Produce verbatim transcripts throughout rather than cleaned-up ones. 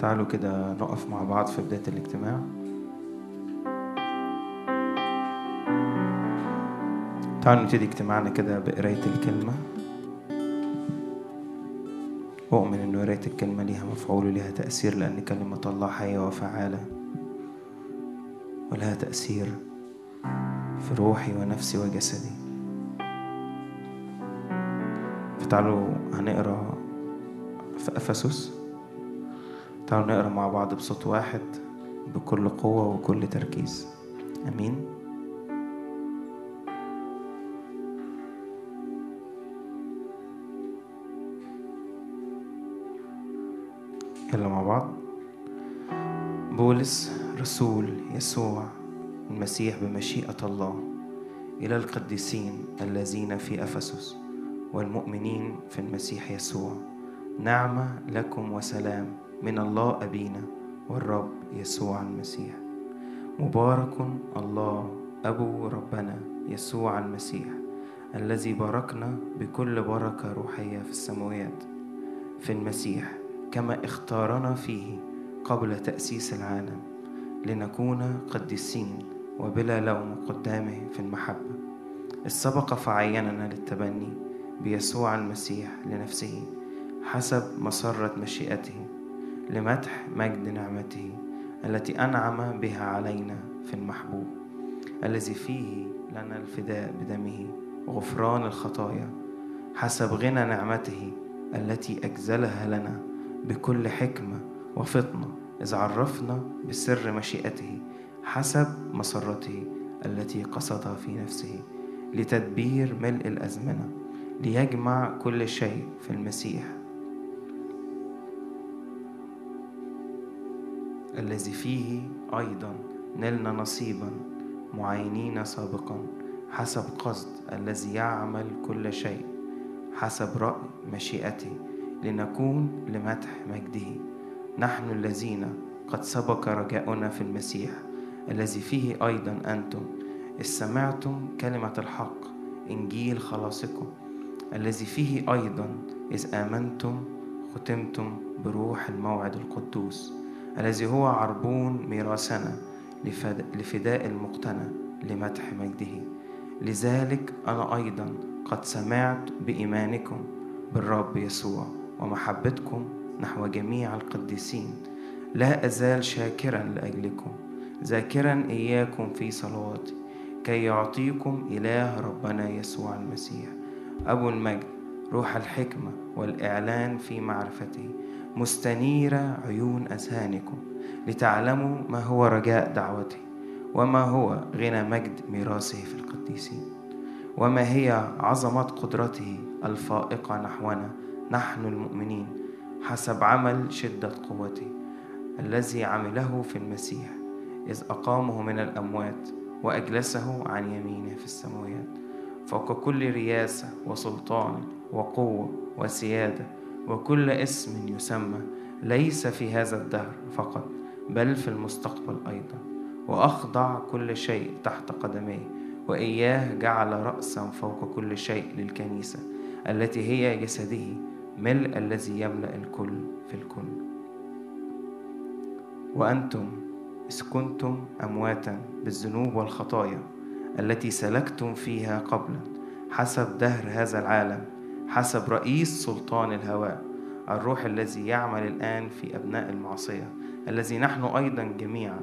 تعالوا كده نقف مع بعض في بداية الاجتماع. تعالوا نبتدي اجتماعنا كده بقراية الكلمة. أؤمن إن قراية الكلمة ليها مفعول وليها تأثير، لأن كلمة الله حية وفعالة ولها تأثير في روحي ونفسي وجسدي. فتعالوا هنقرأ في أفسس. تعالوا نقرأ مع بعض بصوت واحد بكل قوة وكل تركيز. أمين. يلا مع بعض. بولس رسول يسوع المسيح بمشيئة الله إلى القديسين الذين في أفسس والمؤمنين في المسيح يسوع، نعمة لكم وسلام من الله أبينا والرب يسوع المسيح. مبارك الله أبو ربنا يسوع المسيح الذي باركنا بكل بركة روحية في السماوات في المسيح، كما اختارنا فيه قبل تأسيس العالم لنكون قديسين وبلا لوم قدامه في المحبة، إذ سبق فعيننا للتبني بيسوع المسيح لنفسه حسب مسرة مشيئته، لمدح مجد نعمته التي أنعم بها علينا في المحبوب، الذي فيه لنا الفداء بدمه وغفران الخطايا، حسب غنى نعمته التي أجزلها لنا بكل حكمة وفطنة، إذ عرفنا بسر مشيئته حسب مسرته التي قصدها في نفسه لتدبير ملء الأزمنة، ليجمع كل شيء في المسيح، الذي فيه أيضا نلنا نصيبا معينين سابقا حسب قصد الذي يعمل كل شيء حسب رأي مشيئته، لنكون لمدح مجده، نحن الذين قد سبق رجاؤنا في المسيح، الذي فيه أيضا أنتم إذ سمعتم كلمة الحق إنجيل خلاصكم، الذي فيه أيضا إذ آمنتم ختمتم بروح الموعد القدوس، الذي هو عربون ميراثنا لفداء المقتنى لمدح مجده. لذلك أنا أيضا قد سمعت بإيمانكم بالرب يسوع ومحبتكم نحو جميع القديسين، لا أزال شاكرا لأجلكم، ذاكرا إياكم في صلواتي، كي يعطيكم إله ربنا يسوع المسيح أبو المجد روح الحكمة والإعلان في معرفته، مستنير عيون أذهانكم لتعلموا ما هو رجاء دعوته، وما هو غنى مجد ميراثه في القديسين، وما هي عظمة قدرته الفائقة نحونا نحن المؤمنين حسب عمل شدة قوته الذي عمله في المسيح، إذ أقامه من الأموات وأجلسه عن يمينه في السماوات، فوق كل رياسة وسلطان وقوة وسيادة وكل اسم يسمى، ليس في هذا الدهر فقط بل في المستقبل أيضا، وأخضع كل شيء تحت قدميه، وإياه جعل رأسا فوق كل شيء للكنيسة التي هي جسده، ملء الذي يملأ الكل في الكل. وأنتم إذ كنتم أمواتا بالذنوب والخطايا التي سلكتم فيها قبلا حسب دهر هذا العالم، حسب رئيس سلطان الهواء، الروح الذي يعمل الآن في أبناء المعصية، الذي نحن أيضا جميعا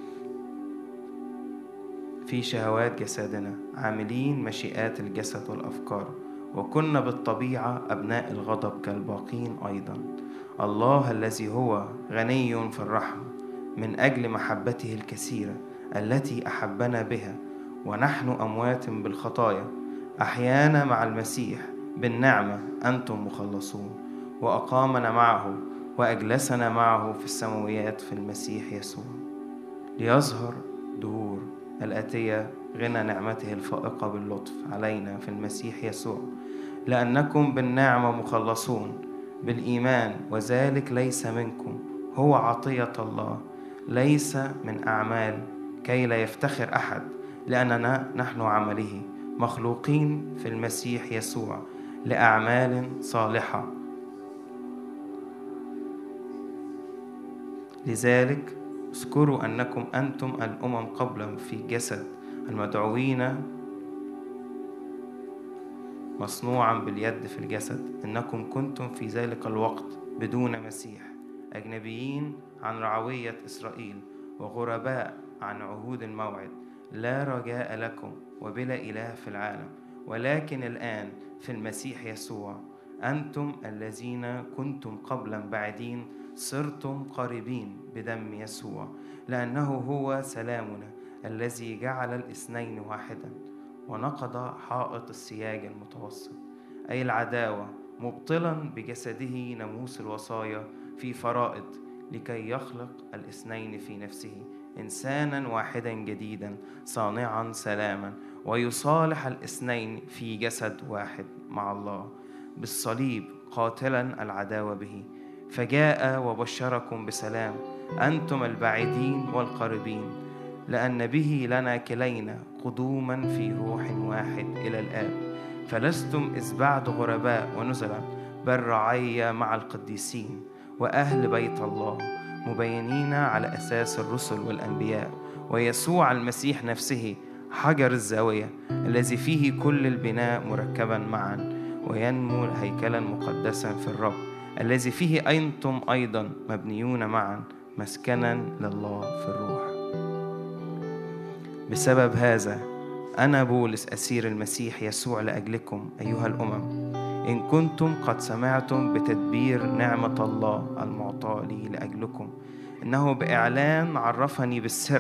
في شهوات جسدنا عاملين مشيئات الجسد والأفكار، وكنا بالطبيعة أبناء الغضب كالباقين أيضا. الله الذي هو غني في الرحمة من أجل محبته الكثيرة التي أحبنا بها ونحن أموات بالخطايا أحيانا مع المسيح، بالنعمة أنتم مخلصون، وأقامنا معه وأجلسنا معه في السماويات في المسيح يسوع، ليظهر دهور الآتية غنى نعمته الفائقة باللطف علينا في المسيح يسوع، لأنكم بالنعمة مخلصون بالإيمان، وذلك ليس منكم، هو عطية الله، ليس من أعمال، كي لا يفتخر أحد، لأننا نحن عمله مخلوقين في المسيح يسوع لأعمال صالحة لذلك اذكروا أنكم أنتم الأمم قبلا في جسد المدعوين مصنوعا باليد في الجسد، إنكم كنتم في ذلك الوقت بدون مسيح، أجنبيين عن رعوية إسرائيل وغرباء عن عهود الموعد، لا رجاء لكم وبلا إله في العالم. ولكن الآن في المسيح يسوع أنتم الذين كنتم قبلا بعيدين صرتم قريبين بدم يسوع، لأنه هو سلامنا الذي جعل الاثنين واحدا ونقض حائط السياج المتوسط، أي العداوة، مبطلا بجسده ناموس الوصايا في فرائض، لكي يخلق الاثنين في نفسه إنسانا واحدا جديدا صانعا سلاما، ويصالح الاثنين في جسد واحد مع الله بالصليب، قاتلا العداوة به، فجاء وبشركم بسلام أنتم البعيدين والقريبين، لأن به لنا كلينا قدوما في روح واحد إلى الآب. فلستم إذ بعد غرباء ونزلا، بل رعية مع القديسين وأهل بيت الله، مبينين على أساس الرسل والأنبياء، ويسوع المسيح نفسه حجر الزاوية، الذي فيه كل البناء مركبا معا وينمو هيكلا مقدسا في الرب، الذي فيه أنتم أيضا مبنيون معا مسكنا لله في الروح. بسبب هذا أنا بولس أسير المسيح يسوع لأجلكم أيها الأمم، إن كنتم قد سمعتم بتدبير نعمة الله المعطاة لي لأجلكم، إنه بإعلان عرفني بالسر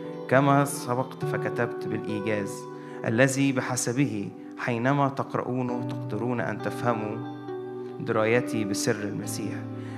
كما سبقت فكتبت بالإيجاز، الذي بحسبه حينما تقرؤونه تقدرون أن تفهموا درايتي بسر المسيح،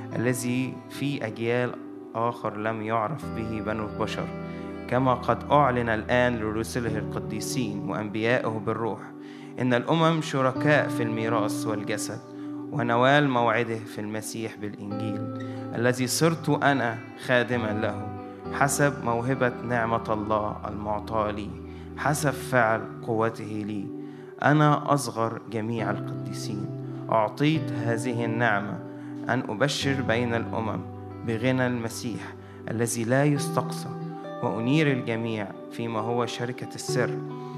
الذي في أجيال آخر لم يعرف به بنو البشر، كما قد أعلن الآن لرسله القديسين وأنبيائه بالروح، إن الأمم شركاء في الميراث والجسد ونوال موعده في المسيح بالإنجيل، الذي صرت أنا خادما له حسب موهبة نعمة الله المعطاة لي، حسب فعل قوته لي. أنا أصغر جميع القديسين، أعطيت هذه النعمة أن أبشر بين الأمم بغنى المسيح الذي لا يستقصى، وأنير الجميع فيما هو شركة السر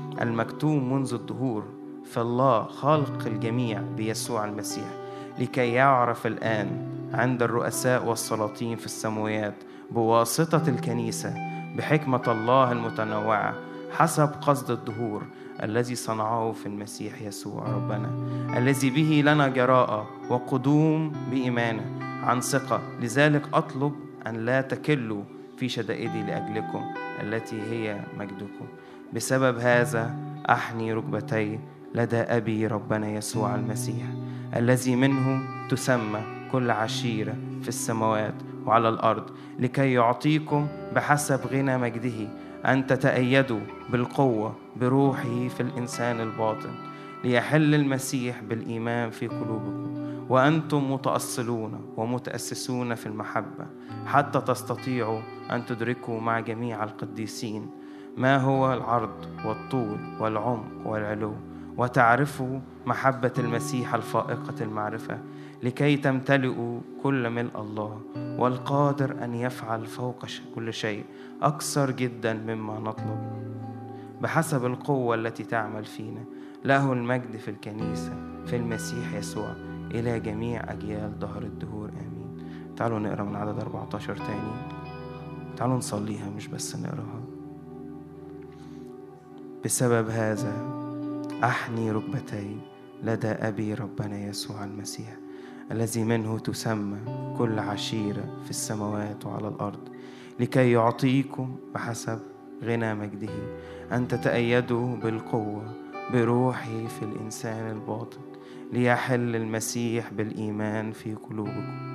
المكتوم منذ الدهور في الله خالق الجميع بيسوع المسيح، لكي يعرف الآن عند الرؤساء والسلاطين في السماوات بواسطة الكنيسة بحكمة الله المتنوعة حسب قصد الدهور الذي صنعه في المسيح يسوع ربنا، الذي به لنا جراءة وقدوم بإيمانه عن ثقة. لذلك أطلب أن لا تكلوا في شدائدي لأجلكم التي هي مجدكم. بسبب هذا أحني ركبتي لدى أبي ربنا يسوع المسيح، الذي منه تسمى كل عشيرة في السماوات وعلى الأرض، لكي يعطيكم بحسب غنى مجده أن تتأيدوا بالقوة بروحه في الإنسان الباطن، ليحل المسيح بالإيمان في قلوبكم، وأنتم متأصلون ومتأسسون في المحبة، حتى تستطيعوا أن تدركوا مع جميع القديسين ما هو العرض والطول والعمق والعلو، وتعرفوا محبة المسيح الفائقة المعرفة، لكي تمتلئوا كل ملء الله، والقادر أن يفعل فوق كل شيء أكثر جدا مما نطلب بحسب القوة التي تعمل فينا. له المجد في الكنيسة في المسيح يسوع إلى جميع أجيال دهر الدهور آمين. تعالوا نقرأ من عدد أربعة عشر تاني، تعالوا نصليها مش بس نقرأها. بسبب هذا أحني ركبتي لدى أبي ربنا يسوع المسيح، الذي منه تسمى كل عشيرة في السماوات وعلى الأرض، لكي يعطيكم بحسب غنى مجده أن تتأيدوا بالقوة بروحه في الإنسان الباطن، ليحل المسيح بالإيمان في قلوبكم،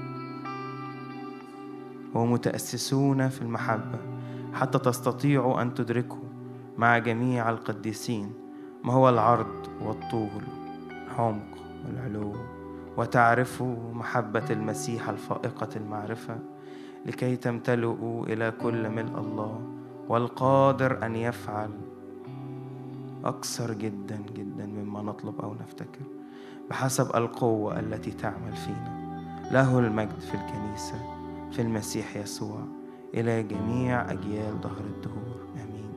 ومتأسسون في المحبة، حتى تستطيعوا أن تدركوا مع جميع القديسين ما هو العرض والطول العمق والعلو، وتعرفوا محبة المسيح الفائقة المعرفة، لكي تمتلئوا إلى كل ملء الله، والقادر أن يفعل أكثر جدا جدا مما نطلب أو نفتكر بحسب القوة التي تعمل فينا. له المجد في الكنيسة في المسيح يسوع إلى جميع أجيال دهر الدهور. آمين.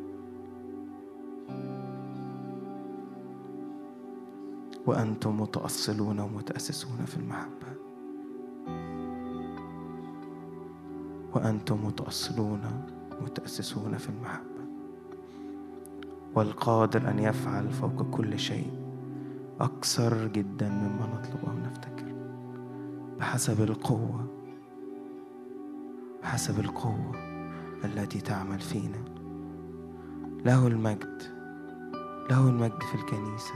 وأنتم متأصلون ومتأسسون في المحبة، وأنتم متأصلون متأسسون في المحبة، والقادر أن يفعل فوق كل شيء أكثر جدا مما نطلب أو نفتكر، بحسب القوة بحسب القوة التي تعمل فينا. له المجد، له المجد في الكنيسة.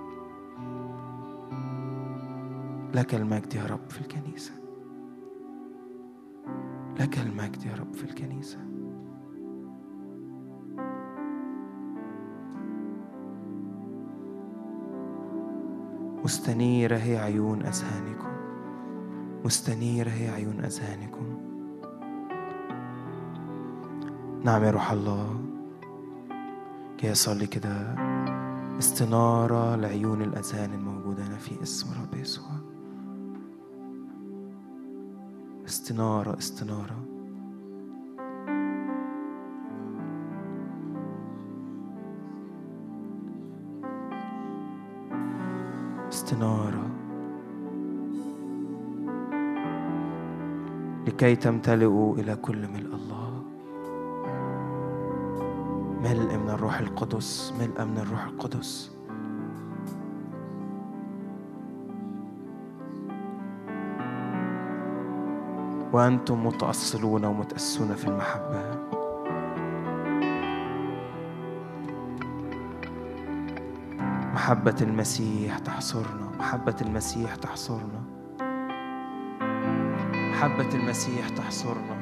لك المجد يا رب في الكنيسة، لك المجد يا رب في الكنيسة. مستنيرة هي عيون أذهانكم، مستنيرة هي عيون أذهانكم. نعم يا روح الله، كي أصلي كده استنارة لعيون الأذهان الموجودة هنا في اسم رب يسوع. استنارة استنارة استنارة لكي تمتلئوا إلى كل ملء الله. ملء من الروح القدس، ملء من الروح القدس. وأنتم متأصلون ومتأسسون في المحبة. محبة المسيح تحصرنا، محبة المسيح تحصرنا، محبة المسيح تحصرنا.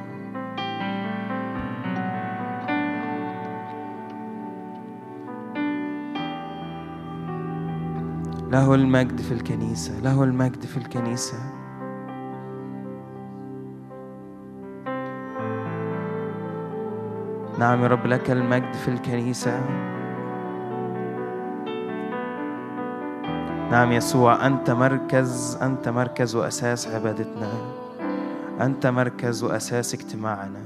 له المجد في الكنيسة، له المجد في الكنيسة. نعم يا رب، لك المجد في الكنيسة. نعم يسوع، أنت مركز، أنت مركز وأساس عبادتنا، أنت مركز وأساس اجتماعنا.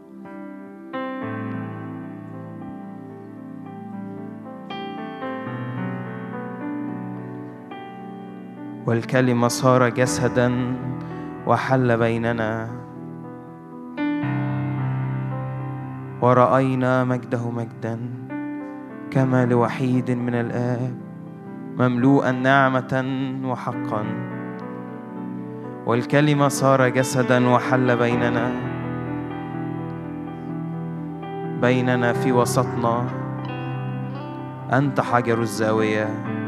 والكلمة صار جسدا وحل بيننا، ورأينا مجده مجدا كما لوحيد من الآب، مملوءا نعمة وحقا. والكلمة صار جسدا وحل بيننا، بيننا في وسطنا. أنت حجر الزاوية،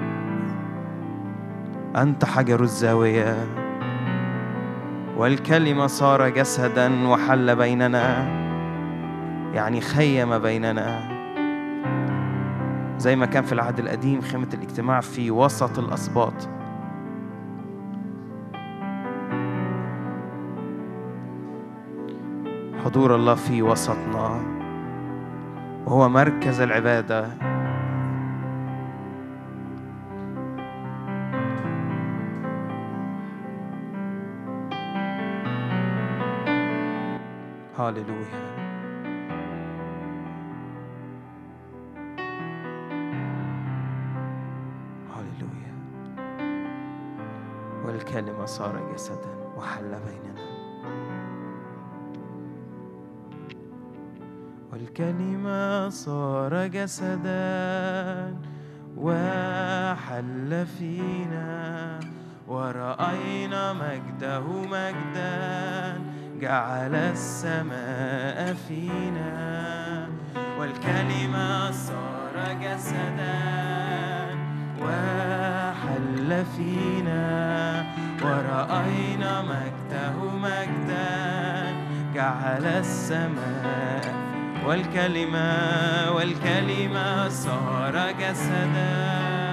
أنت حجر الزاوية. والكلمة صار جسدا وحل بيننا، يعني خيم بيننا، زي ما كان في العهد القديم خيمة الاجتماع في وسط الأسباط. حضور الله في وسطنا، وهو مركز العبادة. هاليلويا. هاليلويا. والكلمة صار جسدا وحل بيننا، والكلمة صار جسدا وحل فينا، ورأينا مجده مجدا جعل السماء فينا. والكلمة صار جسدا وحل فينا، ورأينا مجده مجدا جعل السماء. والكلمة والكلمة صار جسدا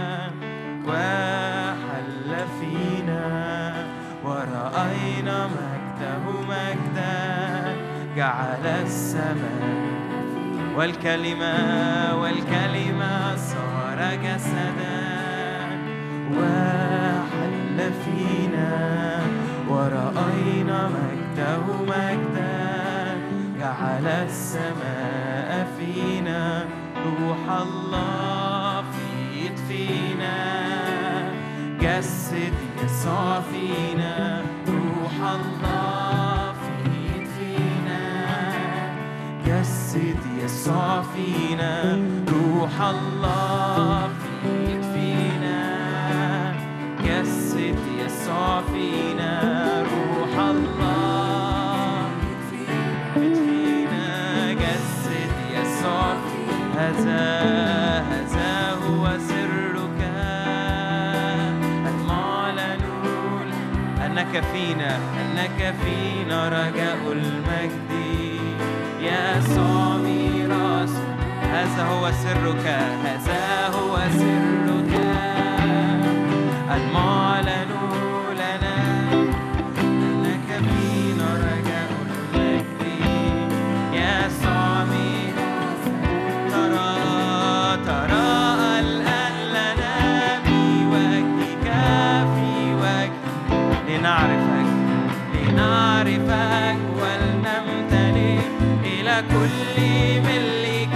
وحل فينا، ورأينا مجده مجدا جعل السماء. والكلمة والكلمة صار جسدا وحل فينا، ورأينا مجده مجدا السماء فينا، روح الله فيض فينا، جسد يسوع فينا، روح الله فيض فينا، جسد يسوع فينا، روح الله فيض فينا، جسد يسوع فينا، روح الله فيض فينا، جسد يسوع فينا. هذا هذا هو سرك المعلن، أنك فينا أنك فينا رجاء المجد، يسوع ميراث. هذا هو سرك، هذا هو سرك المعلن لنا، أنك فينا رجاء المجد، يسوع ميراث. ترى ترى الآن لنا بوجهك في وجه، لنعرفك لنعرفك ولنمتلئ إلى كل ملك.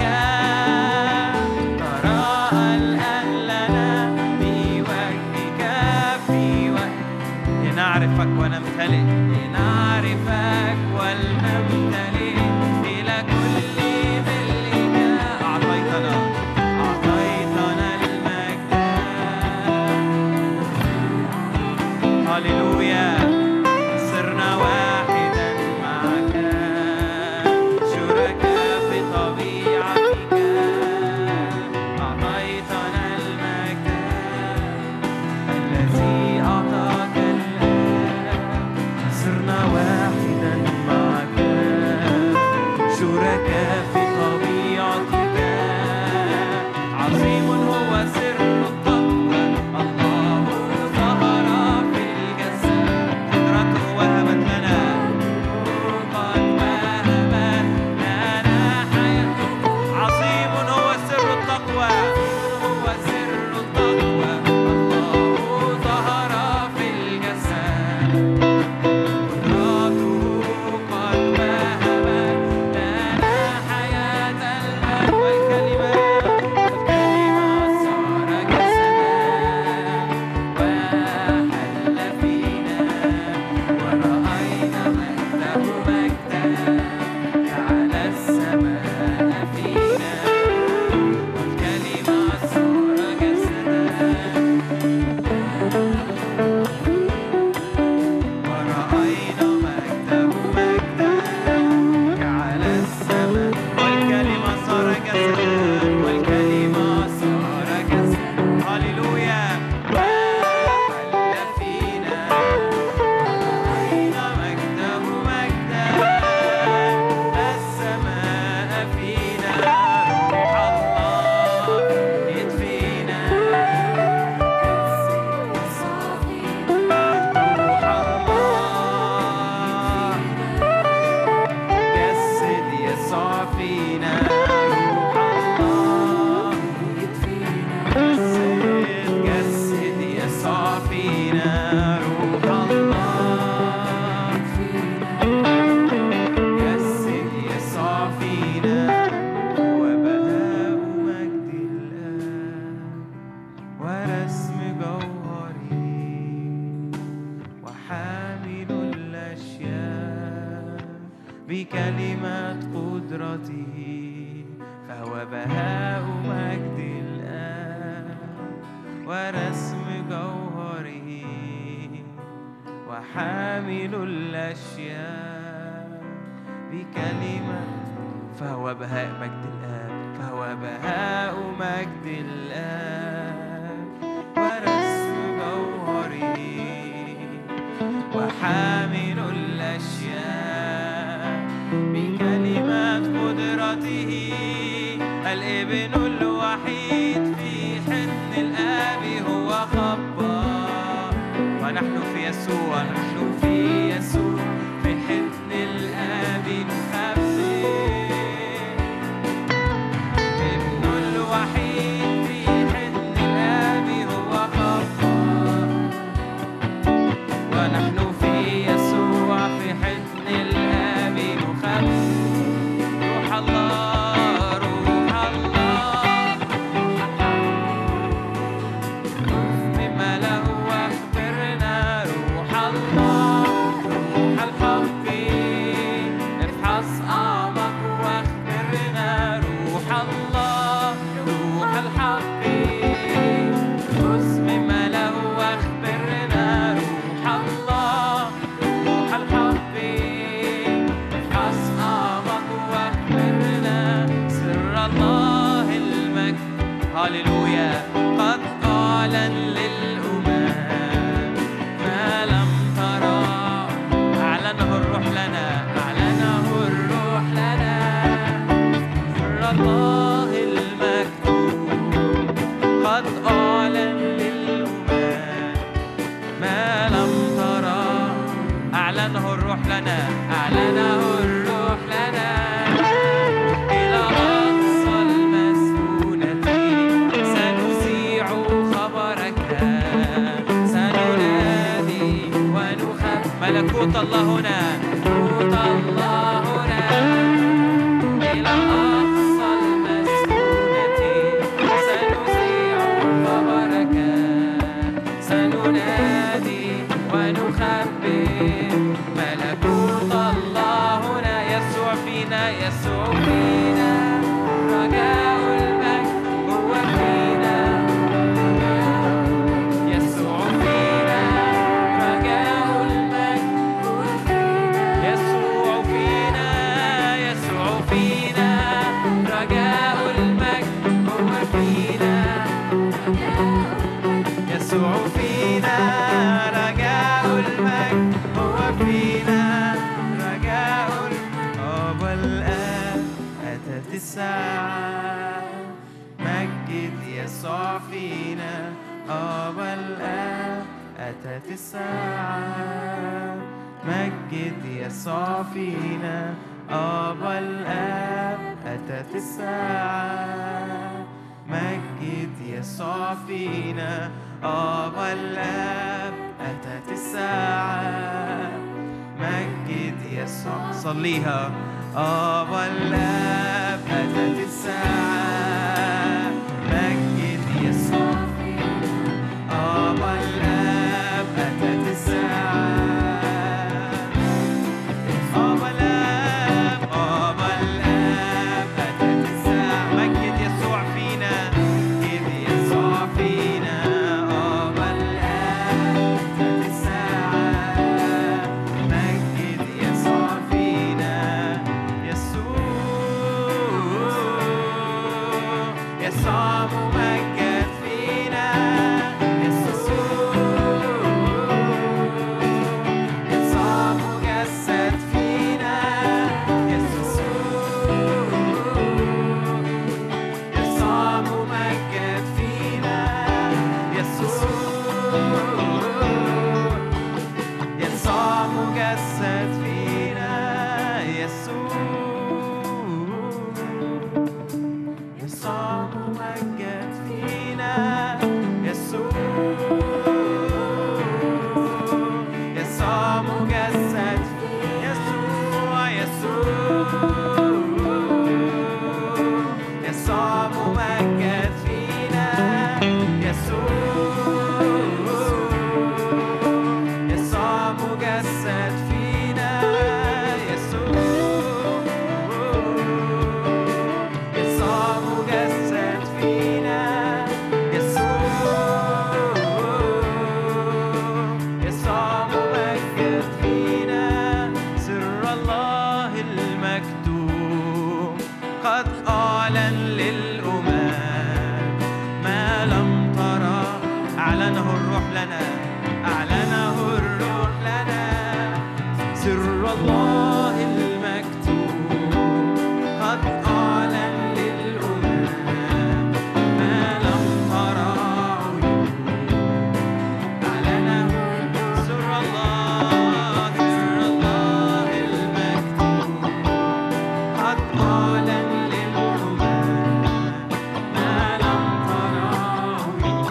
ترى الآن لنا بوجهك في وجه، لنعرفك ونمتلئ لنعرفك ولنمتلئ إلى كل ملك. أعطيتنا أعطيتنا المجد. هاليلويا. صرنا واحدا معك، شركاء في طبيعتك، أعطيتنا المجد الذي أعطاك الآب. صرنا واحدا معك، شركاء في طبيعتك، عظيم هو سر التقوى، الله ظهر في الجسد، قدرته وهبت لنا، قد وهبت لنا حياة. عظيم هو سر التقوى، هو سر التقوى، الله ظهر في الجسد، قدرته قد وهبت لنا حياة المجد. والكلمة والكلمة صار جسدا وحل فينا، ورأينا مجده مجدا، جعل السماء فينا، والكلمة صار جسدا ورأينا مجده مجدا، جعل السماء. والكلمة صار جسدا، والكلمة صار جسدا. هاليلويا. وحل فينا، ورأينا مجده مجدا، السماء فينا، روح الله فيض فينا، روح الله جسد يسوع فينا، روح الله جسد جسد يسوع فينا، روح الله جسد يسوع فينا، وبهاء مجد الآب ورسم جوهري، وحامل الأشياء بكلمة قدرته، فهو بهاء مجد الآب ورسم جوهره، وحامل الأشياء بكلمة. فهو بهاء مجد الآب، فهو بهاء مجد الآب ورسم جوهره، وحامل الأشياء بكلمة قدرته، الابن الوحيد في حضن الآب هو خبر، ونحن في يسوع، نحن في يسوع في حضن الآب نخبئ. ابن الوحيد في حضن الآب هو خبر، ونحن في يسوع في حضن الآب نخبئ. روح لنا، أعلنه الروح لنا إلى أقصى المسكونة. سنذيع خبرك، سننادي ونخبر. ملكوت الله هنا، ملكوت الله هنا إلى أقصى المسكونة. سنذيع خبرك، سننادي ونخبر. ملكوت الله هنا، يسوع فينا، يسوع فينا، رجاء المجد هو فينا. يسوع فينا، رجاء المجد هو فينا. يسوع فينا، يسوع فينا، رجاء المجد هو فينا. يسوع فينا، رجاء المجد هو فينا. رجاء الآب والآب أتت الساعة. مجد يسوع فينا، آب والآب أتت الساعة. مجد يسوع فينا، آب والآب أتت الساعة. مجد يسوع فينا، آب والآب أتت الساعة. مجد يسوع، صليها، آب والآب أتت الساعة. مجد يسوع فينا، آب والآب أتت الساعة. آب والآب، آب والآب أتت الساعة. مجد يسوع فينا، مجد يسوع فينا، آب والآب أتت الساعة. مجد يسوع فينا، يسوع، يسوع ممجد فينا. يسوع، يسوع مجسد فينا. يسوع، يسوع ممجد فينا. يسوع، يسوع مجسد فينا. يسوع، يسوع ممجد فينا. يسوع، يسوع مجسد فينا. يسوع، يسوع، يسوع ممجد فينا. يسوع، يسوع مجسد فينا. يسوع، يسوع مجسد فينا. يسوع، يسوع ممجد فينا. سر الله المكتوم قد أعلن للأمم ما لم ترى. أعلنه الروح لنا، أعلنه الروح لنا. سر الله المكتوم قد أعلن للأمم ما لم ترى عيون. أعلنه سر الله، سر الله المكتوم قد أعلن للأمم ما لم ترى عيون.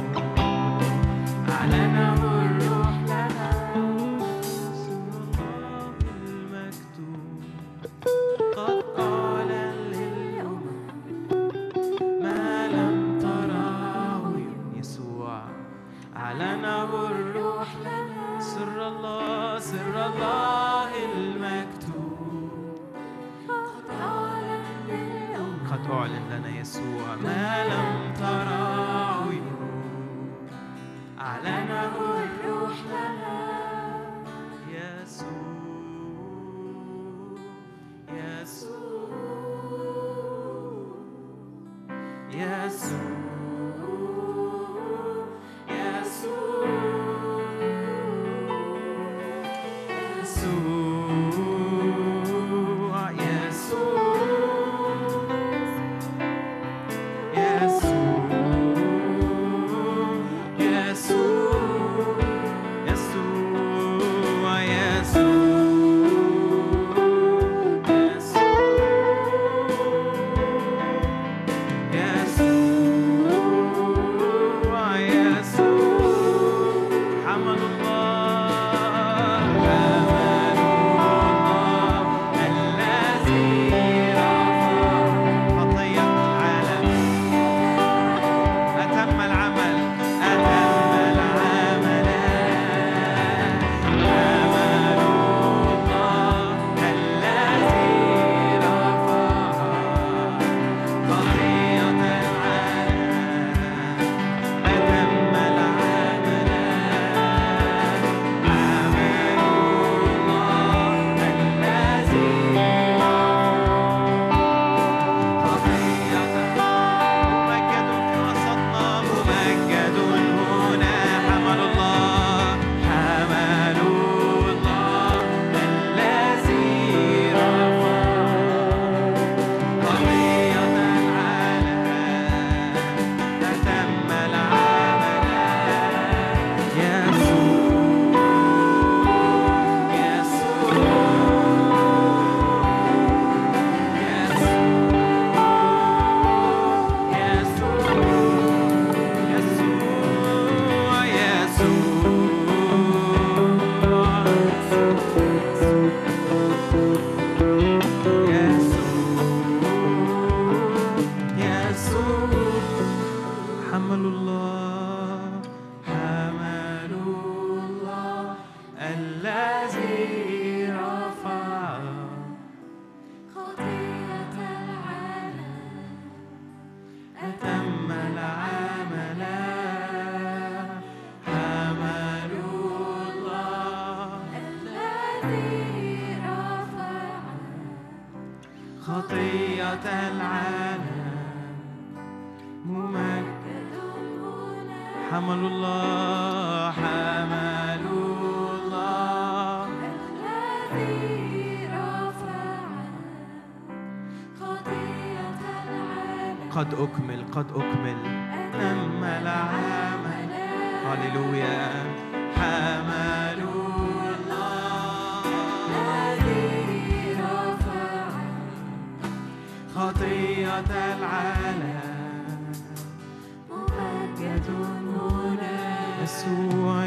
أعلنه الروح لنا. سر الله المكتوم قد أعلن للأمم ما لم ترى عيون. يسوع، أعلنه الروح لنا. سر الله، سر الله المكتوم قد أعلن للأمم. قد أعلن لنا يسوع ما لم ترى عيون. أعلنه الروح لنا. يسوع، يسوع، يسوع، يسوع، يسوع، يسوع، خطية العالم ممجد حمل الله حمل الله الذي رفع خطية العالم قد أكمل قد أكمل تم العمل هللويا حمل خطية العالم ممجد هنا يسوع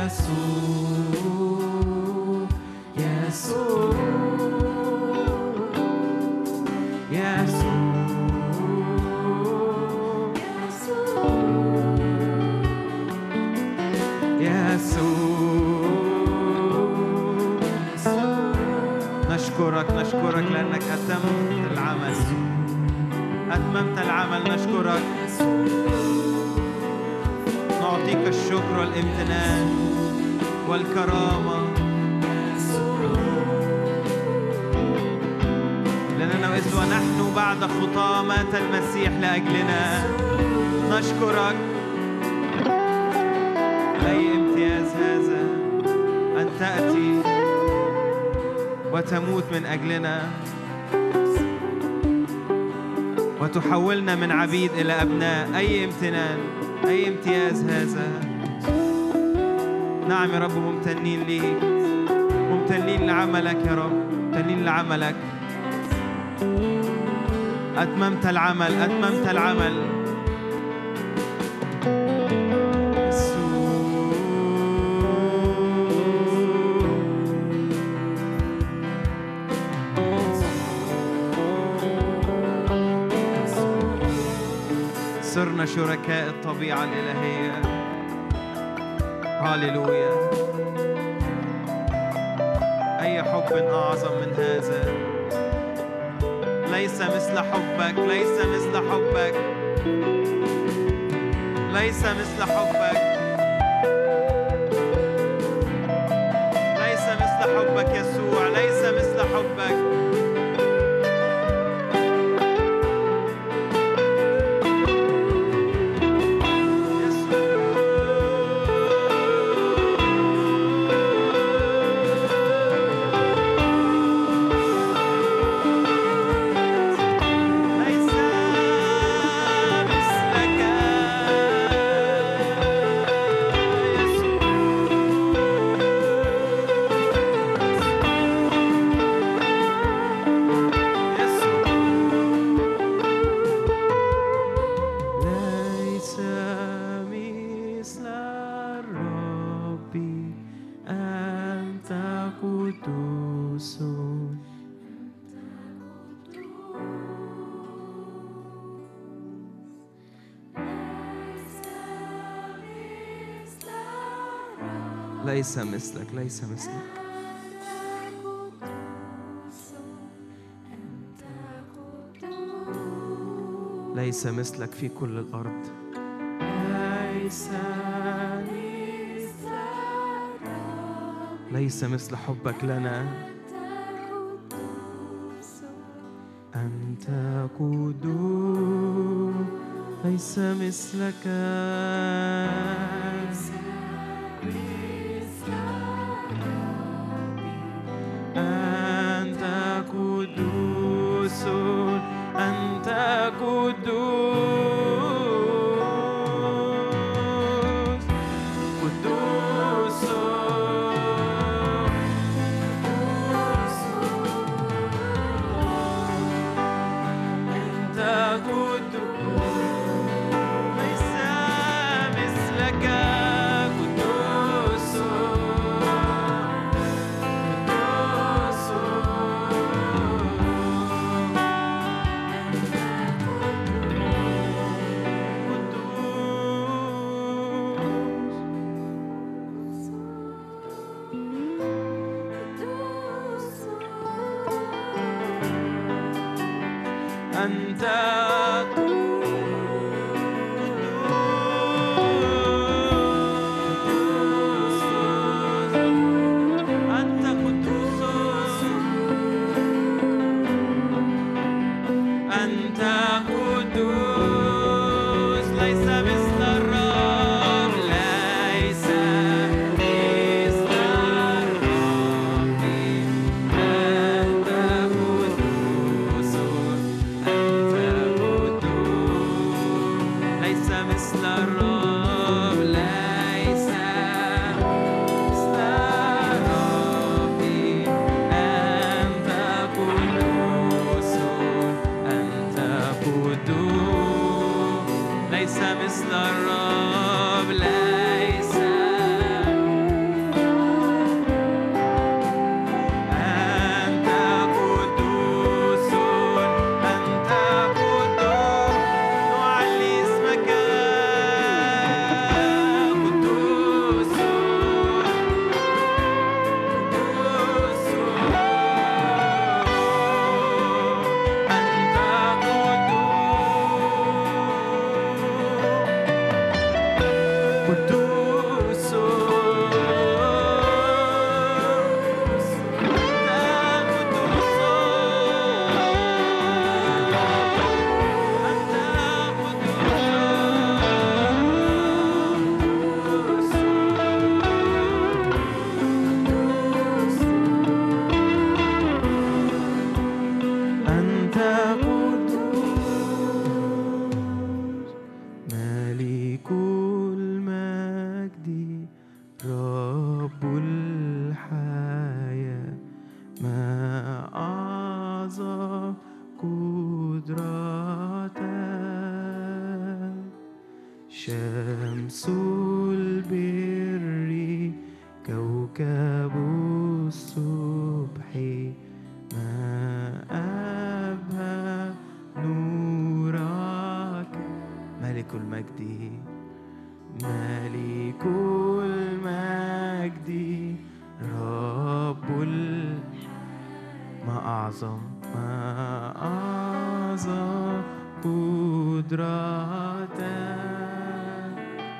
يسوع يسوع يسوع نشكرك نشكرك لأنك أتمت العمل أتممت العمل نشكرك نعطيك الشكر والامتنان والكرامة لأننا إذ ونحن بعد خطى مات المسيح لأجلنا نشكرك أي امتياز هذا أن تأتي وتموت من أجلنا وتحولنا من عبيد إلى أبناء. أي امتنان أي امتياز هذا. نعم يا رب ممتنين ليك ممتنين لعملك يا رب ممتنين لعملك أتممت العمل أتممت العمل صرنا شركاء الطبيعة الإلهية. هاليلويا. أي حب أعظم من هذا. ليس مثل حبك ليس مثل حبك ليس مثل حبك ليس مثل حبك يسوع ليس مثل حبك. ليس مثلك ليس مثلك. ليس مثلك في كل الأرض. ليس ليس مثل حبك لنا. أنت قدوس ليس مثلك. أنت قدوس أنت قدوس قدوس أنت قدوس ليس مثلك. أنت قدوس أنت قدوس رب الحياة ما أعظم قدرتك، شمس البر كوكب الصبح ما أبهى نورك. ملك المجد ملك المجد رب ما أعظم ما أعظم قدرتك،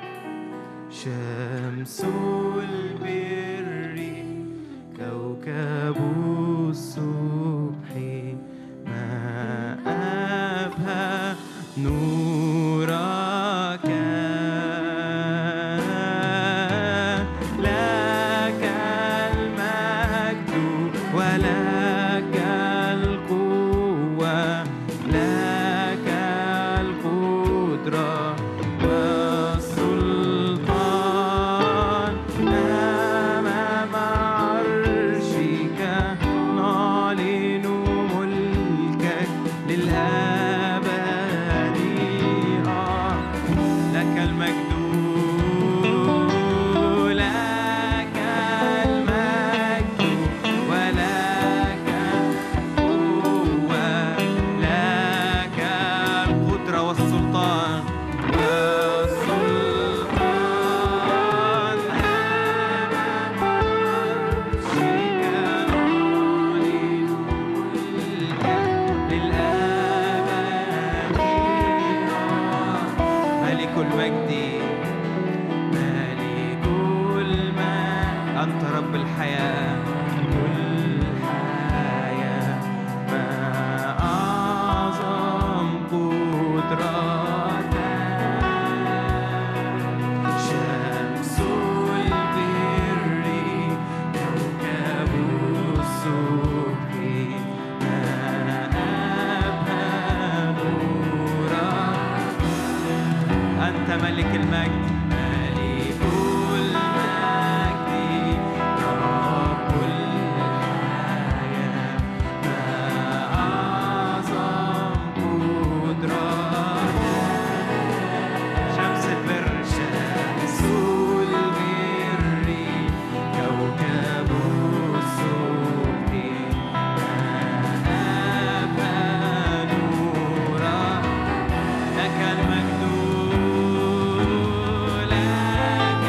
شمس البر كوكب الصبح ما أبهى نورك. لك المجد ولك القوة، لك القدرة والسلطان، أمام عرشك نعلن ملكك للأبد. آه لك المجد لك المجد ولك القوة، لك القدرة والسلطان والسلطان، أمام عرشك نعلن ملكك للأبد. ملك المجد ملك المجد أنت رب الحياة، الحياة ما أعظم قدرتك، شمس البر كوكب الصبح ما أبهى نورك. أنت ملك المجد ملك المجد رب الحياة ما أعظم قدرتك، شمس البر شمس البر كوكب الصبح ما أبهى نورك. لك المجد لك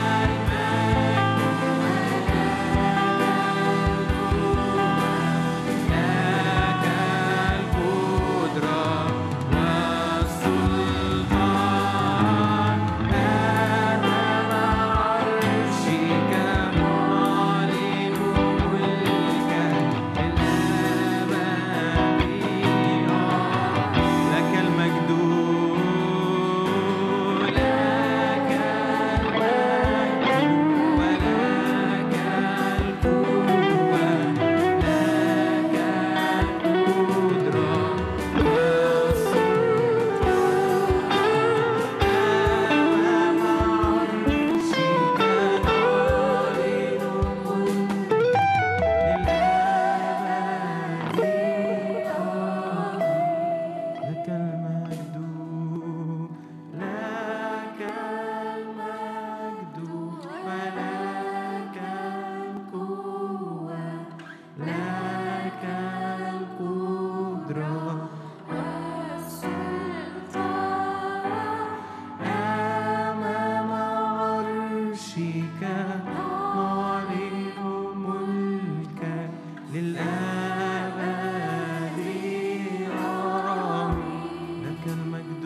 المجد لك القدرة والسلطان، أمام عرشك نعلن ملكك للأبد. لك المجد لك المجد ولك القوة، لك القدرة والسلطان، أمام عرشك نعلن ملكك للأبد. لك المجد لك المجد ولك القوة، لك القدرة والسلطان، أمام عرشك نعلن ملكك للأبد. آمين. لك المجد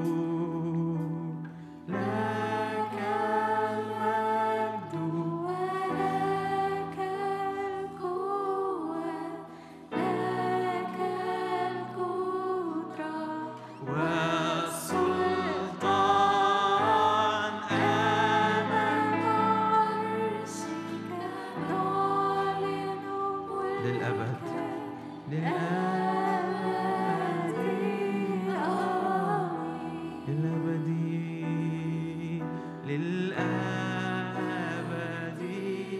لك المجد ولك القوة، لك القدرة والسلطان، أمام عرشك نعلن للأبد ملكك للأبد آمين. للأبد للأبد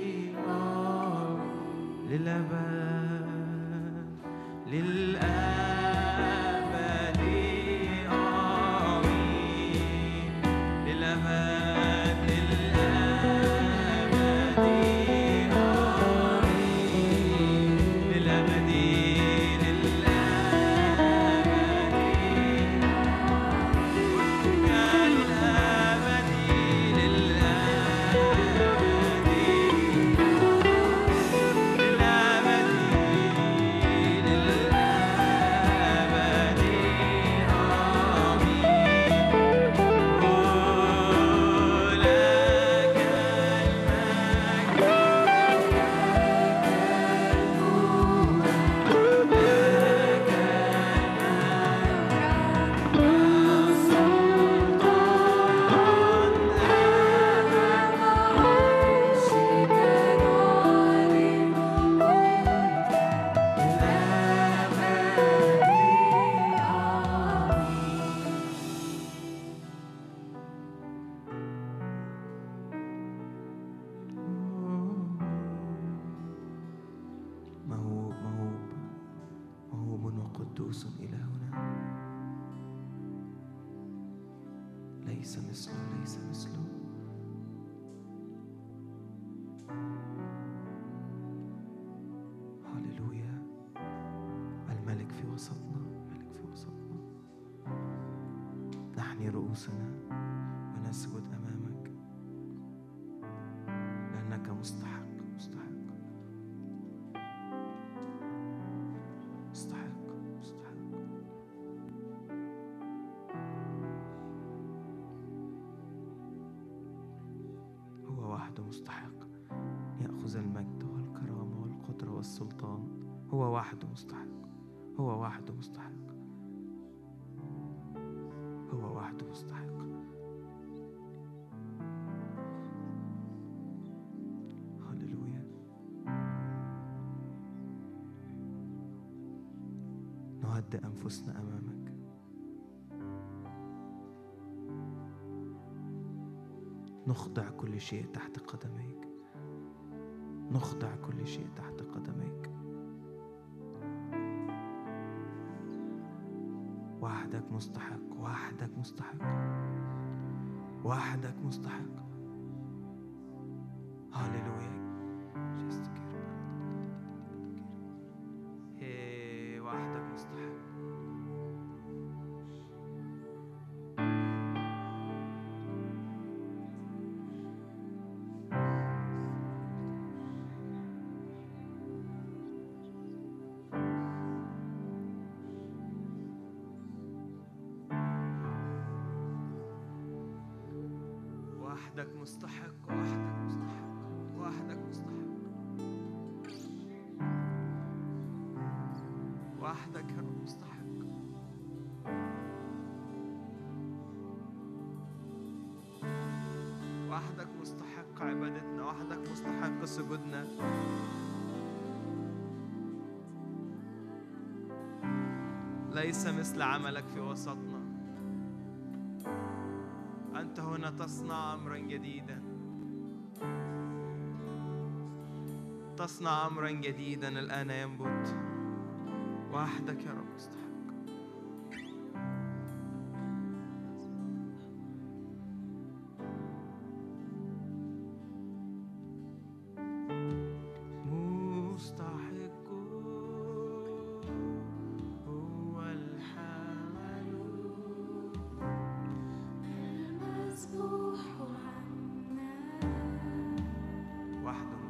للأبد للأبد آمين للأبد للأبد آمين للأبد مستحق يأخذ المجد والكرامة والقدرة والسلطان. هو وحده مستحق، هو وحده مستحق، هو وحده مستحق. هللويا. نهدئ أنفسنا أمامك. نخضع كل شيء تحت قدميك، نخضع كل شيء تحت قدميك. وحدك مستحق، وحدك مستحق، وحدك مستحق. هاليلويا. هي وحدك مستحق. وحدك مستحق، وحدك مستحق، وحدك مستحق، وحدك يا رب مستحق. وحدك مستحق عبادتنا، وحدك مستحق سجودنا. ليس مثل عملك في وسطنا. أنت هنا تصنع أمرا جديدا، تصنع أمرا جديدا الآن ينبت. وحدك يا رب مستحق.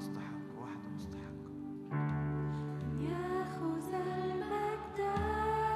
يأخذ المجد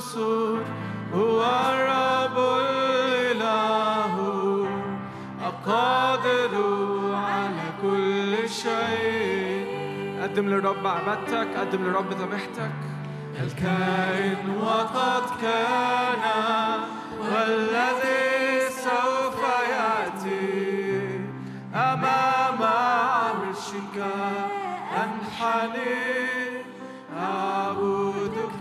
قدوس هو الرب الإله القادر على كل شيء. قدم للرب عبادتك، قدم للرب ذبيحتك. الكائن وقد كان والذي سوف يأتي أمام عرشك أنحني أعبدك.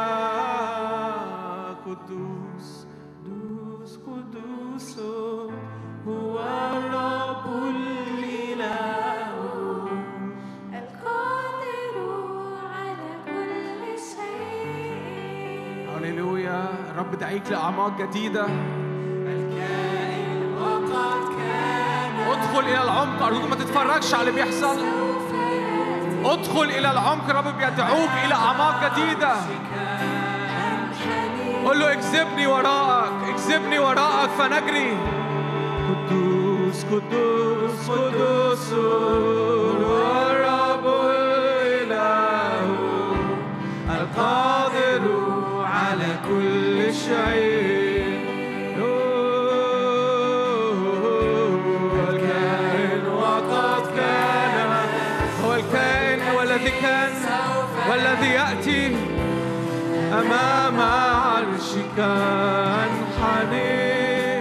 قدوس قدوس قدوس هو الرب الإله القادر على كل شيء. هللويا. الرب دعيك لأعماق جديدة. الكائن وقد كان ادخل إلى العمق. أرجوك ما تتفرجش على اللي بيحصل. سوف يأتي ادخل إلى العمق. الرب بيدعوك إلى أعماق جديدة. قل له اجذبني وراءك، اجذبني وراءك فنجري. قدوس قدوس قدوس هو الرب الإله القادر على كل شيء. الكائن وقد كان، هو الكائن والذي كان والذي يأتي أمام عرشك أنحني.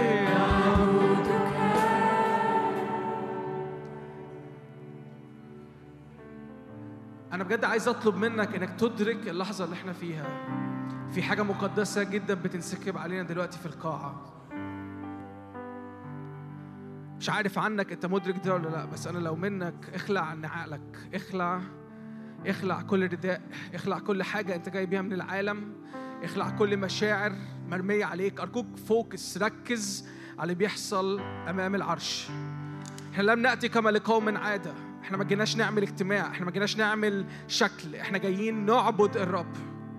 أنا بجد عايز أطلب منك إنك تدرك اللحظة اللي إحنا فيها. في حاجة مقدسة جدا بتنسكب علينا دلوقتي في القاعة. مش عارف عنك أنت مدرك ده ولا لأ، بس أنا لو منك اخلع عن عقلك، اخلع اخلع كل رداء، اخلع كل حاجة أنت جاي بيها من العالم، اخلع كل مشاعر مرمية عليك. أرجوك فوكس، ركز على اللي بيحصل أمام العرش. إحنا لم نأتي كما لقوم عادة. إحنا ما جيناش نعمل اجتماع، إحنا ما جيناش نعمل شكل، إحنا جايين نعبد الرب.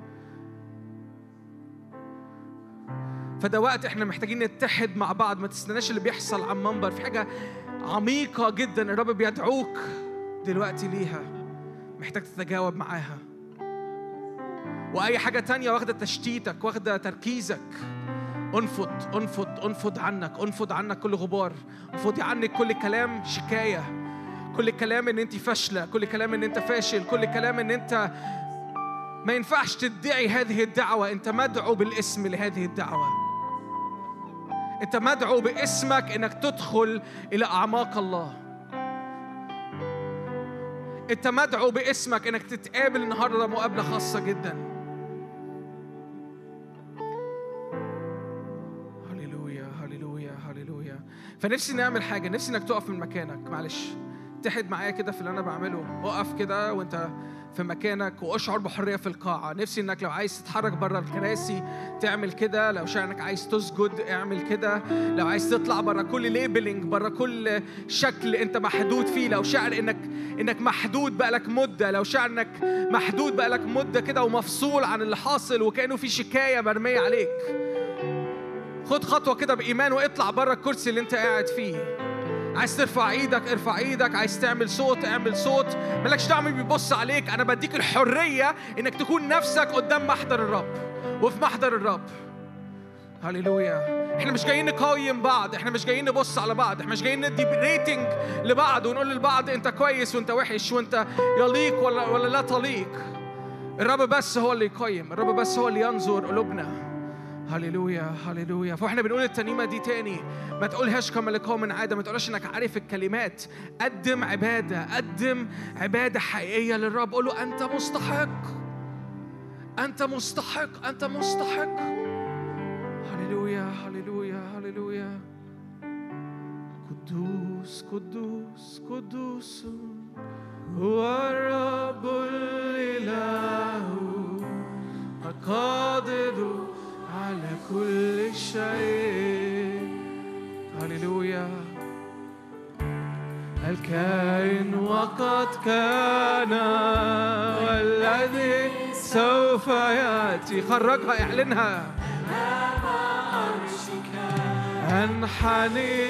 فده وقت إحنا محتاجين نتحد مع بعض. ما تستناش اللي بيحصل على المنبر. في حاجة عميقة جدا الرب بيدعوك دلوقتي ليها، محتاج تتجاوب معاها. وأي حاجة تانية واخدة تشتيتك، واخدة تركيزك، انفض انفض انفض عنك، انفض عنك كل غبار، انفضي عنك كل كلام شكاية، كل كلام ان انت فاشلة، كل كلام ان انت فاشل، كل كلام ان انت ما ينفعش تدعي هذه الدعوة. انت مدعو بالاسم لهذه الدعوة. انت مدعو باسمك انك تدخل الى اعماق الله. انت مدعو باسمك انك تتقابل النهارده مقابلة خاصة جدا. هللويا هللويا هللويا. فنفسي نعمل حاجة، نفسي انك تقف من مكانك. معلش اتحد معايا كده في اللي انا بعمله. اقف كده وانت في مكانك واشعر بحرية في القاعة. نفسي انك لو عايز تتحرك بره الكراسي تعمل كده، لو شايف انك عايز تسجد اعمل كده، لو عايز تطلع بره كل ليبلينج، بره كل شكل انت محدود فيه، لو شعر انك انك محدود بقالك مدة، لو شعر انك محدود بقالك مدة كده ومفصول عن اللي حاصل وكأنه في شكاية مرمية عليك، خد خطوة كده بإيمان واطلع بره الكرسي اللي انت قاعد فيه. عايز ترفع ايدك ارفع ايدك، عايز تعمل صوت اعمل صوت، مالكش دعوه مين بيبص عليك. انا بديك الحريه انك تكون نفسك قدام محضر الرب وفي محضر الرب. هللويا. احنا مش جايين نقيم بعض، احنا مش جايين نبص على بعض، احنا مش جايين ندي ريتنج لبعض ونقول للبعض انت كويس وانت وحش وانت يليق ولا ولا لا تليق. الرب بس هو اللي يقيم، الرب بس هو اللي ينظر قلوبنا. هللويا هللويا. فاحنا بنقول الترنيمه دي تاني، ما تقولهاش كما لقوم عاده، ما تقولش انك عارف الكلمات. قدم عباده، قدم عباده حقيقيه للرب. قول له انت مستحق، انت مستحق، انت مستحق. هللويا هللويا هللويا. قدوس قدوس قدوس هو الرب الإله القادر على كل شيء. هللويا. الكائن وقد كان والذي سوف يأتي. خرجها اعلنها. أنحني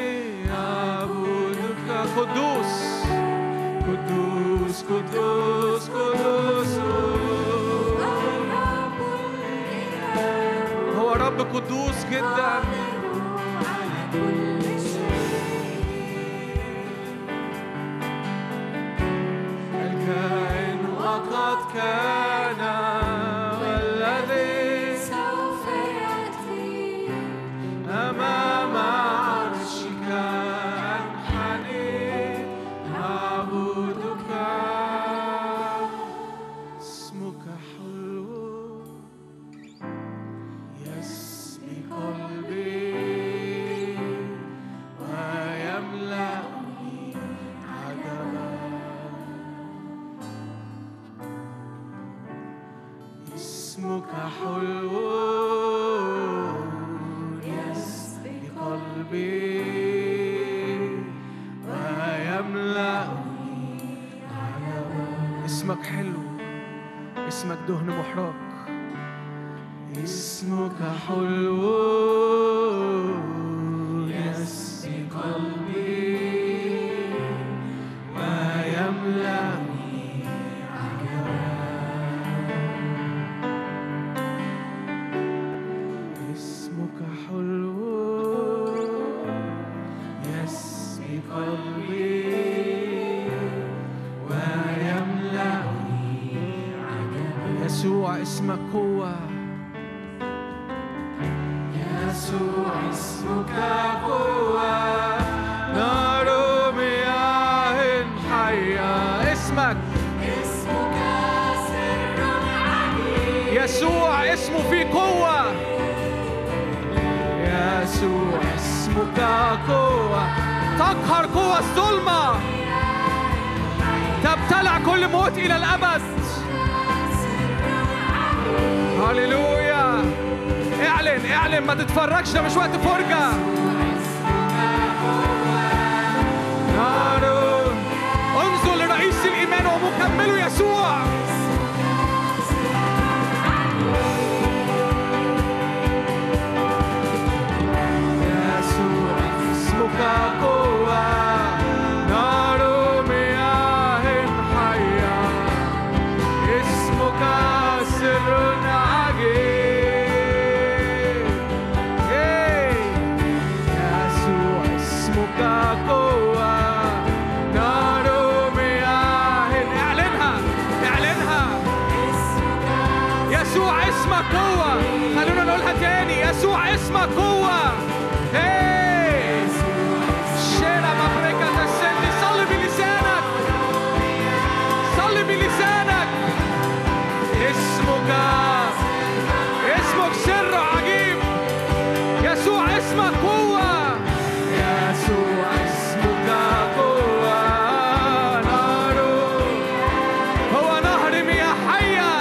أعبدك. قدوس قدوس قدوس قدوس رب قدوس جدا. الكائن وقد كان والذي سوف يأتي أمام عرشك أنحني أعبدك. اسمك حلو يسبي قلبي ويملأني عجبا. اسمك حلو يسبي قلبي ويملأني عجبا. اسمك حلو، اسمك دهن محراق. اسمك حلو يسبي قلبي ويملأني عجبا. اسمك حلو يسبي قلبي ويملأني عجبا. يسوع اسمك قوة، يسوع اسمك قوة، نار مياه حية. اسمك اسمك سر عجيب. يسوع اسمه فيه قوة. يسوع اسمك قوة، تقهر قوة الظلمة، تبتلع كل موت إلى الأبد. هاليلويا. اعلن اعلن، ما تتفرجش، ده مش وقت فرجة. نار. انظر لرئيس الإيمان ومكمله يسوع. يسوع اسمك قوة، نار مياه حية. اسمك سر عجيب. يسوع اسمك قوة، نار مياه. اعلنها اعلنها. يسوع اسمك قوة. خلونا نقولها تاني، يسوع اسمك قوة. ايه شيرا مبركة تسلي. صلي بلسانك، صلي بلسانك. اسمك اسمك سر عجيب. يسوع اسمك قوة. يسوع اسمك قوة، نار. هو نهر مياه حية.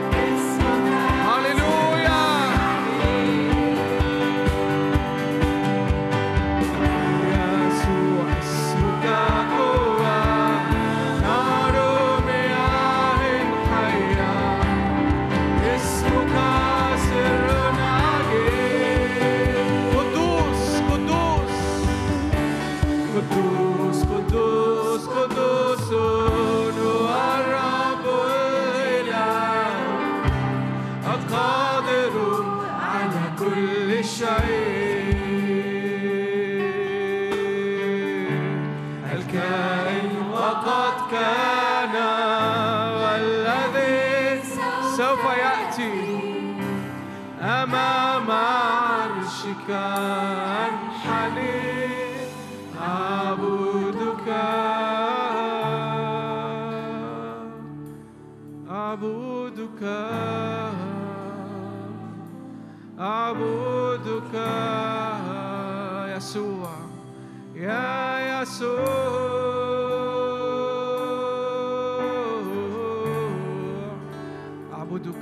هللويا. يسوع اسمك قوة، نار مياه حية. اسمك سر عجيب. قدوس قدوس قدوس قدوس قدوس هو الرب الإله القادر على كل شيء. الكائن وقد كان والذي سوف يأتي أمام عرشك أنحني أعبدك أعبدك أعبدك يسوع يا يسوع. أعبدك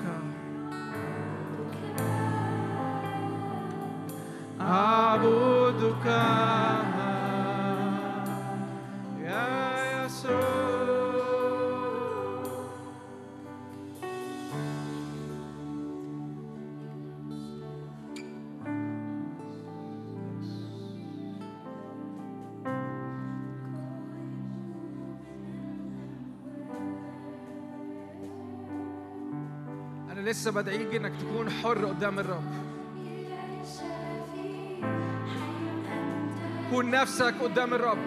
أعبدك يا يسوع. أنا لسه بدعيك إنك تكون حر قدام الرب. كون نفسك قدام الرب.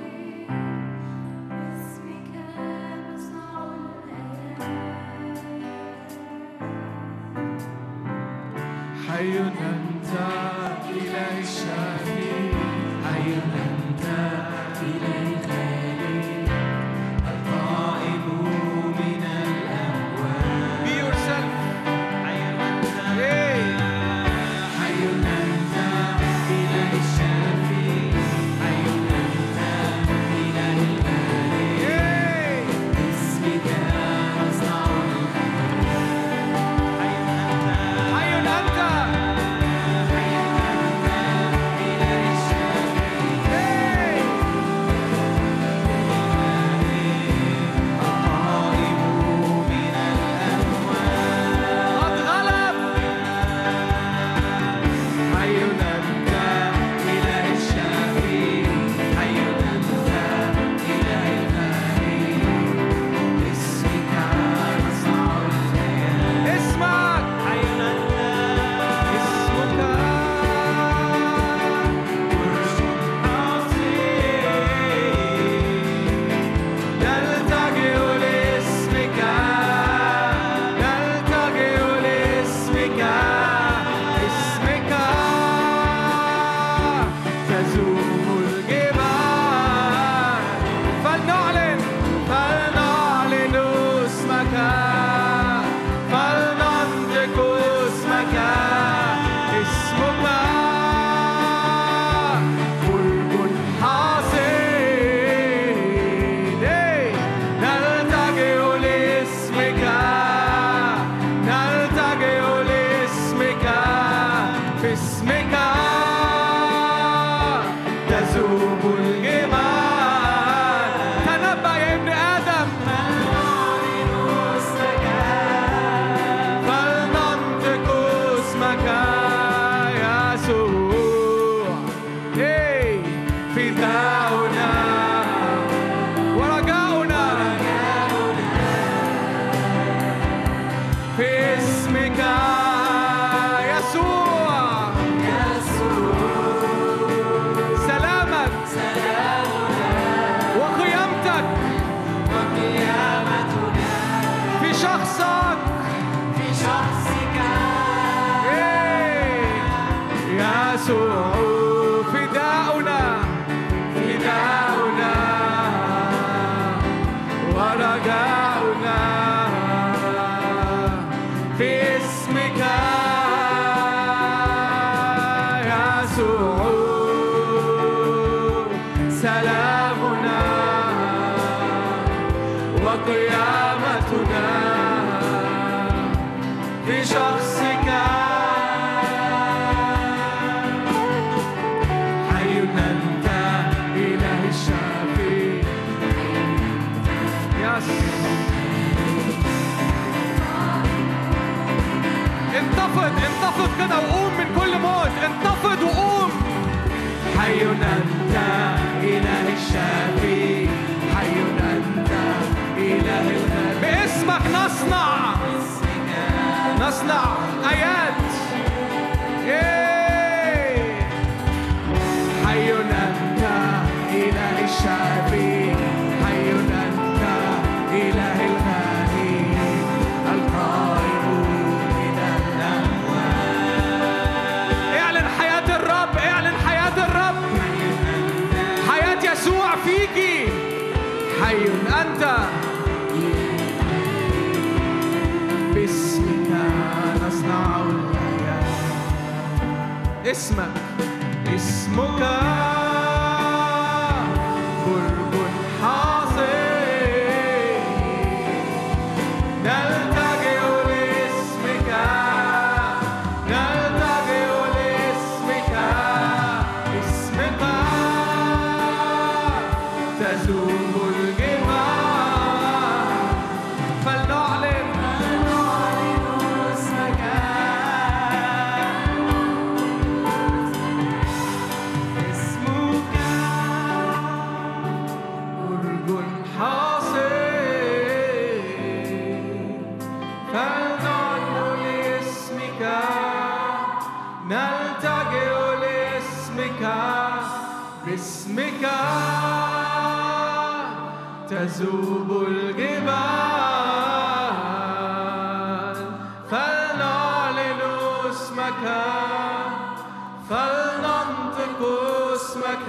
حي أنت إله الشافي، حي أنت إله الغالي، القائم من الأموات. Be yourself. حي أنت حي أنت إله الشافي، حي أنت إله الغالي، باسمك نصنع الحياة. حي أنت حي أنت كده وقوم من كل موت، انتفض وقوم. حي أنت إله الشافي، حي أنت إله الغالي، باسمك نصنع نصنع آيات. حي أنت إله الشافي، حي أنت إله الغالي، القائم من الأموات. اعلن حياة الرب، اعلن حياة الرب، حياة يسوع فيكي. حي أنت، باسمك نصنع الحياة. اسمك اسمك برج حاصن، نلتجئ لاسمك، نلتجئ لاسمك، اسمك تذوب الجبال. فلنعلن فلنعلن اسمك، اسمك برج حاصن، فلنعلن لاسمك، نلتجئ لاسمك، باسمك تذوب الجبال فلنعلن اسمك فلننطق اسمك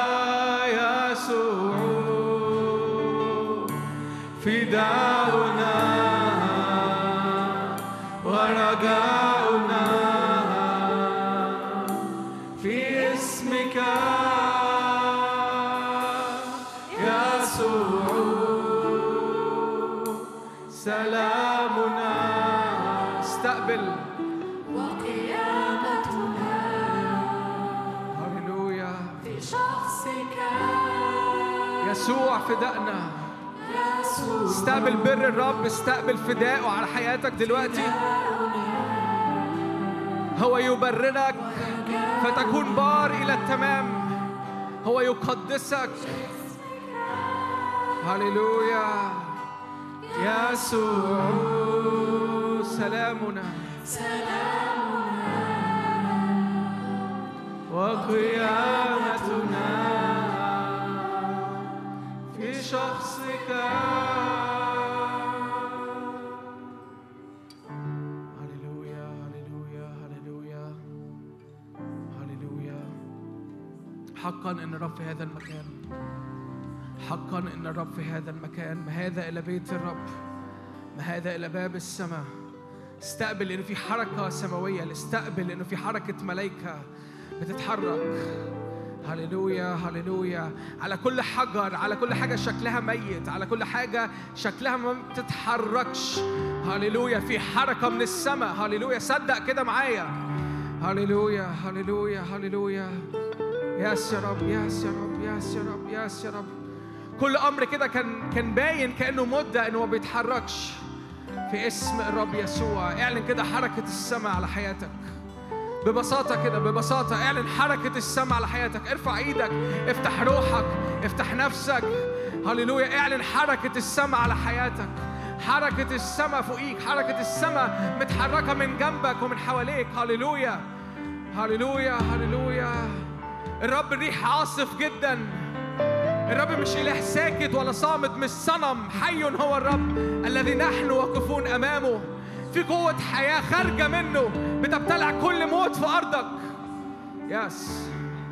يسوع فداؤنا ورجاؤنا في اسمك يسوع سلامنا استقبل وقيامتنا هللويا في شخصك يسوع فدائنا يسوع استقبل بر الرب استقبل فدائه على حياتك دلوقتي هو يبررك فتكون بار إلى التمام هو يقدسك هللويا يسوع سلامنا سلامنا وقيامتنا في شخصك هللويا هللويا هللويا هللويا حقا ان الرب في هذا المكان حقا ان الرب في هذا المكان ما هذا الى بيت الرب ما هذا الى باب السماء استقبل انه في حركه سماويه استقبل انه في حركه ملائكه بتتحرك هللويا هللويا على كل حجر على كل حاجه شكلها ميت على كل حاجه شكلها ما بتتحركش هللويا في حركه من السماء هللويا صدق كده معايا هللويا هللويا هللويا ياس يا رب ياس يا رب ياس يا رب ياس يا رب كل امر كده كان كان باين كانه مده انه ما بيتحركش في اسم الرب يسوع اعلن كده حركه السماء على حياتك ببساطه كده ببساطه اعلن حركه السماء على حياتك ارفع ايدك افتح روحك افتح نفسك هللويا اعلن حركه السماء على حياتك حركه السماء فوقيك حركه السماء متحركه من جنبك ومن حواليك هللويا هللويا هللويا الرب الريح عاصف جدا الرب مش إله ساكت ولا صامت مش صنم حي هو الرب الذي نحن واقفون أمامه في قوة حياة خارجة منه بتبتلع كل موت في أرضك يس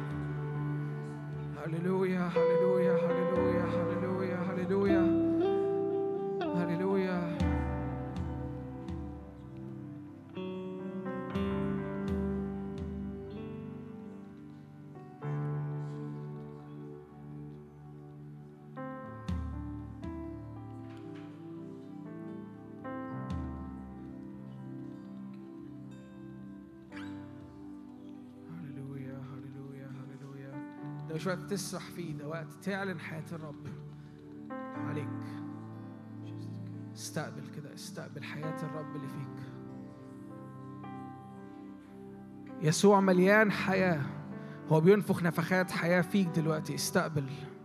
هللويا هللويا هللويا هللويا هللويا هللويا ده مش وقت تسرح فيه ده وقت تعلن حياة الرب عليك استقبل كده استقبل حياة الرب اللي فيك يسوع مليان حياة هو بينفخ نفخات حياة فيك دلوقتي استقبل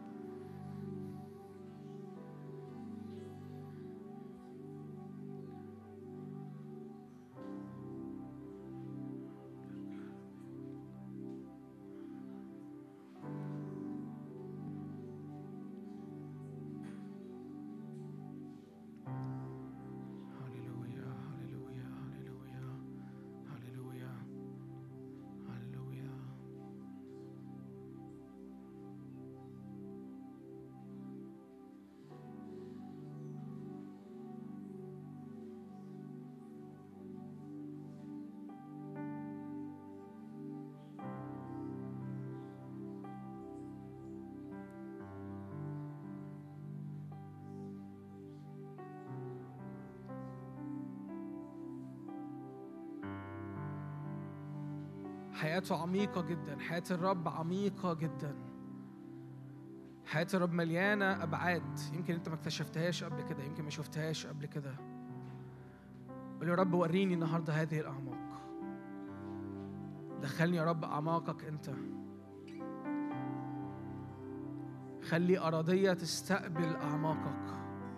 حياته عميقة جدا حياة الرب عميقة جدا حياة الرب مليانة أبعاد يمكن أنت ما اكتشفتهاش قبل كده يمكن ما شفتهاش قبل كده قول يا رب وريني النهاردة هذه الأعماق دخلني يا رب أعماقك أنت خلي أراضية تستقبل أعماقك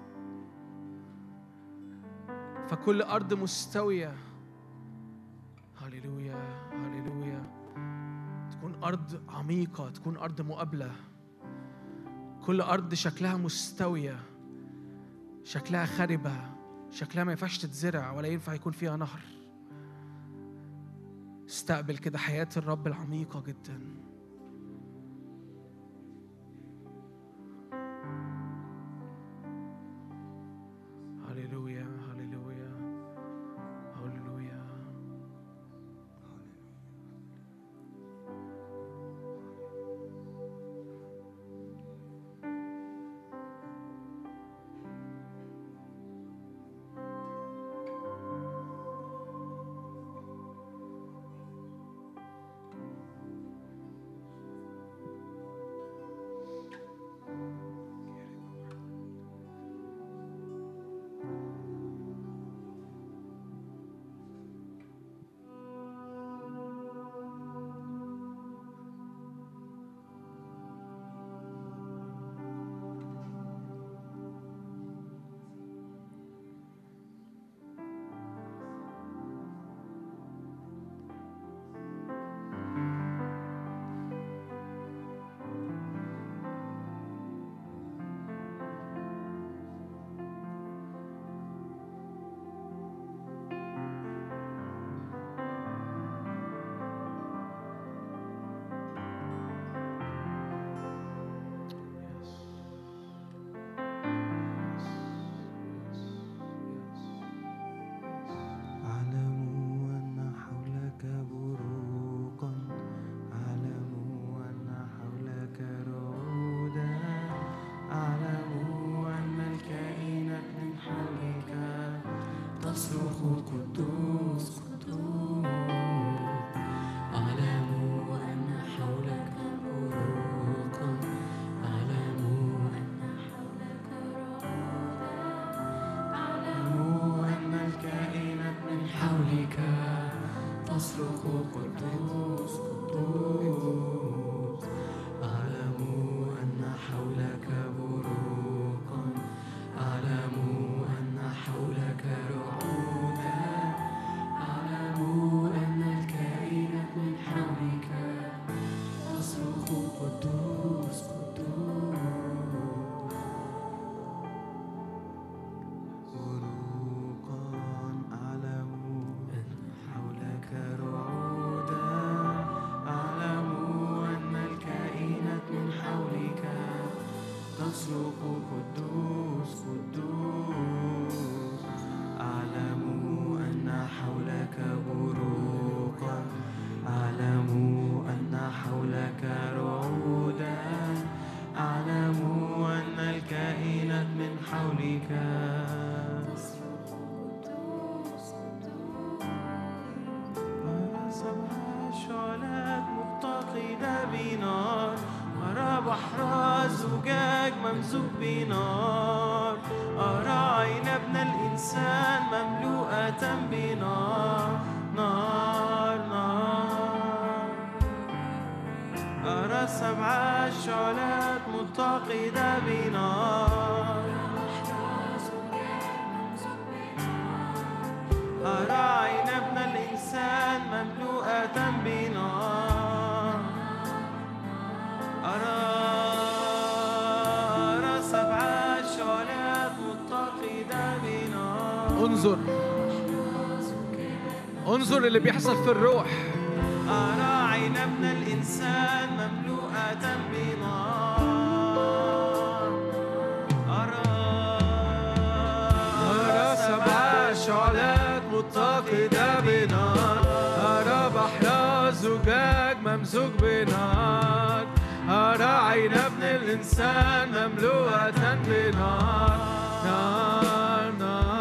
فكل أرض مستوية هللويا هللويا تكون أرض عميقة، تكون أرض مقابلة. كل أرض شكلها مستوية، شكلها خربة، شكلها ما ينفعش تتزرع ولا ينفع يكون فيها نهر. استقبل كده حياة الرب العميقة جدا. هللويا هللويا هللويا. انظر انظر اللي بيحصل في الروح. أرى عين ابن الإنسان مملوءة بنار. أرى أرى سبع شعلات متقدة بنار. أرى بحر زجاج ممزوج بنار. أرى عين ابن الإنسان مملوءة بنار. نار نار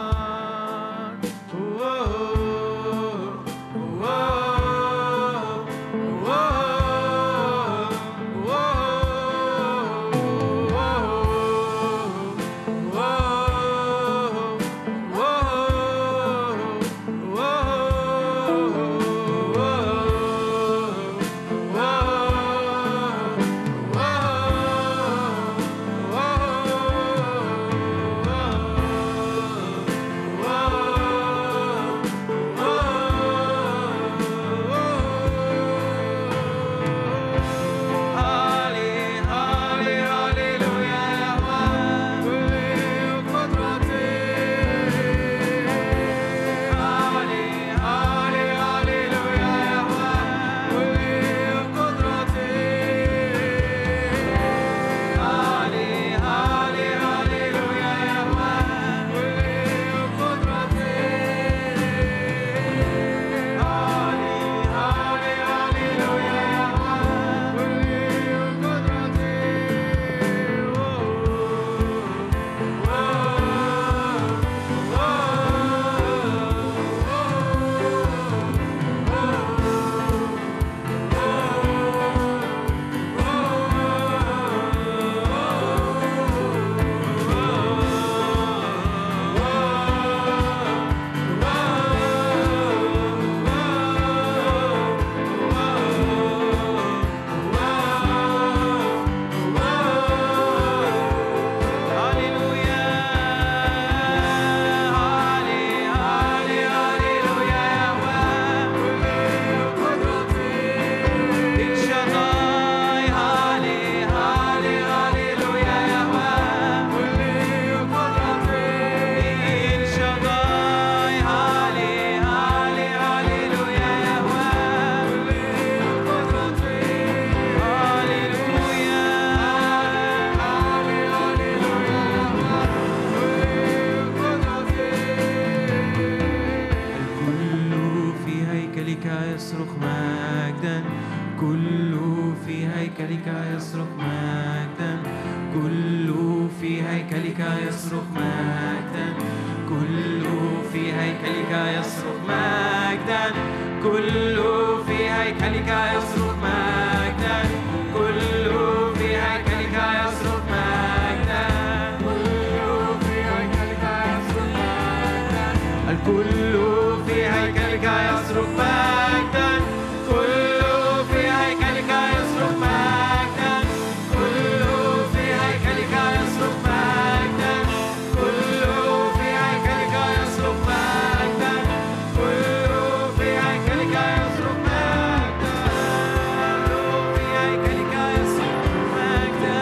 مجدا، كل في هيكلك يصرخ مجدا، كل في هيكلك يصرخ مجدا، كل في هيكلك يصرخ مجدا، كل في هيكلك يصرخ مجدا، كل في هيكلك يصرخ مجدا، كل في هيكلك يصرخ مجدا، الكل في هيكلك يصرخ مجدا، كل في هيكلك يصرخ مجدا، كل في هيكلك يصرخ مجدا، كل في هيكلك يصرخ مجدا، كل في هيكلك يصرخ مجدا، في هيكلك يصرخ مجدا.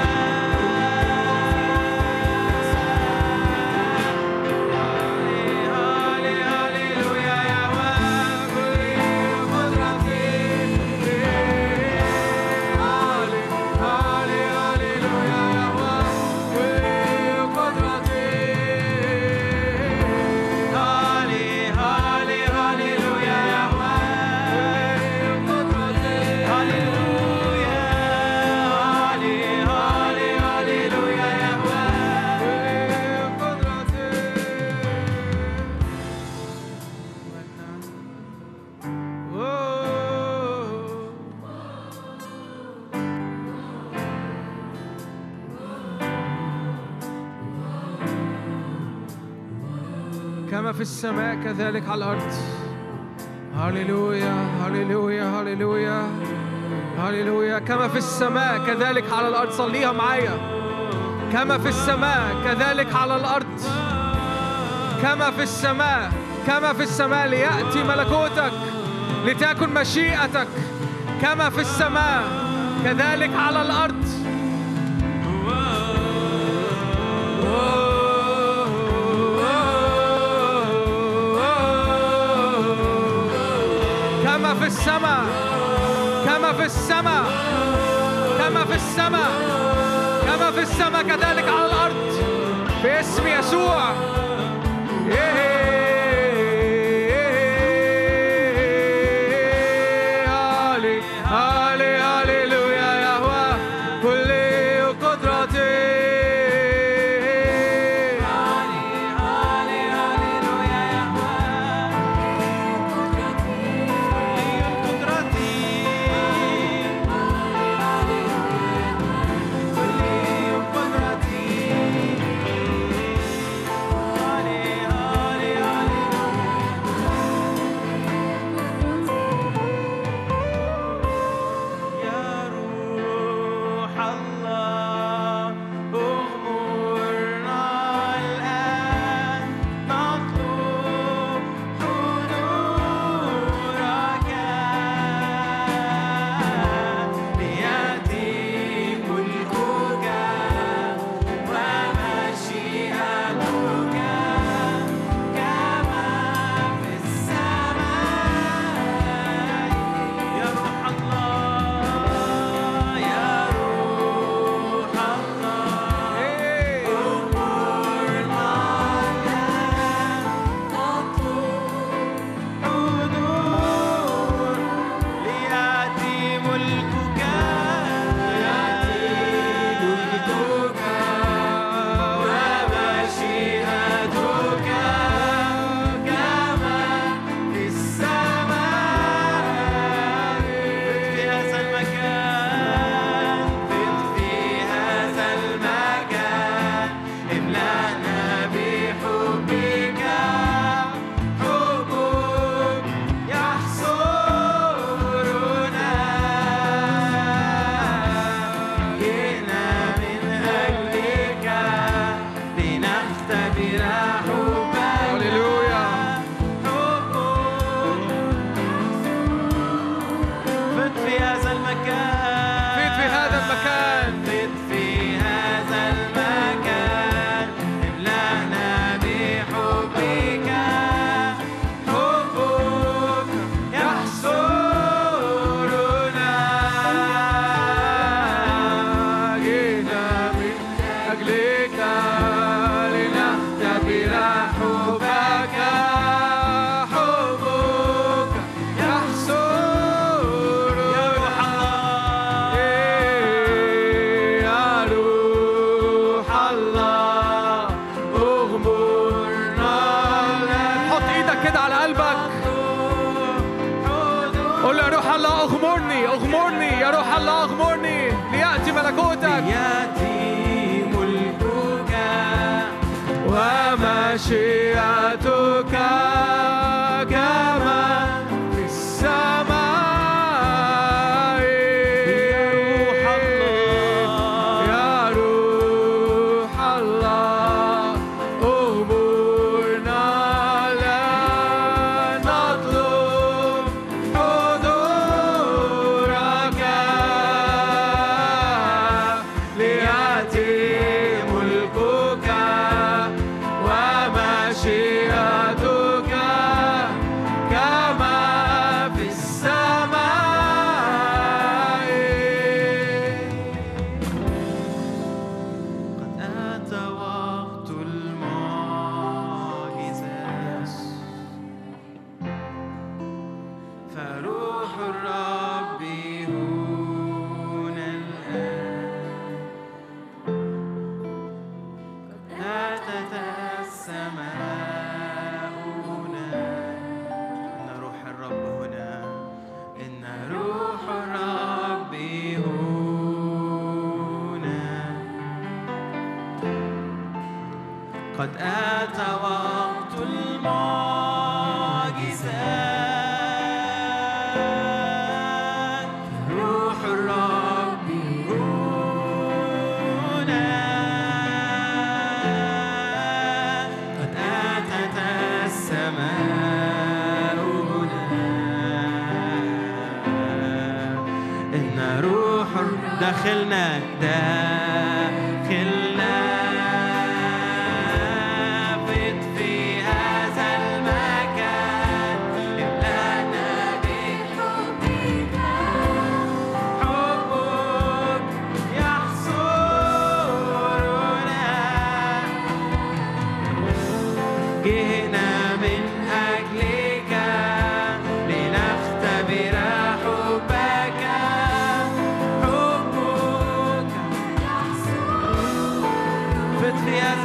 هالي هاليلويا يا رب قدرتي، هالي هالي هاليلويا يا رب قدرتي، هالي هالي هاليلويا يا رب قدرتي، هاليلويا، هالي هالي هاليلويا يا رب قدرتي. كما في السماء كذلك على الأرض. هاليلويا هاليلويا هاليلويا هاليلويا. كما في السماء كذلك على الأرض. صليها معايا. كما في السماء كذلك على الأرض. كما في السماء، كما في السماء ليأتي ملكوتك، لتكن مشيئتك كما في السماء كذلك على الأرض. كما في السماء، كما في السماء، كما في السماء، كما في السماء كذلك على الأرض باسم يسوع. هالي هاليلويا يا هو كل قدرتي. هالي هالي هاليلويا يا هو قدرتي، كل قدرتي. هالي هالي يا روح الله أغمرنا الآن، نطلب حضورك ليأتي ملكك ومشيئتك كما في السماء. يا روح الله، يا روح الله أغمرنا الآن، نطلب حضور ليأتي ملكك، يأتي ملكك ومشيئتك كما في السماء. فت في هذا المكان، فت في هذا المكان، املأنا بحبك، حبك يحصرنا. جئنا من أجلك لنختبر حبك. هاليلويا. حبك فت في هذا المكان، فت في هذا المكان. فت في هذا المكان، املأنا بحبك، حبك يحصرنا. جئنا من أجلك لنختبر حبك، حبك يحصرنا. اغمرني اغمرني يا روح الله، اغمرني ليأتي ملكوتك، ليأتي ملكك ومشيئتك كما في السماء. يا روح الله أمرنا لا نطلب حضورك، ليأتي ملكك ومشيئتك كما في السماء. قد أتى وقت المعجزات، فروح الرب هنا الآن. قد أتت السماء هنا، إن روح الرب هنا، إن روح الرب هنا. قد أتى وقت المعجزات، روح الرب هنا. قد أتت السماء هنا، إن روح الرب داخلنا داخلنا فت في هذا المكان، املأنا بحبك، حبك يحصرنا. جئنا من أجلك لنختبر حبك، حبك فت في هذا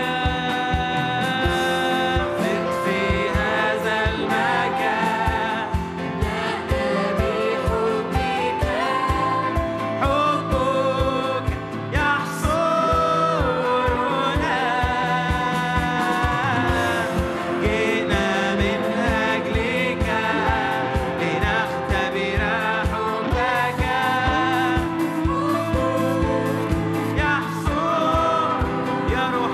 المكان، فت في هذا المكان، بحبك، حبك يحصرنا. جئنا من أجلك لنختبر حبك، يحصر يا روح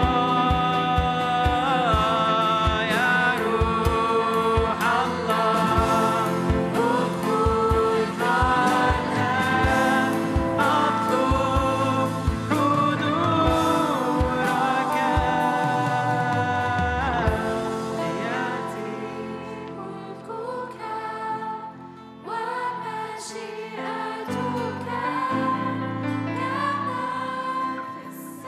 الله، يا روح الله اخرجنا الآن، أطلب حضورك، يأتي ملكك ومشيئتك كما في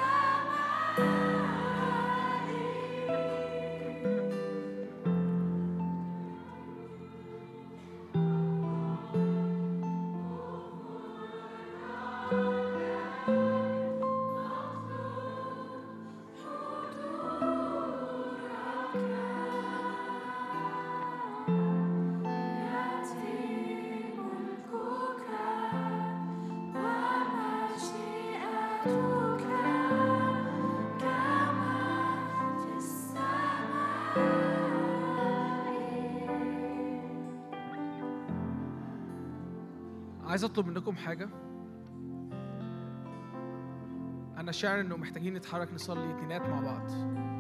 عايز اطلب منكم حاجه. انا شاعر انه محتاجين نتحرك نصلي اتنينات مع بعض،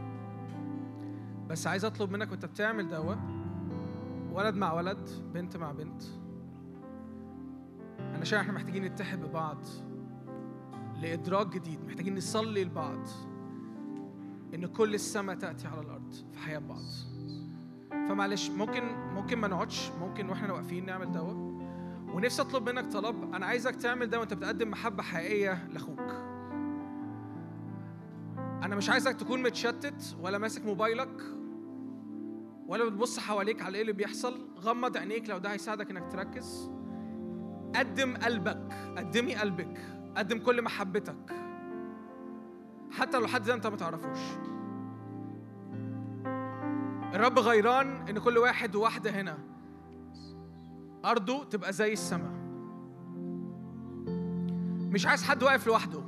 بس عايز اطلب منك وانت بتعمل دوت، ولد مع ولد، بنت مع بنت، انا شاعر احنا محتاجين نتحد ببعض لادراك جديد، محتاجين نصلي لبعض ان كل السماء تاتي على الارض في حياه بعض. فمعلش ممكن ممكن ما نقعدش، ممكن واحنا واقفين نعمل دوت. ونفسي اطلب منك طلب، انا عايزك تعمل ده وانت بتقدم محبه حقيقيه لاخوك. انا مش عايزك تكون متشتت ولا ماسك موبايلك ولا بتبص حواليك على ايه اللي بيحصل. غمض عينيك لو ده هيساعدك انك تركز. قدم قلبك، قدمي قلبك، قدم كل محبتك حتى لو حد ده انت ما تعرفوش. الرب غيران ان كل واحد وواحده هنا أرضه تبقى زي السماء. مش عايز حد واقف لوحده،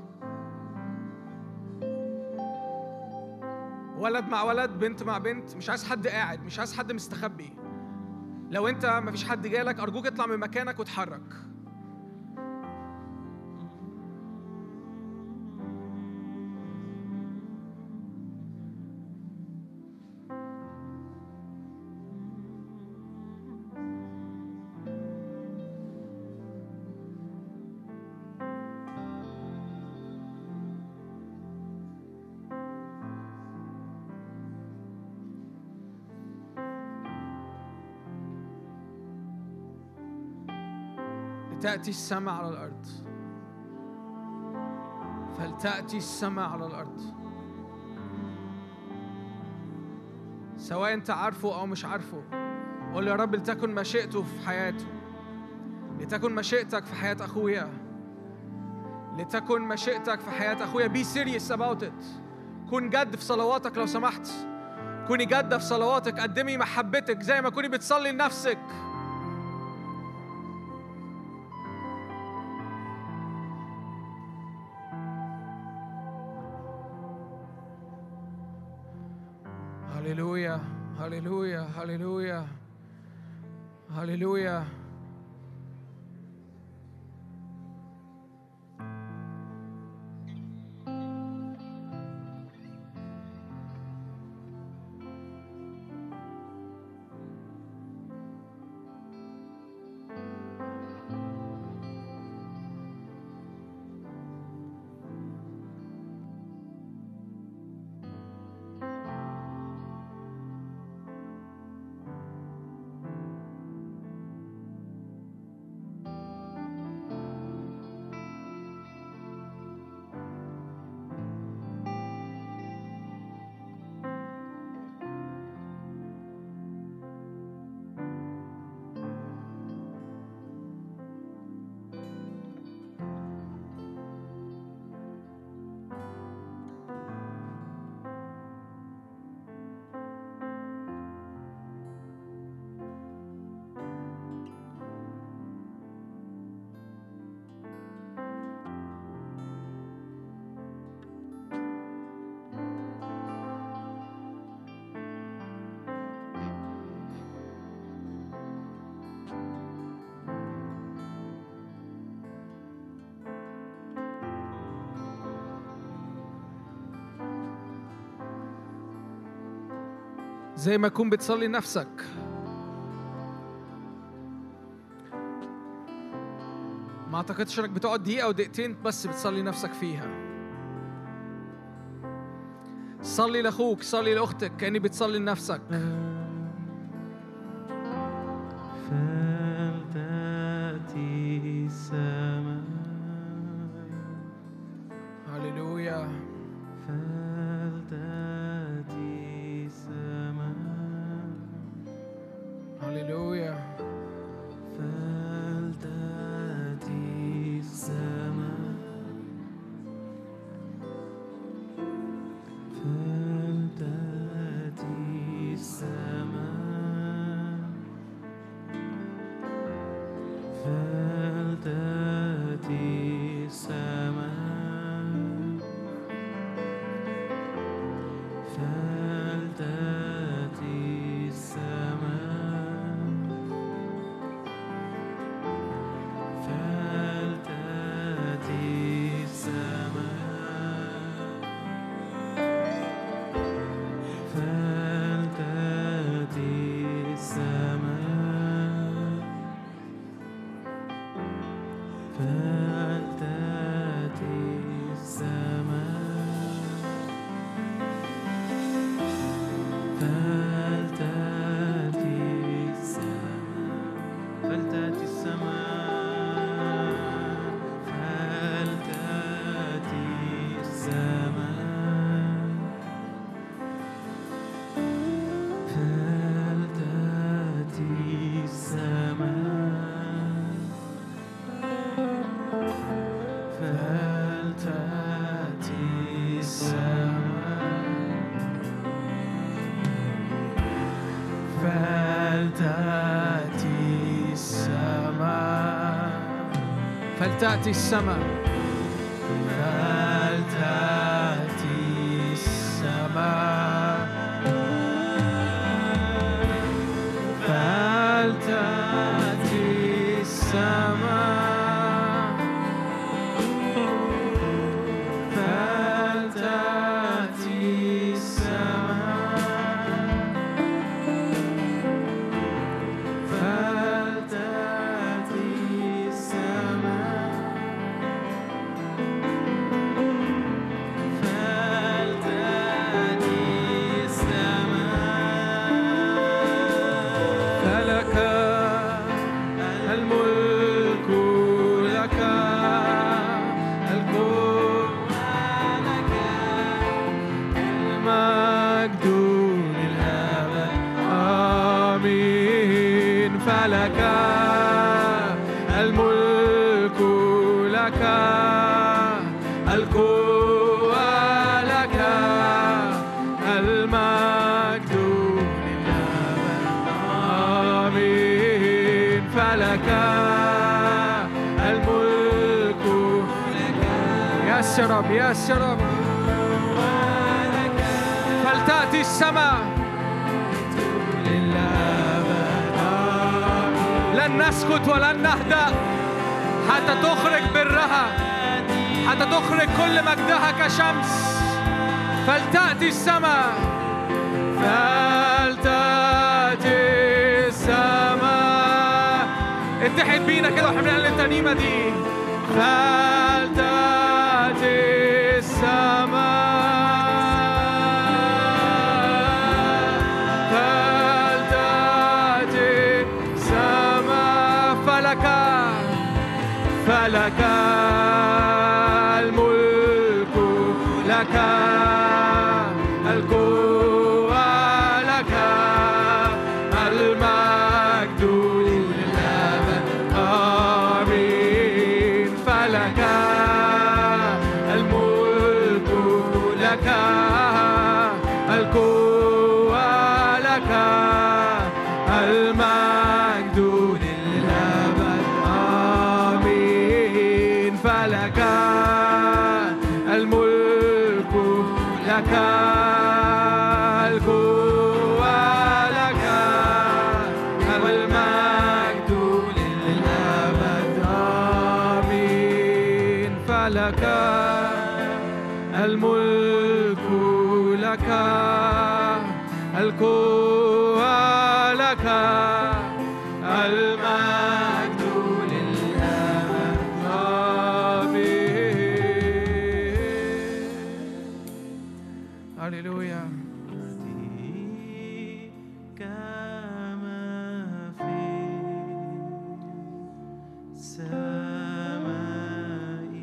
ولد مع ولد، بنت مع بنت. مش عايز حد قاعد، مش عايز حد مستخبي. لو انت مفيش حد جالك أرجوك اطلع من مكانك وتحرك. تأتي السماء على الأرض، فلتأتي السماء على الأرض. سواء أنت عارفه أو مش عارفه، قول يا رب لتكن مشيئته في حياته، لتكن مشيئتك في حياة أخويا، لتكن مشيئتك في حياة أخويا. Be serious about it. كن جد في صلواتك لو سمحت. كوني جادة في صلواتك. قدمي محبتك زي ما كوني بتصلي لنفسك. هللويا هللويا هللويا هللويا. زي ما تكون بتصلي نفسك. ما اعتقدش انك بتقعد دقيقة او دقيقتين بس بتصلي نفسك فيها. صلي لاخوك، صلي لاختك كأني بتصلي لنفسك. فلتأتي السماء. هللويا. فلتأتي السماء. هللويا. فلتأتي السماء. فلتأتي السماء. فلتأتي السماء فلتأتي السماء فلتأتي السماء فلتأتي السماء فلتأتي السماء فلتأتي السماء فلك الملك لك القوة لك المجد للأبد آمين فلك الملك لك القوة لك المجد للأبد آمين فلك الملك لك يس يا رب يس يا رب فلتأتي السماء للأبد آمين لن نسكت ولن نهدأ حتى تخرج برها حتى تخرج كل مجدها كشمس فلتأتي السماء فلتأتي السماء اتحد بينا كده واحنا بنعمل الترنيمة دي فلتأتي السماء فلتأتي السماء فلك فلك الملك لك القوة لك المجد للأبد آمين فلك الملك لك القوة لك المجد للأبد آمين فلك الملك لك القوة لك المجد للأبد آمين فلك الملك لك القوة لك المجد للأبد آمين هللويا كما في السماء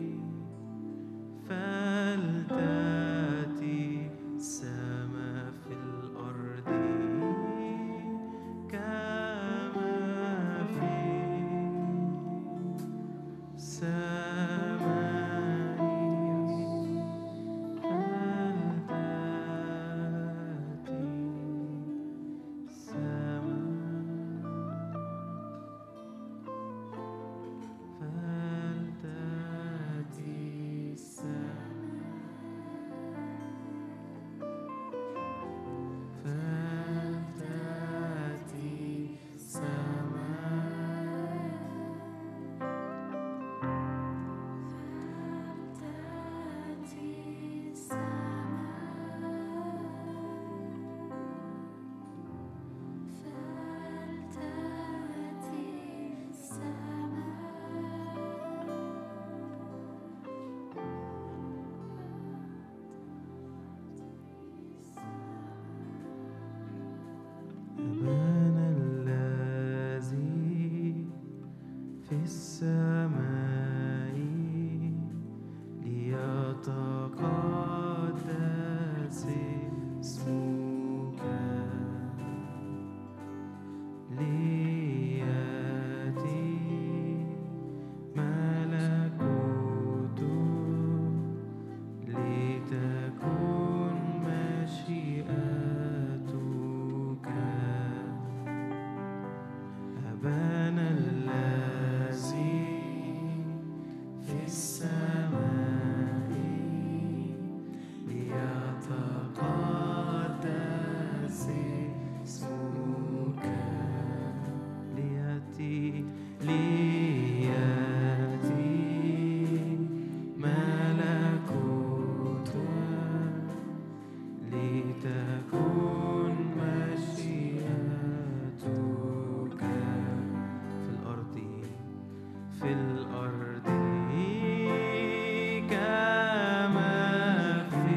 فلتأتي السماء في الأرض كما في السماء أبانا الذي في السماء ليتقدس اسمك ليأتي ملكوتك لتكن مشيئتك أبانا الذي في الأرض كما في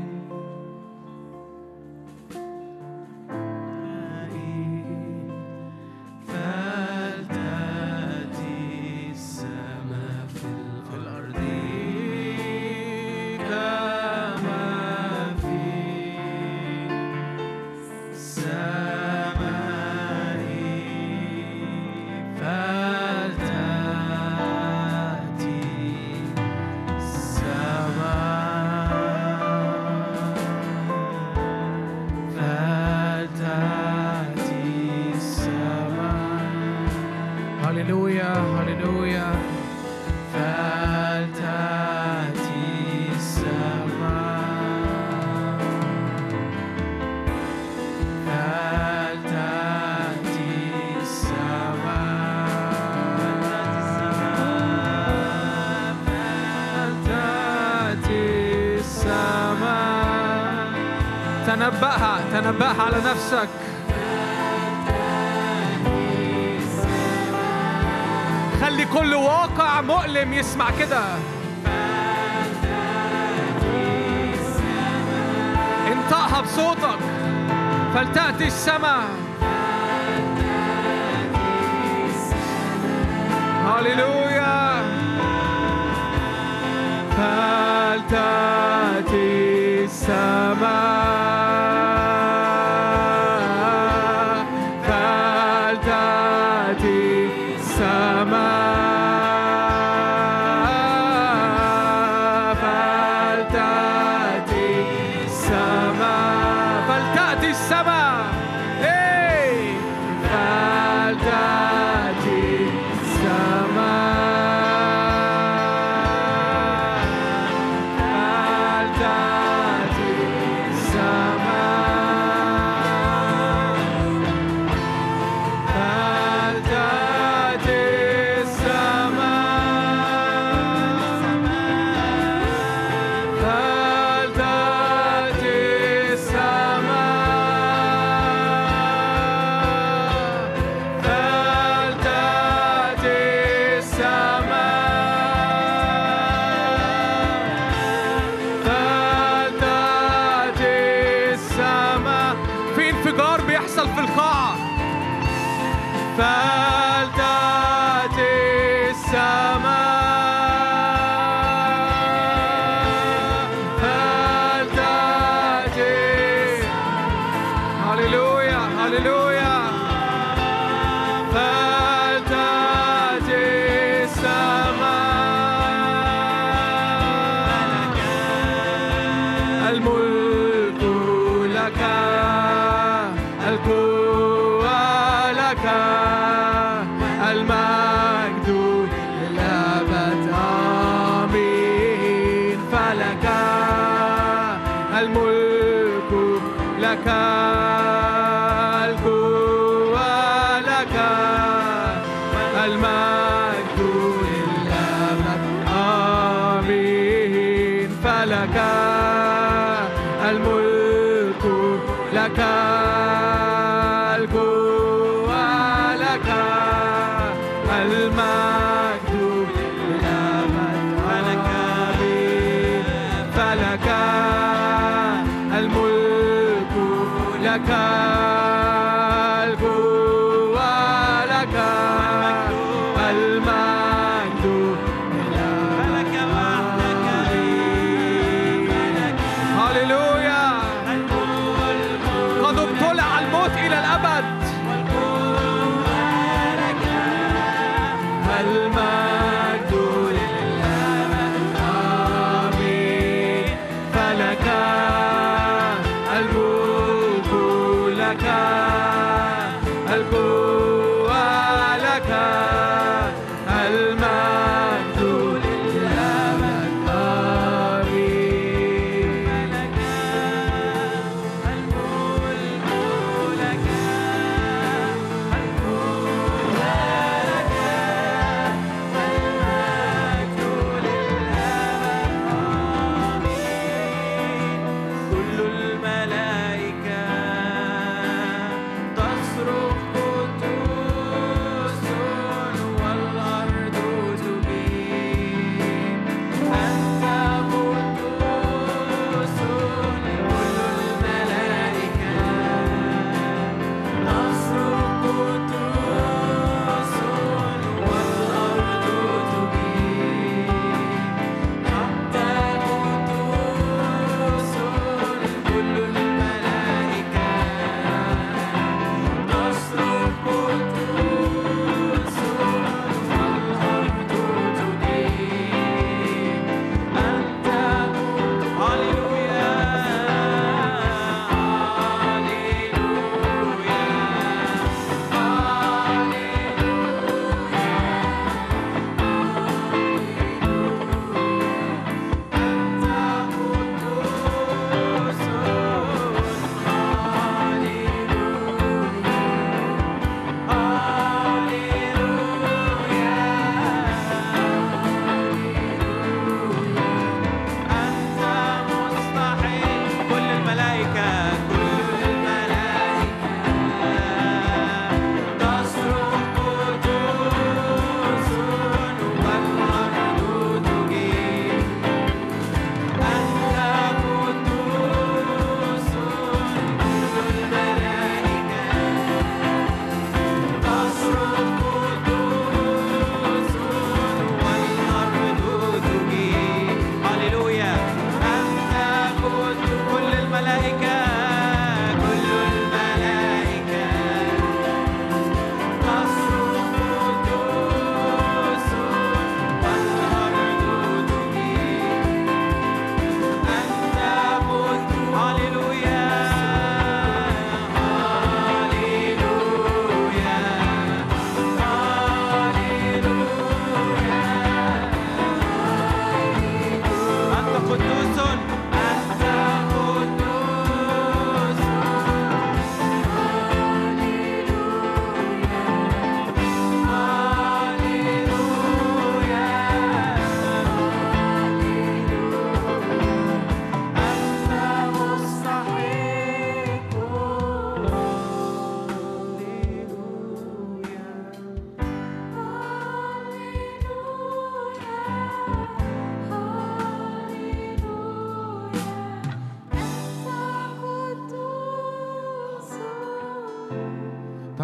فلتأتي السماء في الأرض كما في السماء فلتأتي السماء فلتأتي السماء. هللويا هللويا. فلتأتي السماء فلتأتي السماء فلتأتي السماء. تنبأها تنبأها على نفسك. خلي كل واقع مؤلم يسمع كده. انطقها بصوتك. فلتأتي السماء. هللويا. فلتأتي السماء فلتأتي السماء فلتأتي السماء فلتأتي السماء إيه فلتأتي السماء فلتأتي السماء فلتأتي بيحصل في القاعة. فلتأتي السماء فلتأتي. هللويا هللويا. فلتأتي السماء. الملك لك القوة لك المجد للأبد آمين. فلك الملك لك القوة لك المجد للأبد آمين. فلك الملك لك القوة لك المجد للأبد آمين. فلك الملك لك القوة لك المجد لك آمين. هللويا. قد ابتلع الموت إلى الأبد. المجد للأبد آمين. فلك الملك لك القوة لك المجد للأبد آمين. فلك الملك لك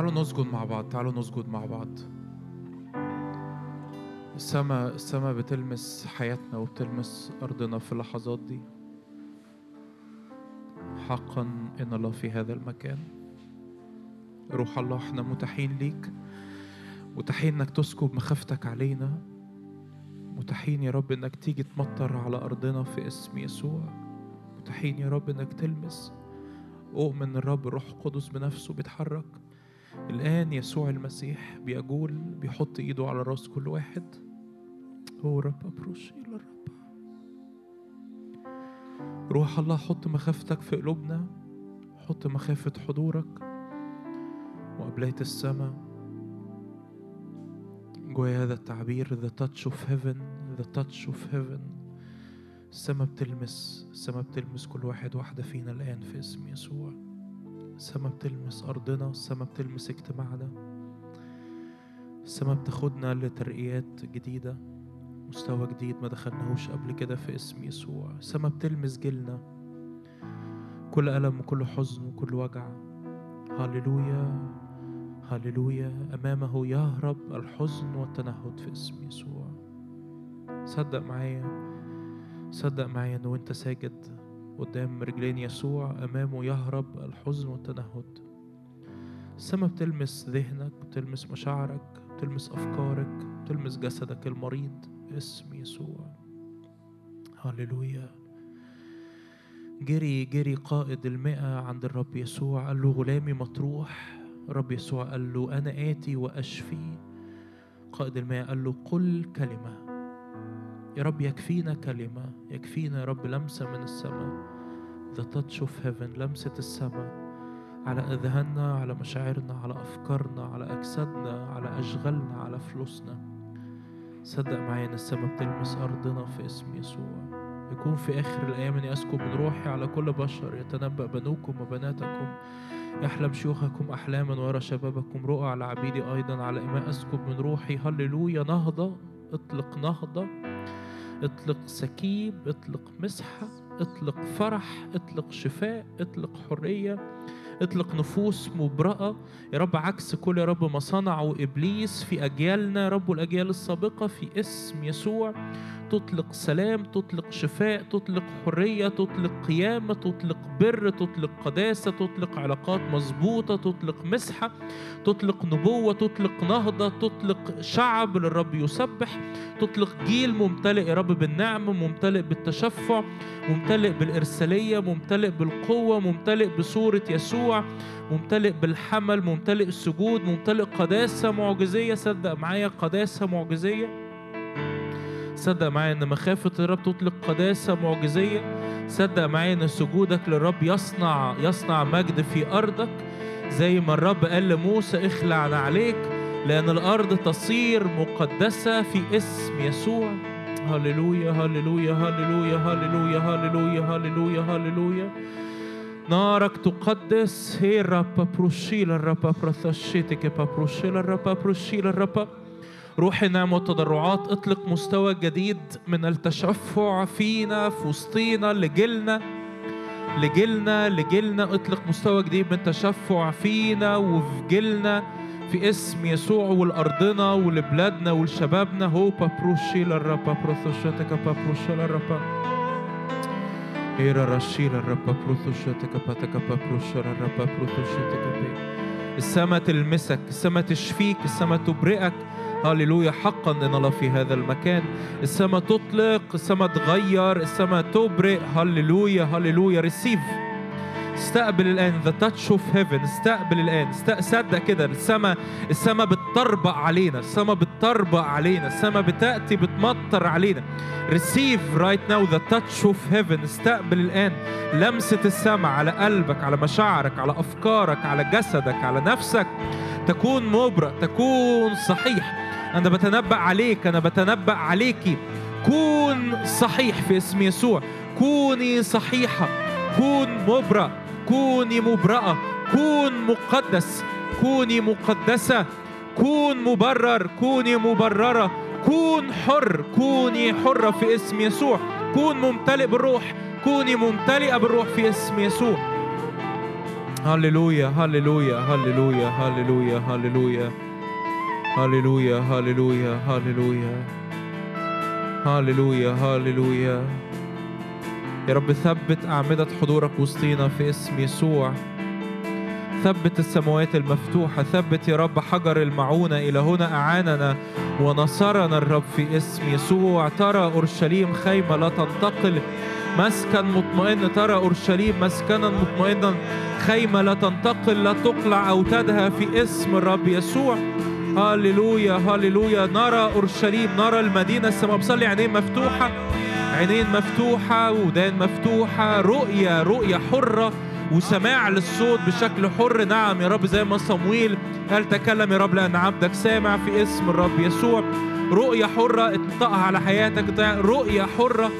تعالوا نسجد مع بعض، تعالوا نسجد مع بعض. السماء السماء بتلمس حياتنا وبتلمس أرضنا في اللحظات دي. حقا إن الله في هذا المكان. روح الله، احنا متاحين ليك، متاحين انك تسكب مخافتك علينا، متاحين يا رب انك تيجي تمطر على أرضنا في اسم يسوع، متاحين يا رب انك تلمس. أؤمن الرب الروح القدس بنفسه بيتحرك الآن. يسوع المسيح بيقول، بيحط إيده على رأس كل واحد. هو رب أبروشي للرب. روح الله، حط مخافتك في قلوبنا، حط مخافة حضورك وقبلية السماء جوا هذا التعبير the touch of heaven the touch of heaven. السماء بتلمس، السماء بتلمس كل واحد واحدة فينا الآن في اسم يسوع. السماء بتلمس أرضنا، السماء بتلمس اجتماعنا، السماء بتاخدنا لترقيات جديدة، مستوى جديد ما دخلناهوش قبل كده في اسم يسوع. السماء بتلمس جيلنا، كل ألم وكل حزن وكل وجع. هاليلويا هاليلويا. أمامه يهرب الحزن والتنهد في اسم يسوع. صدق معايا، صدق معايا أنه وانت ساجد قدام رجلين يسوع أمامه يهرب الحزن والتنهد. السماء بتلمس ذهنك، بتلمس مشاعرك، بتلمس أفكارك، بتلمس جسدك المريض باسم يسوع. هاليلويا. جري جري قائد المئة عند الرب يسوع، قال له غلامي مطروح. الرب يسوع قال له أنا آتي وأشفي. قائد المئة قال له قل كلمة. يا رب يكفينا كلمة، يكفينا يا رب لمسة من السماء. the touch of heaven، لمسة السماء على أذهاننا، على مشاعرنا، على أفكارنا، على أجسادنا، على أشغالنا، على فلوسنا. صدق معايا إن السماء بتلمس أرضنا في اسم يسوع. يكون في آخر الأيام أني أسكب من روحي على كل بشر، يتنبأ بنوكم وبناتكم، يحلم شيوخكم أحلاما ويرى شبابكم رؤى، على عبيدي أيضا على إماء أسكب من روحي. هللويا. نهضة، اطلق نهضة، اطلق سكيب، اطلق مسحة، اطلق فرح، اطلق شفاء، اطلق حرية، اطلق نفوس مبرأة يا رب، عكس كل يا رب ما صنعه إبليس في أجيالنا يا رب والأجيال السابقة في اسم يسوع. تطلق سلام، تطلق شفاء، تطلق حرية، تطلق قيامة، تطلق بر، تطلق قداسة، تطلق علاقات مظبوطة، تطلق مسحة، تطلق نبوة، تطلق نهضة، تطلق شعب للرب يسبح، تطلق جيل ممتلئ يا رب بالنعمة، ممتلئ بالتشفع، ممتلئ بالإرسالية، ممتلئ بالقوة، ممتلئ بصورة يسوع، ممتلئ بالحمل، ممتلئ السجود، ممتلئ قداسة معجزية. صدق معايا قداسة معجزية. صدق معايا ان مخافة الرب تطلق قداسة معجزية. صدق معايا ان سجودك للرب يصنع يصنع مجد في أرضك، زي ما الرب قال لموسى اخلع عليك لأن الأرض تصير مقدسة في اسم يسوع. هللويا هللويا هللويا هللويا هللويا هللويا هللويا. نارك تقدس. هي الرب بروشيل الرب برثشيتك بروشيل الرب بروشيل الرب. روح النعم والتضرعات اطلق مستوى جديد من التشفع فينا في وسطينا لجيلنا لجيلنا لجيلنا. اطلق مستوى جديد من التشفع فينا وفي جيلنا في اسم يسوع، ولأرضنا ولبلادنا ولشبابنا. هو بابروشيل الرب بروثوشتك بابروشيل الرب هيرا رشيل الرب بروثوشتك باتك بابروشيل الرب بروثوشتك. السماء تلمسك، السماء تشفيك، السماء تبرئك. هاليلويا. حقا ان الله في هذا المكان. السماء تطلق، السماء تغير، السماء تبرئ. هاليلويا هاليلويا. ريسيف. استقبل الآن the touch of heaven. استقبل الآن. صدق كده السماء السماء بتطربق علينا، السماء بتطربق علينا، السماء بتأتي بتمطر علينا. receive right now the touch of heaven. استقبل الآن لمسة السماء على قلبك، على مشاعرك، على أفكارك، على جسدك، على نفسك. تكون مبرأ، تكون صحيح. أنا بتنبأ عليك، أنا بتنبأ عليكي. كون صحيح في اسم يسوع. كوني صحيحة، كون مبرأ، كوني مبرأة، كون مقدس، كوني مقدسة، كون مبرر، كوني مبررة، كون حر، كوني حرة في اسم يسوع. كون ممتلئ بالروح، كوني ممتلئة بالروح في اسم يسوع. هللويا هللويا هللويا هللويا هللويا هللويا هللويا هللويا هللويا هللويا. يا رب ثبت أعمدة حضورك وسطينا في اسم يسوع. ثبت السماوات المفتوحة، ثبت يا رب حجر المعونة. إلى هنا أعاننا ونصرنا الرب في اسم يسوع. ترى أورشليم خيمة لا تنتقل، مسكن مطمئن. ترى أورشليم مسكنا مطمئنا، خيمة لا تنتقل، لا تقلع أوتادها في اسم الرب يسوع. هاليلويا هاليلويا. نرى أورشليم، نرى المدينة السماء. بصلي عينين مفتوحة، عينين مفتوحة، ودان مفتوحة، رؤية رؤية حرة وسماع للصوت بشكل حر. نعم يا رب، زي ما صمويل قال تكلم يا رب لأن عبدك سامع في اسم الرب يسوع. رؤية حرة اطلقها على حياتك، رؤية حرة،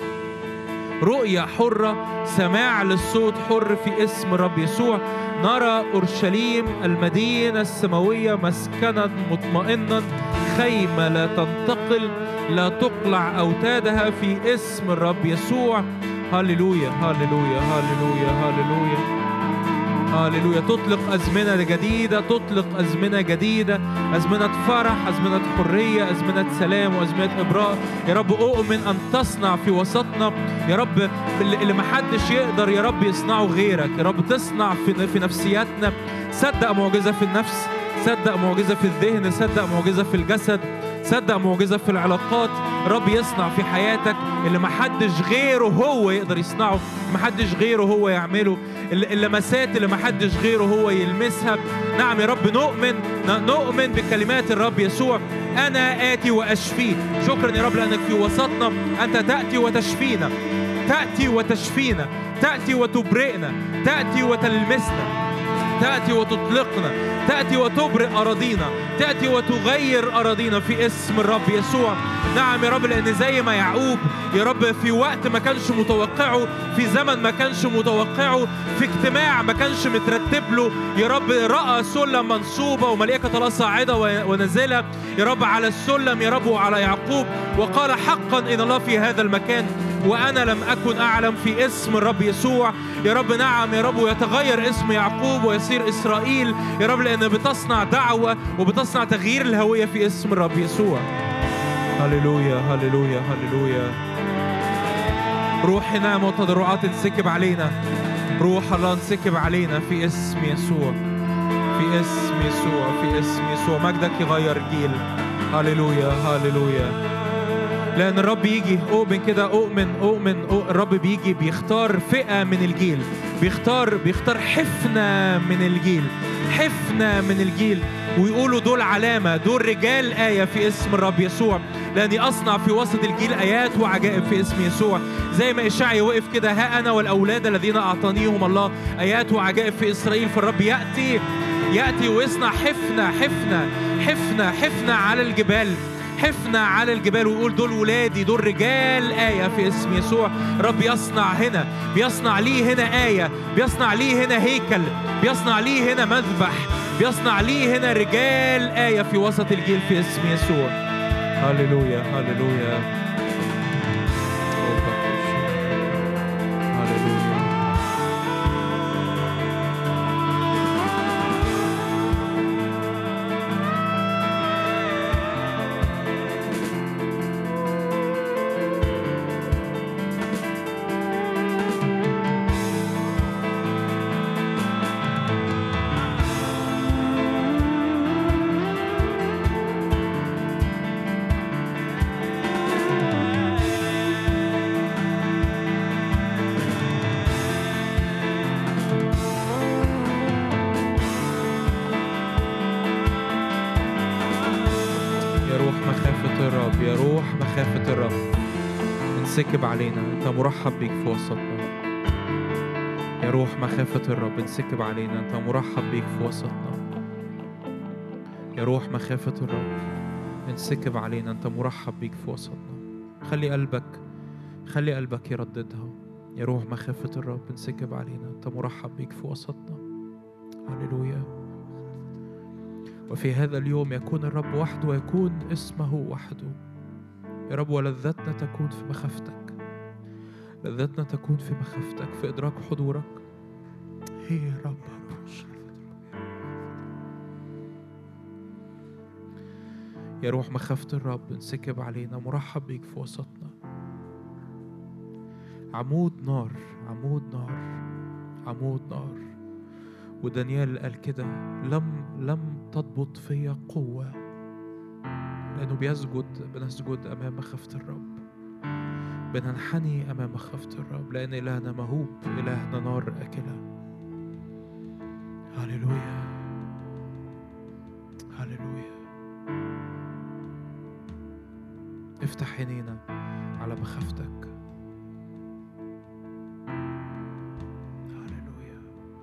رؤية حرة، سماع للصوت حر في اسم الرب يسوع. نرى أورشليم المدينة السماوية مسكنا مطمئنا، خيمة لا تنتقل، لا تقلع أوتادها في اسم الرب يسوع. هاليلويا هاليلويا هاليلويا هاليلويا هاليلويا. تطلق أزمنة جديدة، تطلق أزمنة جديدة، أزمنة فرح، أزمنة حرية، أزمنة سلام وأزمنة إبراء. يا رب أؤمن أن تصنع في وسطنا يا رب اللي محدش يقدر يا رب يصنعه غيرك. يا رب تصنع في في نفسياتنا. صدق معجزة في النفس، صدق معجزة في الذهن، صدق معجزة في الجسد، صدق معجزة في العلاقات. رب يصنع في حياتك اللي محدش غيره هو يقدر يصنعه، محدش غيره هو يعمله، اللمسات اللي محدش غيره هو يلمسها. نعم يا رب، نؤمن نؤمن بكلمات الرب يسوع. أنا آتي وأشفيك. شكرا يا رب لأنك في وسطنا. أنت تأتي وتشفينا، تأتي وتشفينا، تأتي وتبرئنا، تأتي وتلمسنا، تأتي وتطلقنا، تأتي وتبرئ أراضينا، تأتي وتغير أراضينا في اسم الرب يسوع. نعم يا رب، لأن زي ما يعقوب يا رب في وقت ما كانش متوقعه، في زمن ما كانش متوقعه، في اجتماع ما كانش مترتب له، يا رب رأى سلم منصوبة وملائكة الله صاعدة ونازلة يا رب على السلم يا رب وعلى يعقوب، وقال حقا إن الله في هذا المكان وأنا لم أكن أعلم في اسم الرب يسوع. يا رب نعم يا رب، ويتغير اسم يعقوب ويصير إسرائيل يا رب، لأن بتصنع دعوة وبتصنع تغيير الهوية في اسم الرب يسوع. هللويا هللويا هللويا. روح نعمة وتضرعات انسكب علينا، روح الله انسكب علينا في اسم يسوع، في اسم يسوع، في اسم يسوع. مجدك يغير جيل. هللويا هللويا. لأن الرب يجي، أؤمن كده، أؤمن أؤمن الرب بيجي بيختار فئة من الجيل، بيختار بيختار حفنة من الجيل، حفنة من الجيل، ويقولوا دول علامة، دول رجال آية في اسم الرب يسوع، لأني أصنع في وسط الجيل آيات وعجائب في اسم يسوع. زي ما إشعيا وقف كده، ها أنا والأولاد الذين أعطانيهم الله آيات وعجائب في إسرائيل. فالرب يأتي يأتي ويصنع حفنة حفنة حفنة حفنة على الجبال، حفنة على الجبال، ويقول دول ولادي، دول رجال آية في اسم يسوع. رب يصنع هنا، بيصنع لي هنا آية، بيصنع لي هنا هيكل، بيصنع لي هنا مذبح، بيصنع لي هنا رجال آية في وسط الجيل في اسم يسوع. هللويا هللويا هللويا. انسكب علينا. أنت مرحب بيك في وسطنا يا روح مخافة الرب. انسكب علينا، أنت مرحب بيك في وسطنا يا روح مخافة الرب. انسكب علينا، أنت مرحب بيك في وسطنا. خلي قلبك خلي قلبك يرددها يا روح مخافة الرب. انسكب علينا، أنت مرحب بيك في وسطنا. هللويا. وفي هذا اليوم يكون الرب وحده ويكون اسمه وحده يا رب، ولذتنا تكون في مخافتك، لذتنا تكون في مخافتك، في إدراك حضورك. هي رب يا روح مخافة الرب انسكب علينا. مرحب بيك في وسطنا. عمود نار، عمود نار، عمود نار. ودانيال قال كده: لم لم تضبط فيا قوة، لأنه بيسجد بنسجد أمام مخافة الرب، بننحني أمام مخافة الرب، لأن إلهنا مهوب، إلهنا نار أكلة. هللويا هللويا. افتح عينينا على مخافتك. هللويا.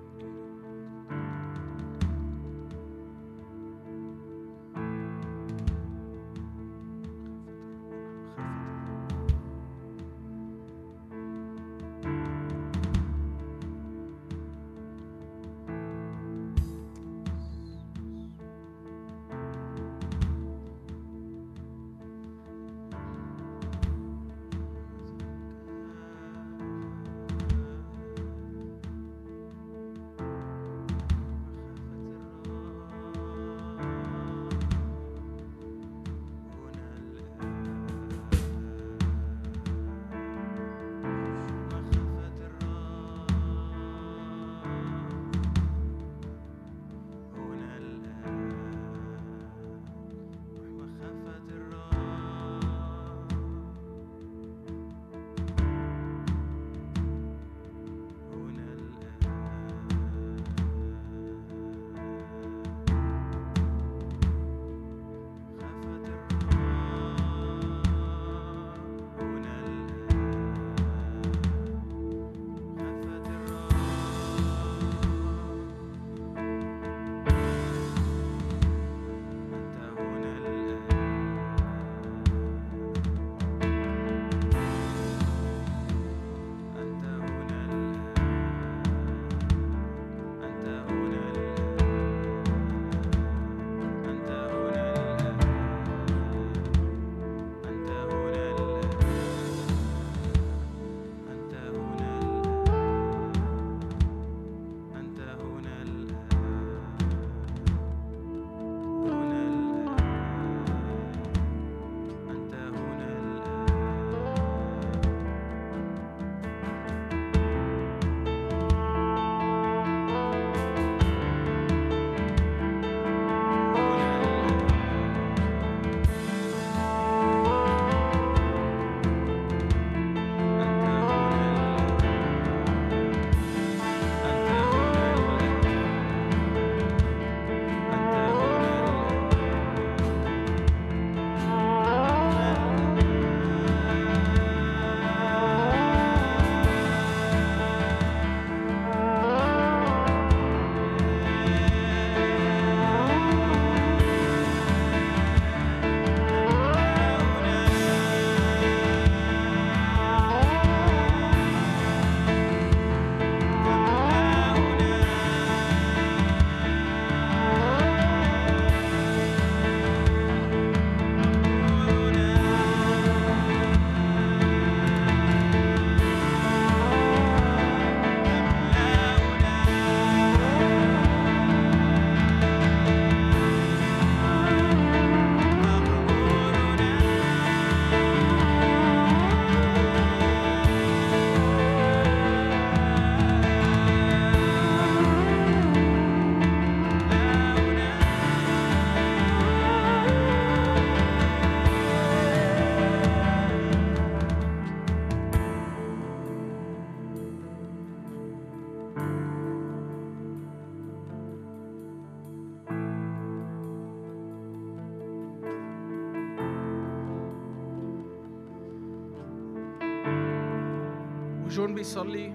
جون بيصلي،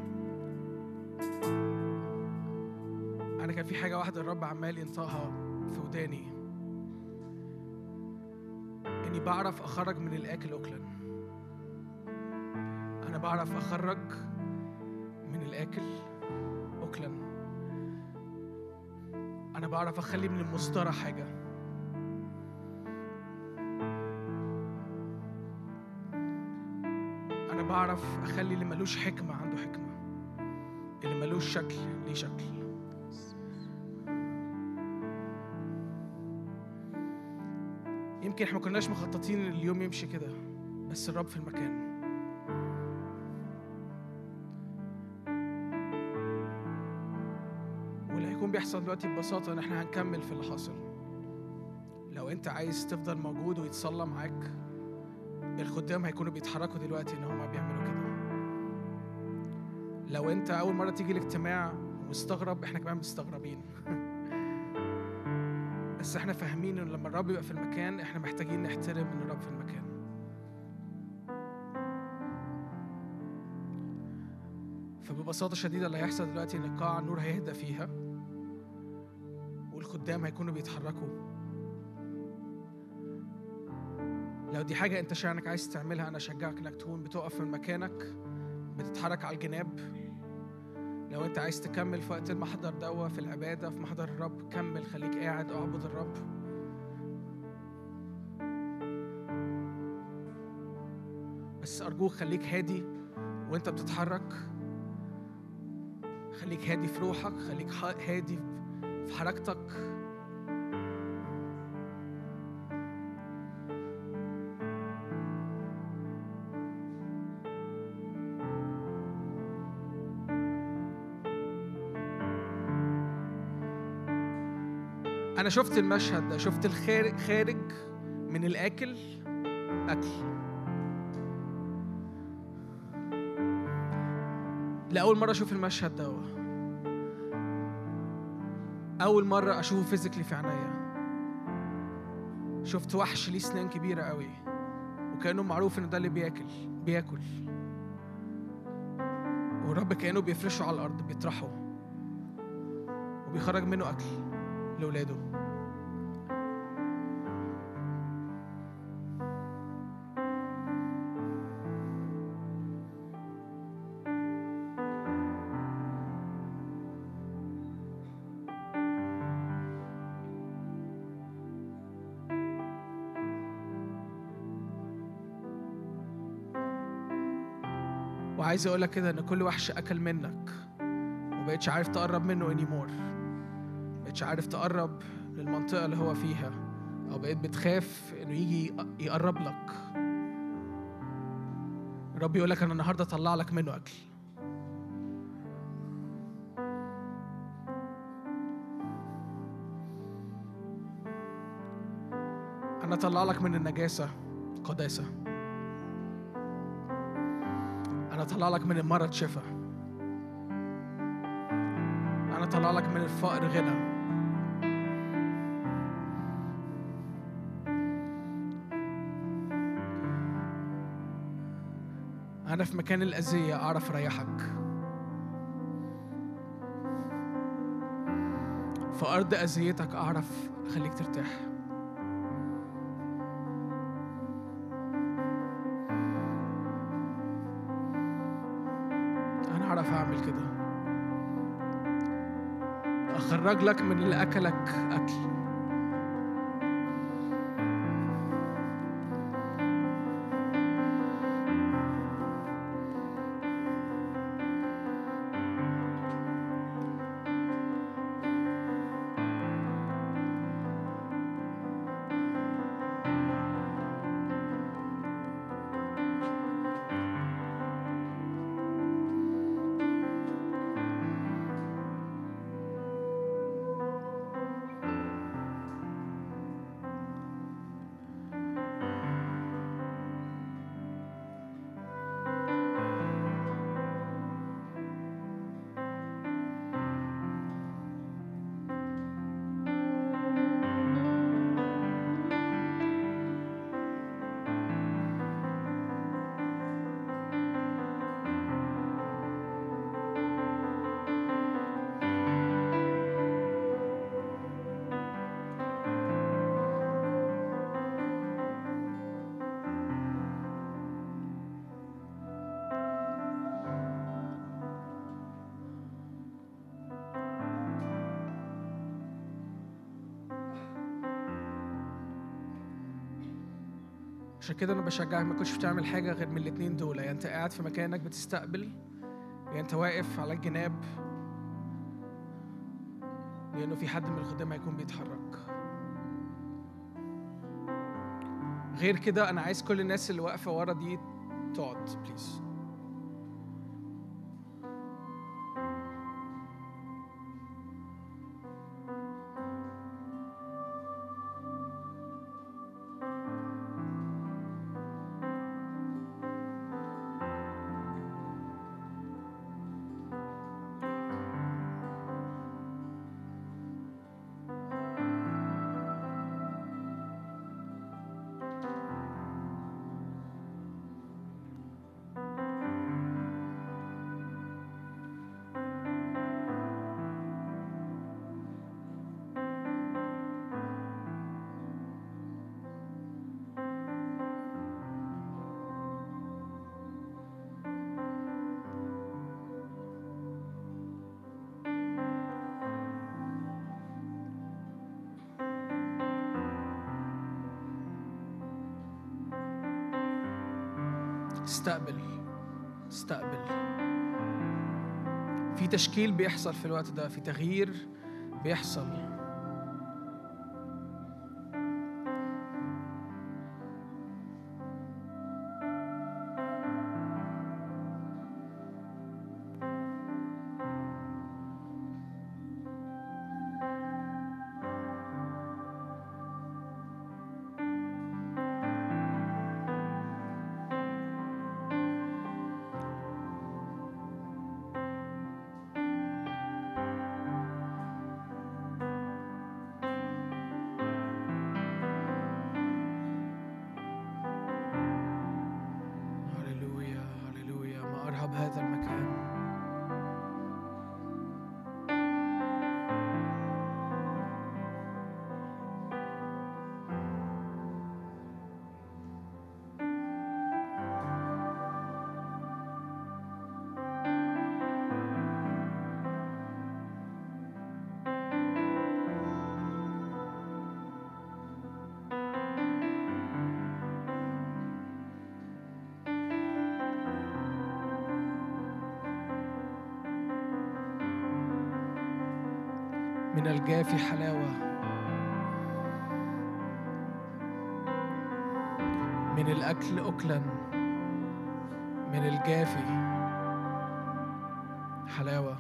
أنا كان في حاجة واحدة الرب عمال ينطقها في وداني، إني بعرف أخرج من الآكل أكلا. أنا بعرف أخرج من الآكل أكلا. أنا بعرف أخلي من المسترة حاجة. أنا بعرف أخلي اللي ملوش حكمة عنده حكمة، اللي ملوش شكل ليه شكل. يمكن احنا ما كناش مخططين ان اليوم يمشي كده، بس الرب في المكان. واللي هيكون بيحصل دلوقتي ببساطة ان احنا هنكمل في اللي حاصل. لو انت عايز تفضل موجود ويتصلى معاك، الخدام هيكونوا بيتحركوا دلوقتي ان هما بيعملوا كده. لو انت اول مرة تيجي الاجتماع ومستغرب، احنا كمان مستغربين. بس احنا فاهمين ان لما الرب يبقى في المكان احنا محتاجين نحترم ان الرب في المكان. فببساطة شديدة اللي هيحصل دلوقتي ان القاعة النور هيهدى فيها والخدام هيكونوا بيتحركوا. لو دي حاجة انت شايف انك عايز تعملها، انا اشجعك انك تكون بتقف من مكانك بتتحرك على الجناب. لو انت عايز تكمل في وقت المحضر دوا في العبادة في محضر الرب، كمل، خليك قاعد اعبد الرب. بس ارجوك خليك هادي وانت بتتحرك، خليك هادي في روحك، خليك هادي في حركتك. أنا شفت المشهد ده، شفت الخارج خارج من الآكل أكل. لأول مرة أشوف المشهد ده، أول مرة أشوفه فيزيكلي في عينيا. شفت وحش ليه سنان كبيرة قوي، وكأنه معروف إنه ده اللي بياكل بياكل والرب كأنه بيفرشه على الأرض، بيطرحه وبيخرج منه أكل لأولاده. وعايز أقولك كده إن كل وحش أكل منك ومبقتش عارف تقرب منه anymore، مبقتش عارف تقرب للمنطقة اللي هو فيها، أو بقيت بتخاف إنه يجي يقرب لك. الرب يقولك أنا النهاردة طلع لك منه أكل. أنا طلع لك من النجاسة قداسة. أنا طلع لك من المرض شفاء. أنا طلع لك من الفقر غنى. أنا في مكان الأذية أعرف أريحك. في أرض أذيتك أعرف أخليك ترتاح. أنا أعرف أعمل كده، أخرج لك من اللي أكلك أكل. عشان كده أنا بشجعك ما كنتش بتعمل حاجة غير من الاتنين دول، يعني أنت قاعد في مكانك بتستقبل، يعني أنت واقف على الجناب، لأنه في حد من الخدام هيكون بيتحرك. غير كده أنا عايز كل الناس اللي واقفة ورا دي تقعد بليز. استقبل استقبل. في تشكيل بيحصل في الوقت ده، في تغيير بيحصل. من الجافي حلاوة، من الأكل أكلا، من الجافي حلاوة.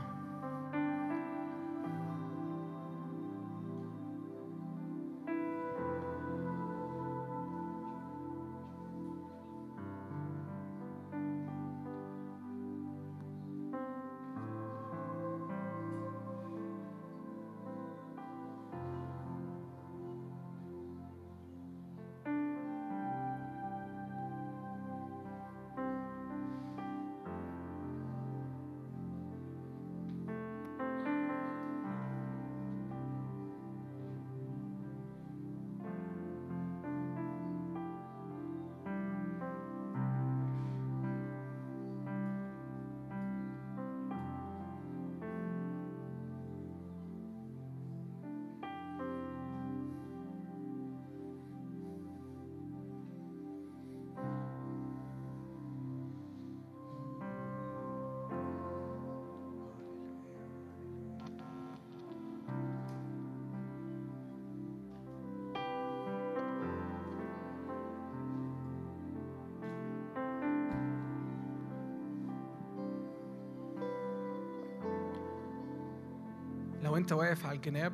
لو انت واقف على الجناب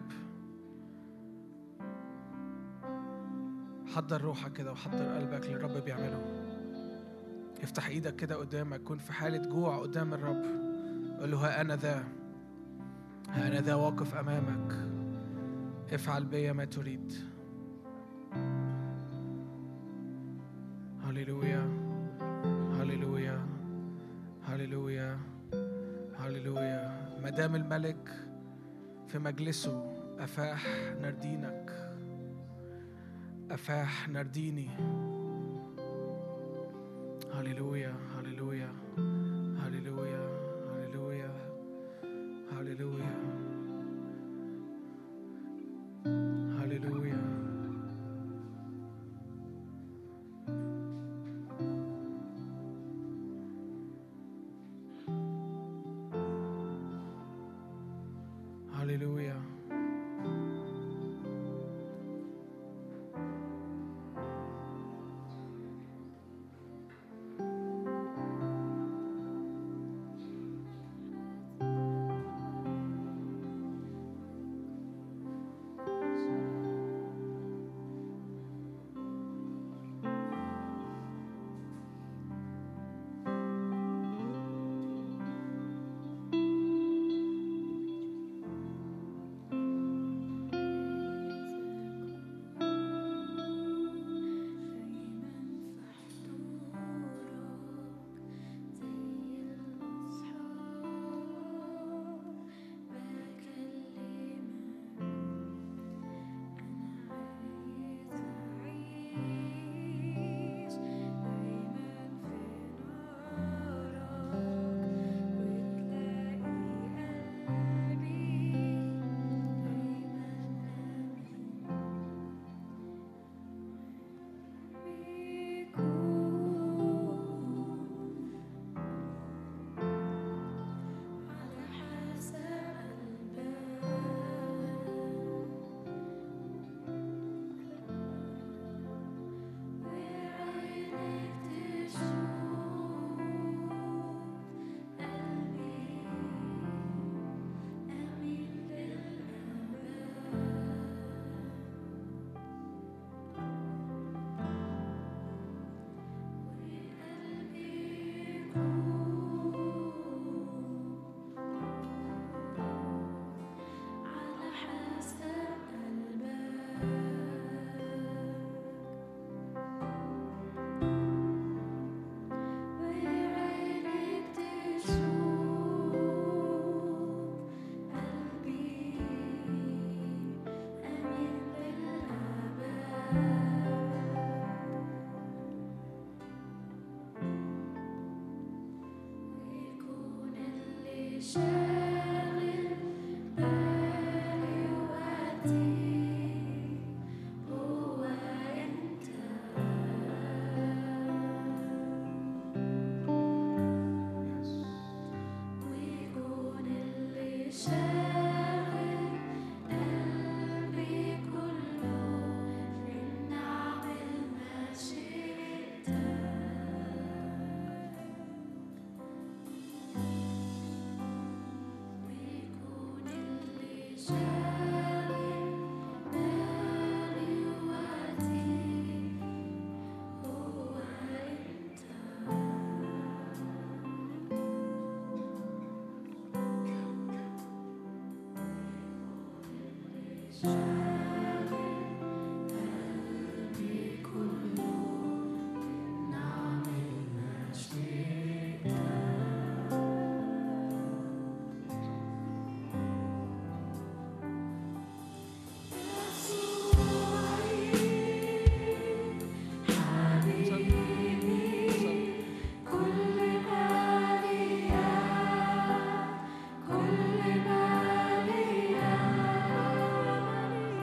حضر روحك كده وحضر قلبك اللي الرب بيعمله. افتح ايدك كده قدامك، كن في حالة جوع قدام الرب. قل له ها أنا ذا، ها أنا ذا واقف أمامك، افعل بيا ما تريد. هللويا هللويا هللويا هللويا. مدام الملك في مجلسه أفاح نردينك، أفاح نرديني. هللويا هللويا هللويا هللويا هللويا هللويا. هللويا. كل ما لي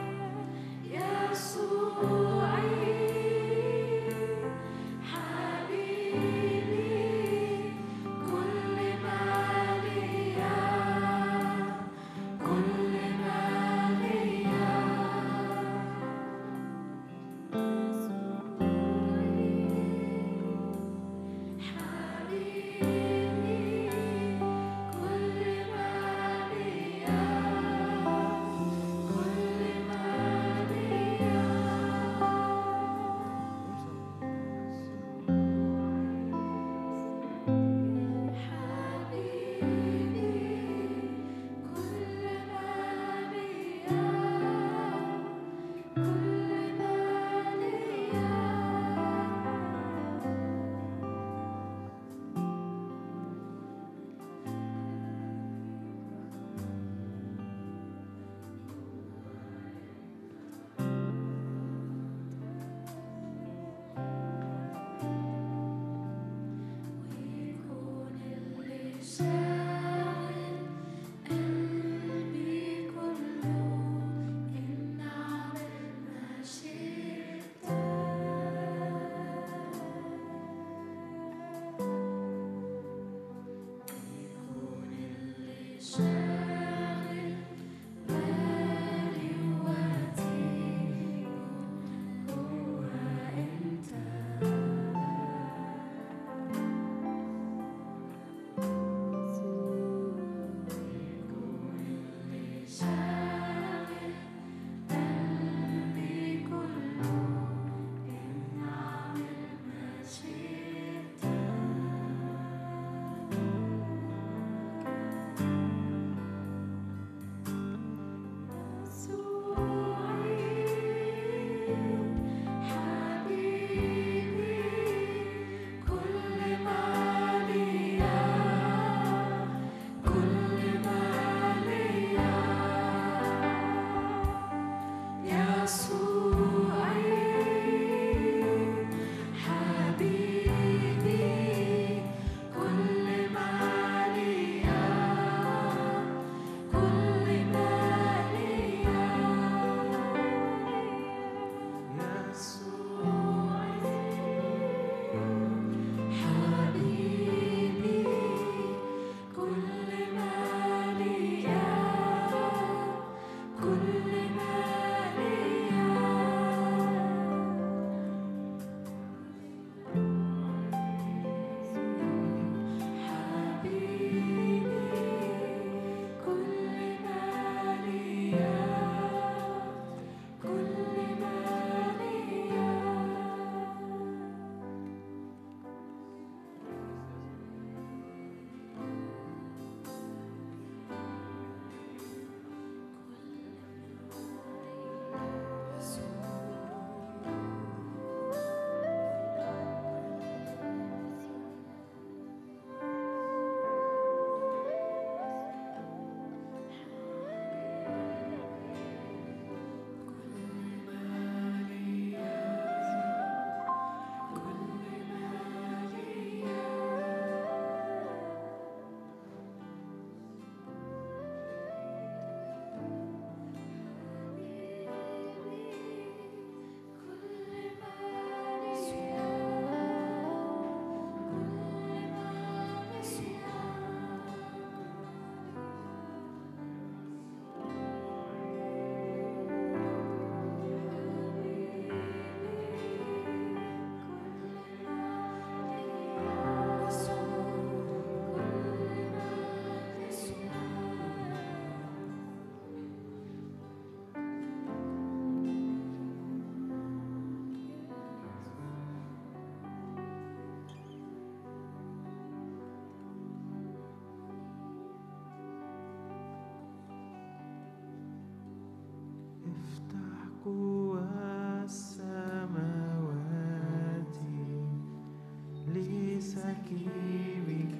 لسكيبك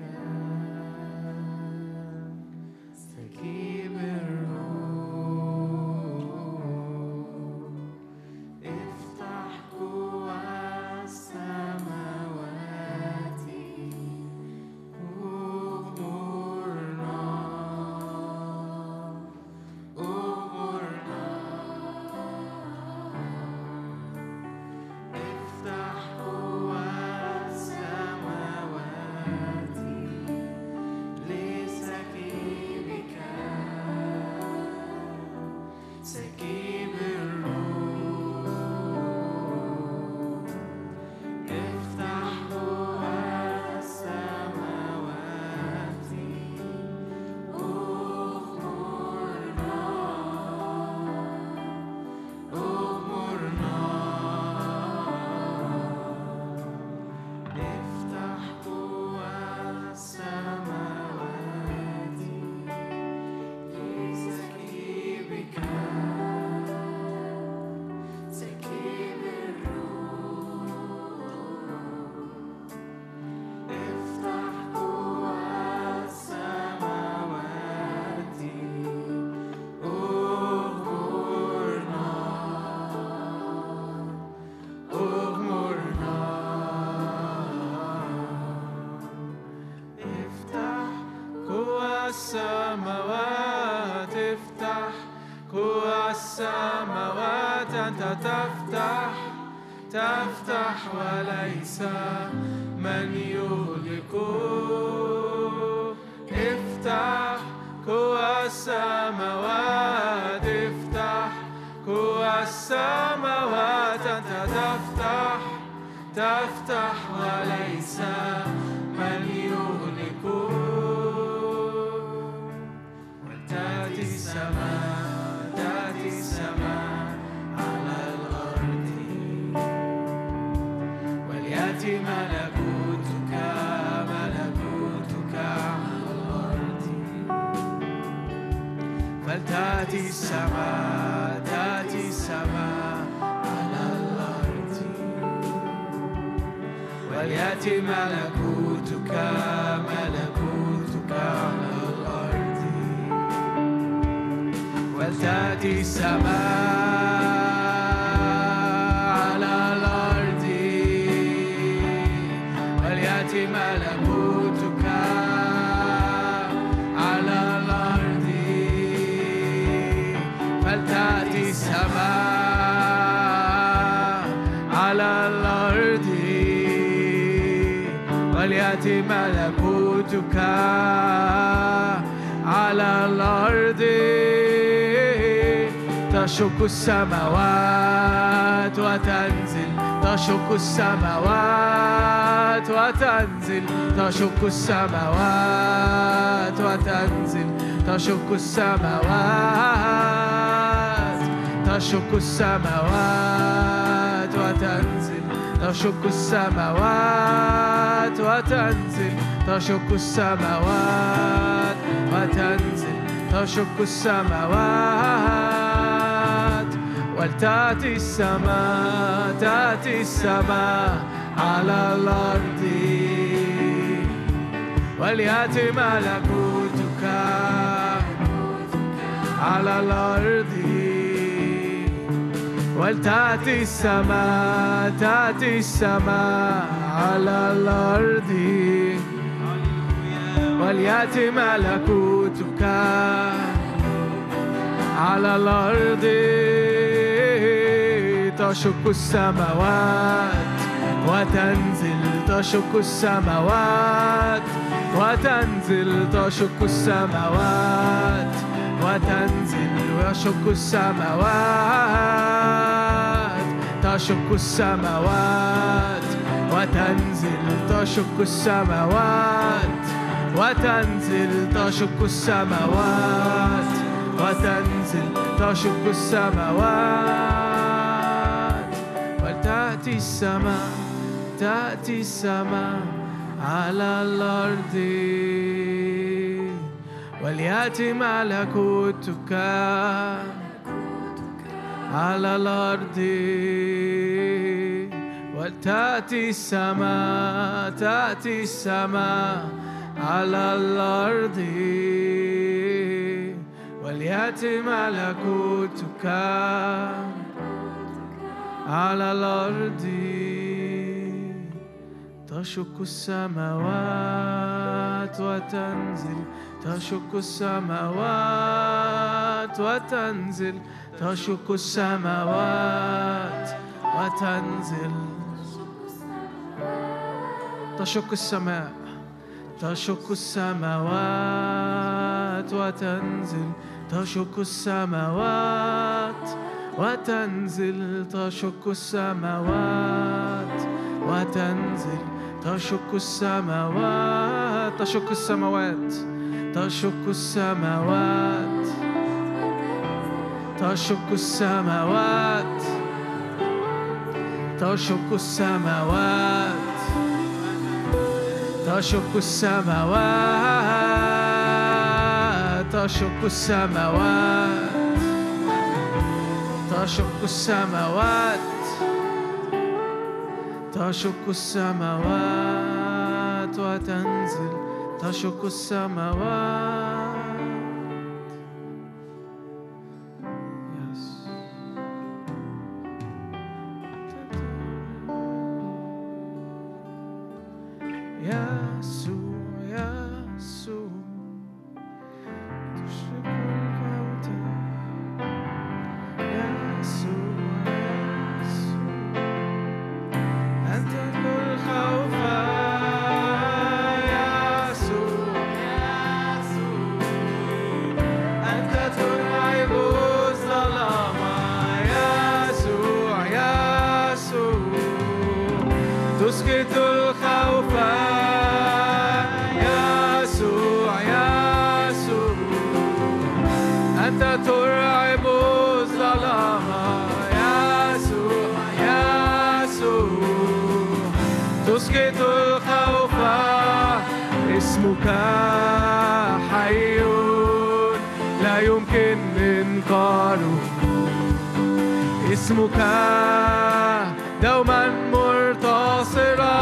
سكيب الروح افتح قوى السماوات أغمرنا أغمرنا افتح قوى السماوات لسكيبك سكيب الروح افتح قوى السماوات أغمرنا أغمرنا افتح قوى السماوات لسكيبك سكيب الروح افتح قوى السماوات أغمرنا أغمرنا افتح قوى السماوات افتح قوى السماوات أنت تفتح تفتح وليس من يغلق افتح قوى السماوات افتح قوى السماوات أنت تفتح تفتح وليس من يغلق وتأتي السماء تأتي السماء على الأرض وليأتي ملكوتك ملكوتك على الأرض فلتأتي السماء تأتي السماء على الأرض وليأتي ملكوتك ملكوتك على الأرض ولتأتي السماء على الأرض وليأتي ملكوتك على الأرض فلتأتي السماء على الأرض وليأتي ملكوتك على الأرض تشق السماوات وتنزل تشق السماوات وتنزل تشق السماوات وتنزل تشق السماوات تشق السماوات وتنزل تشق السماوات وتنزل تشق السماوات وتنزل تشق السماوات ولتأتي السماء تأتي السماء على الأرض وليأتي ملكوتك على الأرض ولتأتي السماء تأتي السماء على الأرض وليأتي ملكوتك على الأرض تشق السماوات وتنزل تشق السماوات وتنزل تشق السماوات وتنزل ويشق السماوات تشق السماوات وتنزل تشق السماوات وتنزل تشق السماوات وتنزل تشق السماوات ولتأتي السماء تأتي السماء على الأرض وليأتي ملكوتك على الأرض وتأتي السماء تأتي السماء على الأرض وليأتي ملكوتك على الأرض تشق السماوات وتنزل تشق السماوات وتنزل تشق السماوات وتنزل تشق السماء تشق السماوات وتنزل تشق السماوات وتنزل تشق السماوات وتنزل تشق السماوات تشق السماوات تشق السماوات تشق السماوات تشق السماوات تشق السماوات تشق السماوات تشق السماوات تشق السماوات وتنزل تشق السماوات. اسمك حي لا يمكن إنكاره اسمك دوما مرتصرا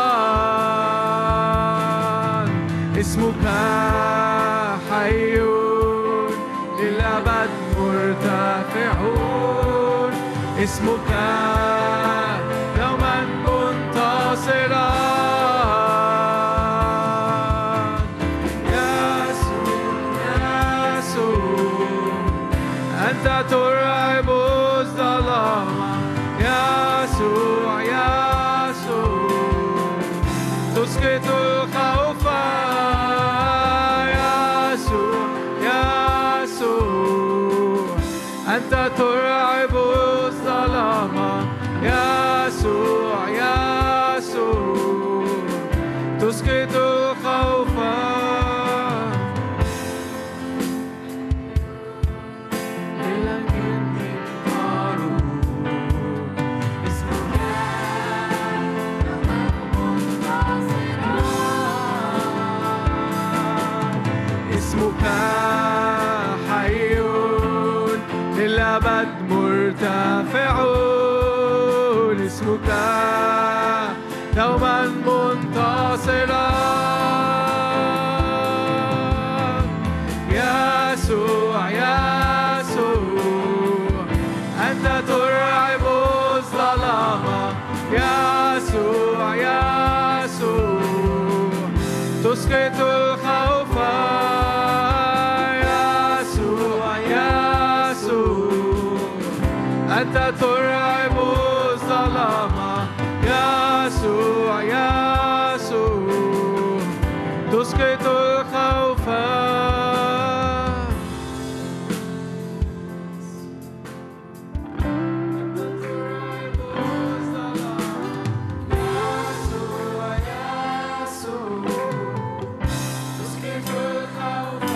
اسمك حي للأبد مرتفعون اسمك دوما منتصرا أنت ترعب الظلام يسوع يسوع تسكت الخوف يسوع يسوع أنت ترعب الظلام يسوع يسوع تسكت الخوف حي للأبد مرتفعون اسمك دوما منتصرا يسوع يسوع أنت ترعب الظلام يسوع يسوع تسكت الخوف أنت ترعب الظلام يسوع يسوع تسكت الخوف أنت ترعب الظلام يسوع يسوع تسكت الخوف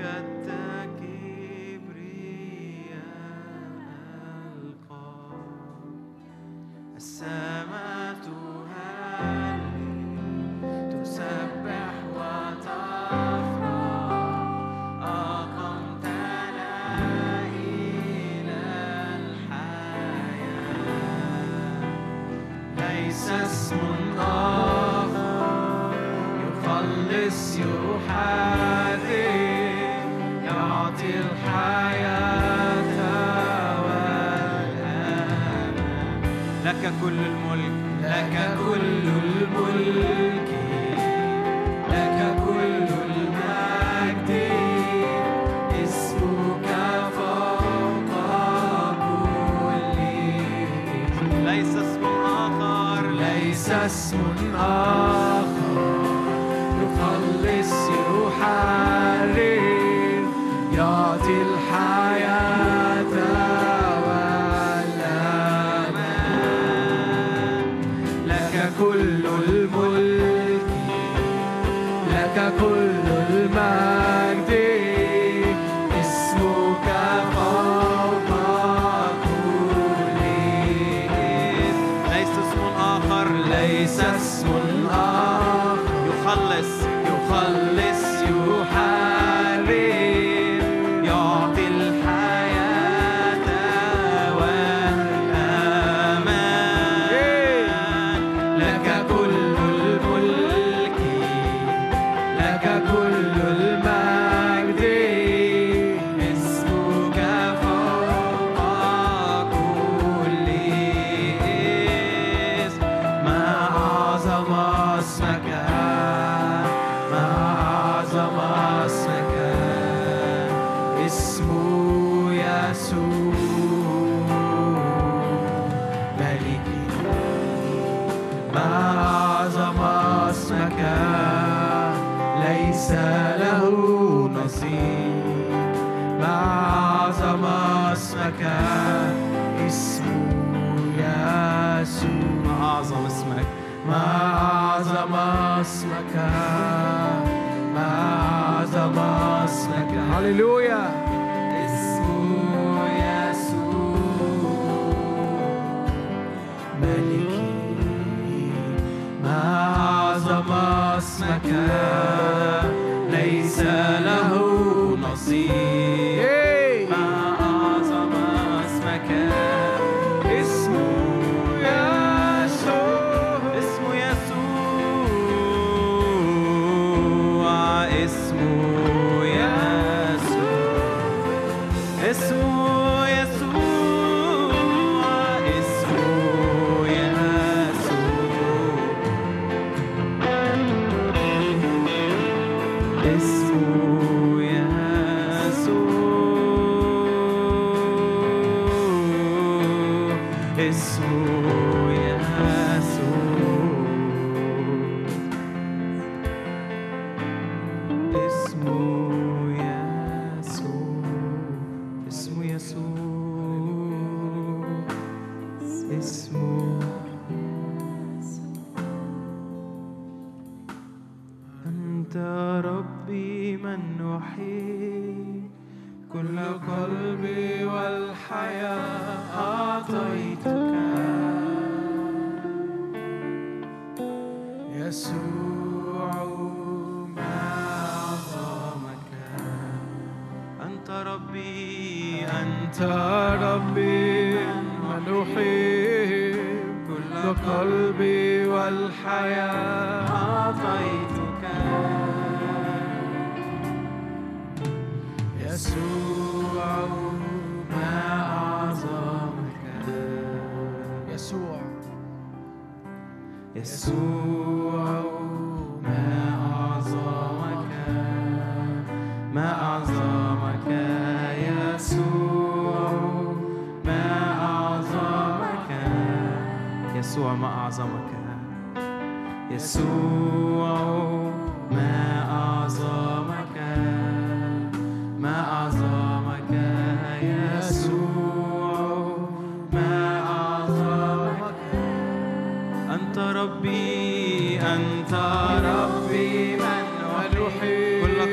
ربي أنت ربي من أحب كل قلبي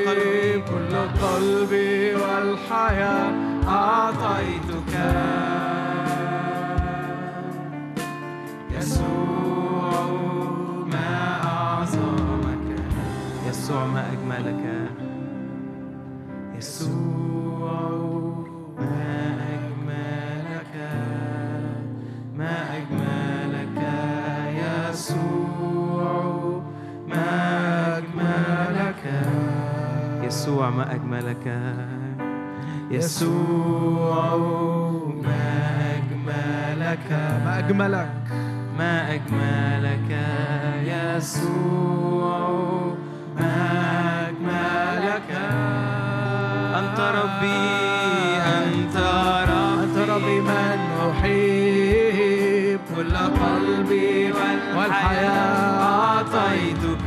كل قلبي والحياة أعطيتك يسوع ما أعظمك يسوع ما أجملك يسوع ما أجملك ما أجملك يسوع ما أجملك يسوع ما أجملك يسوع ما أجملك ما أجملك ما أجملك يسوع ما أجملك أنت ربي أنت ربي أنت ربي من أحب كل قلبي والحياة أعطيتك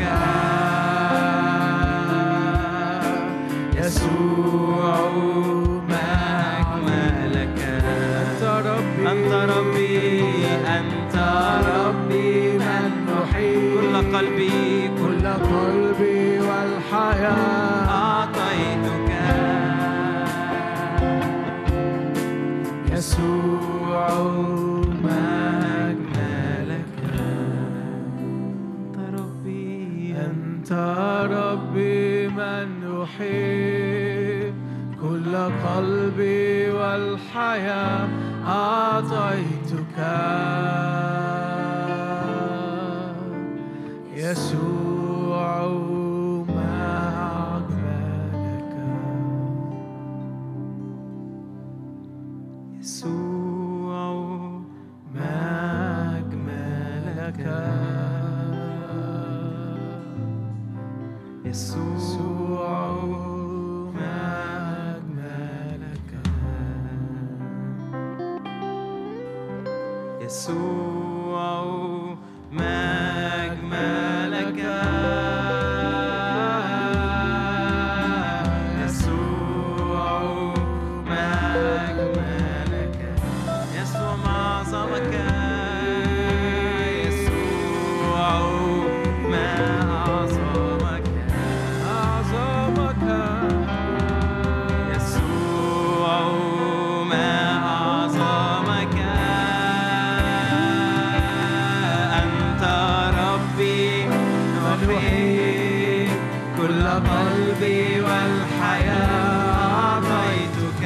يسوع ما أجملك أنت ربي أنت ربي أنت ربي من أحب كل قلبي كل قلبي والحياة أعطيتك يسوع ما أجملك أنت ربي أنت ربي من أحب كل قلبي والحياة أعطيتك يسوع ما أجملك يسوع ما أجملك يسوع ما أجملك يسوع ما أجملك يسوع ما أجملك يسوع ما أعظمك يسوع ما أعظمك أعظمك يسوع ما أعظمك أنت ربي أحب كل قلبي والحياة أعطيتك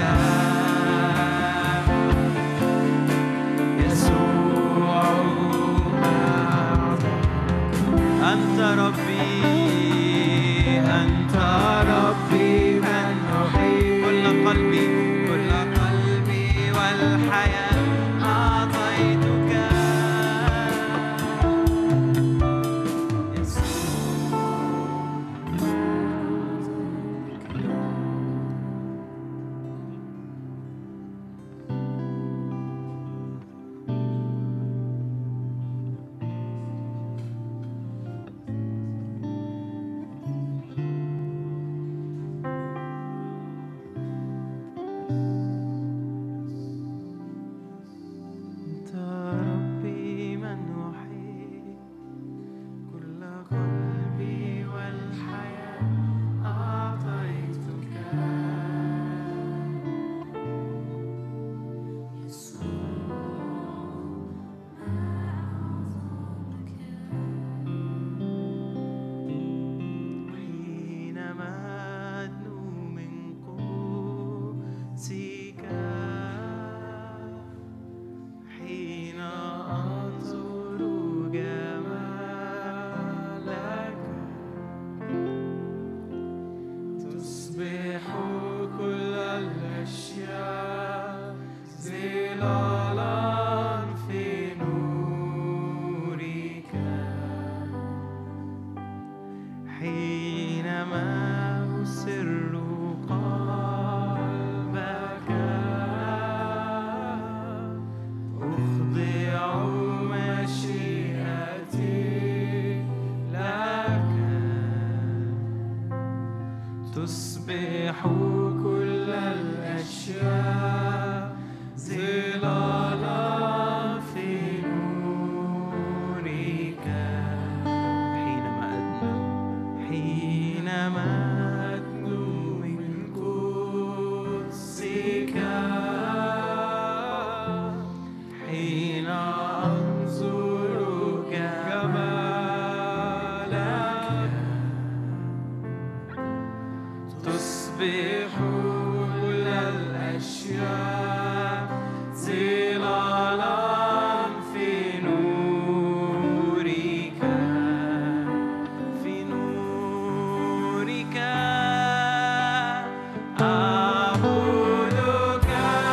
يسوع ما أنت ربي أنت ربي من أحب كل قلبي كل قلبي والحياة أعطيتك أنت ربي من أحب كل قلبي والحياة أعطيتك حينما أدنو من قدسك حين أنظر جمالك تصبح كل الأشياء ظلالا في نورك حينما أسر قلبك أخضع مشيئتي لك تصبح كل الأشياء ظلالا في نورك حينما أدنو حينما أدنو تسبح كل الأشياء ظلالا في نورك في نورك أعبدك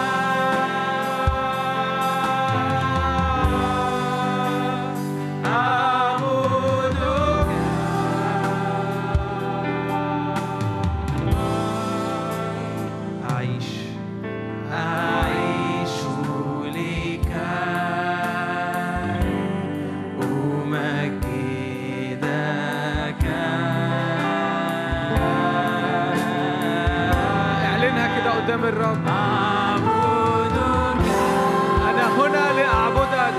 أعبدك أعيش أعيش لك أمجدك اعلنها كده قدام الرب. أعبدك أنا هنا لأعبدك.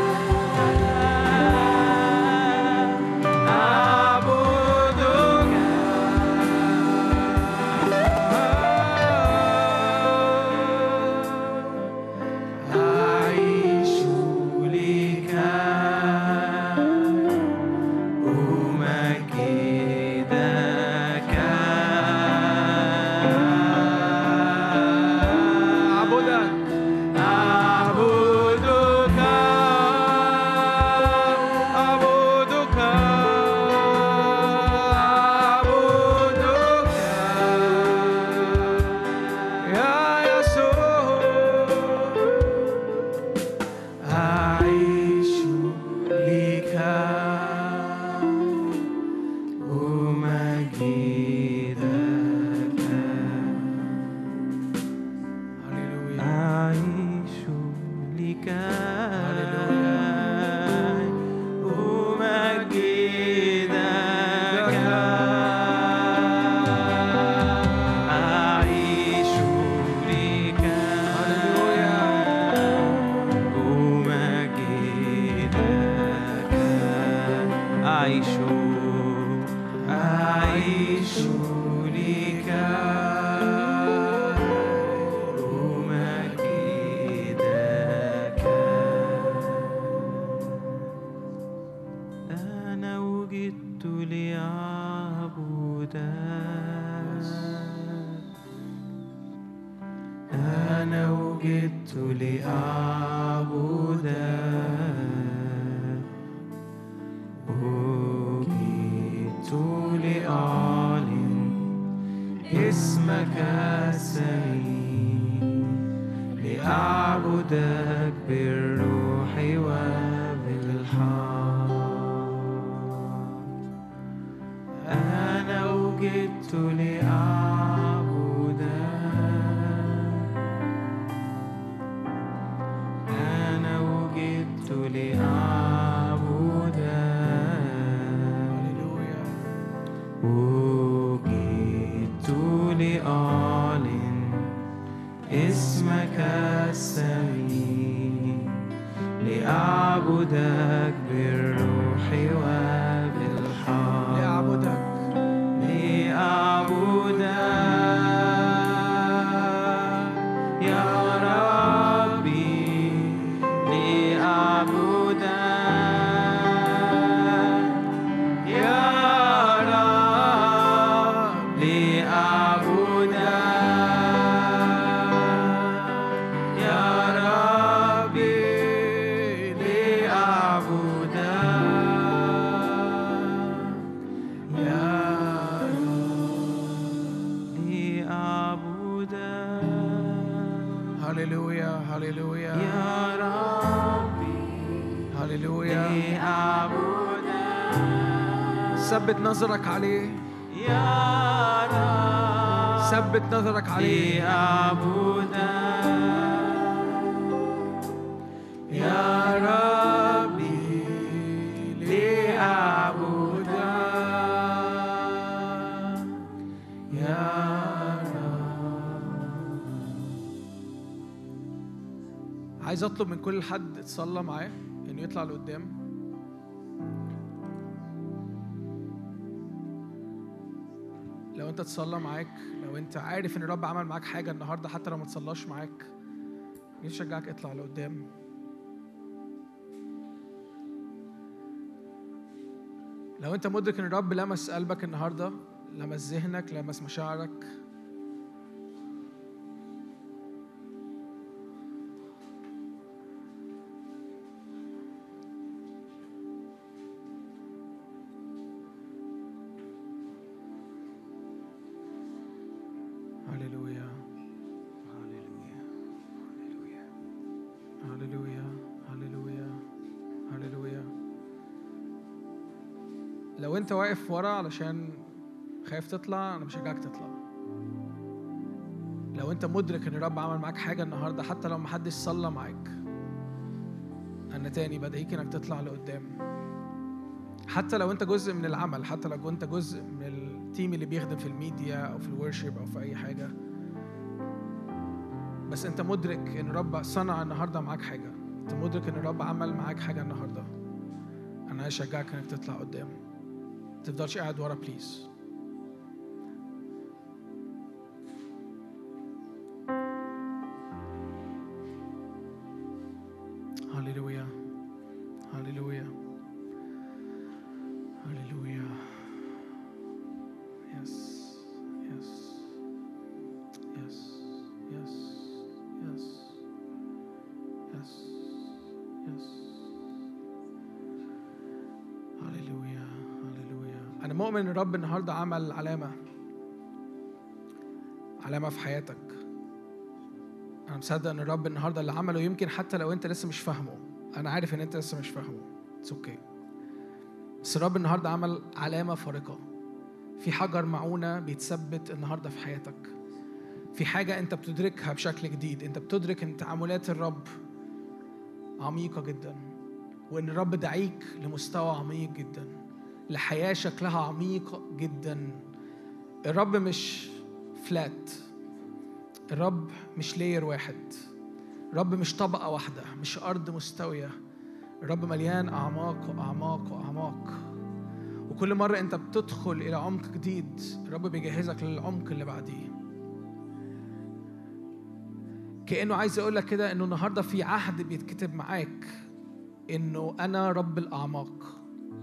أعبدك أعيش لك أمجدك أعبدك أعبدك أعبدك أعبدك يا يسوع أعيش لك أمجدك هللويا. أعيش لك أمجدك أعيش لك أمجدك أعيش أعيش لك أمجدك أنا وجدت لأعبدك أنا وجدت لأعبدك وجدت لأعلن اسمك السمين لأعبدك بالروح وبالحق أنا وجدت لأعبدك أنا وجدت لأعبدك هللويا. وجدت لأعلن اسمك السمين لأعبدك بالروح وبالحق لأعبدك لأعبدك يا ربي لأعبدك يا رب لأعبدك يا ربي لأعبدك يا رب لأعبدك هللويا. هللويا. يا ربي هللويا. لأعبدك ثبت نظرك عليه. يا رب ثبت نظرك عليه. لأعبدك يا ربي لأعبدك يا عايز اطلب من كل حد اتصلى معاه انه يطلع لقدام. لو انت تصلى معاك، لو انت عارف ان الرب عمل معاك حاجه النهارده حتى لو ما تصلاش معاك، يشجعك اطلع لقدام. لو انت مدرك ان الرب لمس قلبك النهارده، لمس ذهنك، لمس مشاعرك، هللويا هللويا هللويا. لو انت واقف ورا علشان خايف تطلع، انا بشجعك تطلع. لو انت مدرك ان الرب عمل معاك حاجه النهارده، حتى لو محدش صلى معاك، انا تاني بدعيك انك تطلع لقدام. حتى لو انت جزء من العمل، حتى لو انت جزء من التيم اللي بيخدم في الميديا او في الورشيب او في اي حاجه، بس انت مدرك ان الرب صنع النهارده معاك حاجه، انت مدرك ان الرب عمل معاك حاجه النهارده، انا هشجعك انك تطلع قدام. ما تفضلش قاعد ورا بليز. هللويا هللويا هللويا. يس يس يس يس يس يس يس. هللويا هللويا. أنا مؤمن إن الرب النهارده عمل علامة علامة في حياتك. أنا مصدق إن الرب النهارده اللي عمله، يمكن حتى لو أنت لسه مش فاهمه، أنا عارف إن أنت لسه مش فاهمه، اتس اوكي. بس الرب النهارده عمل علامة فارقة. في حجر معونة بيتثبت النهارده في حياتك. في حاجة أنت بتدركها بشكل جديد، أنت بتدرك إن تعاملات الرب عميقة جدا، وإن الرب دعيك لمستوى عميق جدا، لحياة شكلها عميق جدا. الرب مش فلات، الرب مش لاير واحد، الرب مش طبقة واحدة، مش أرض مستوية. الرب مليان أعماق وأعماق وأعماق، وكل مرة أنت بتدخل إلى عمق جديد الرب بيجهزك للعمق اللي بعديه. كأنه عايز يقول لك كده إنه النهاردة في عهد بيتكتب معاك، إنه أنا رب الأعماق،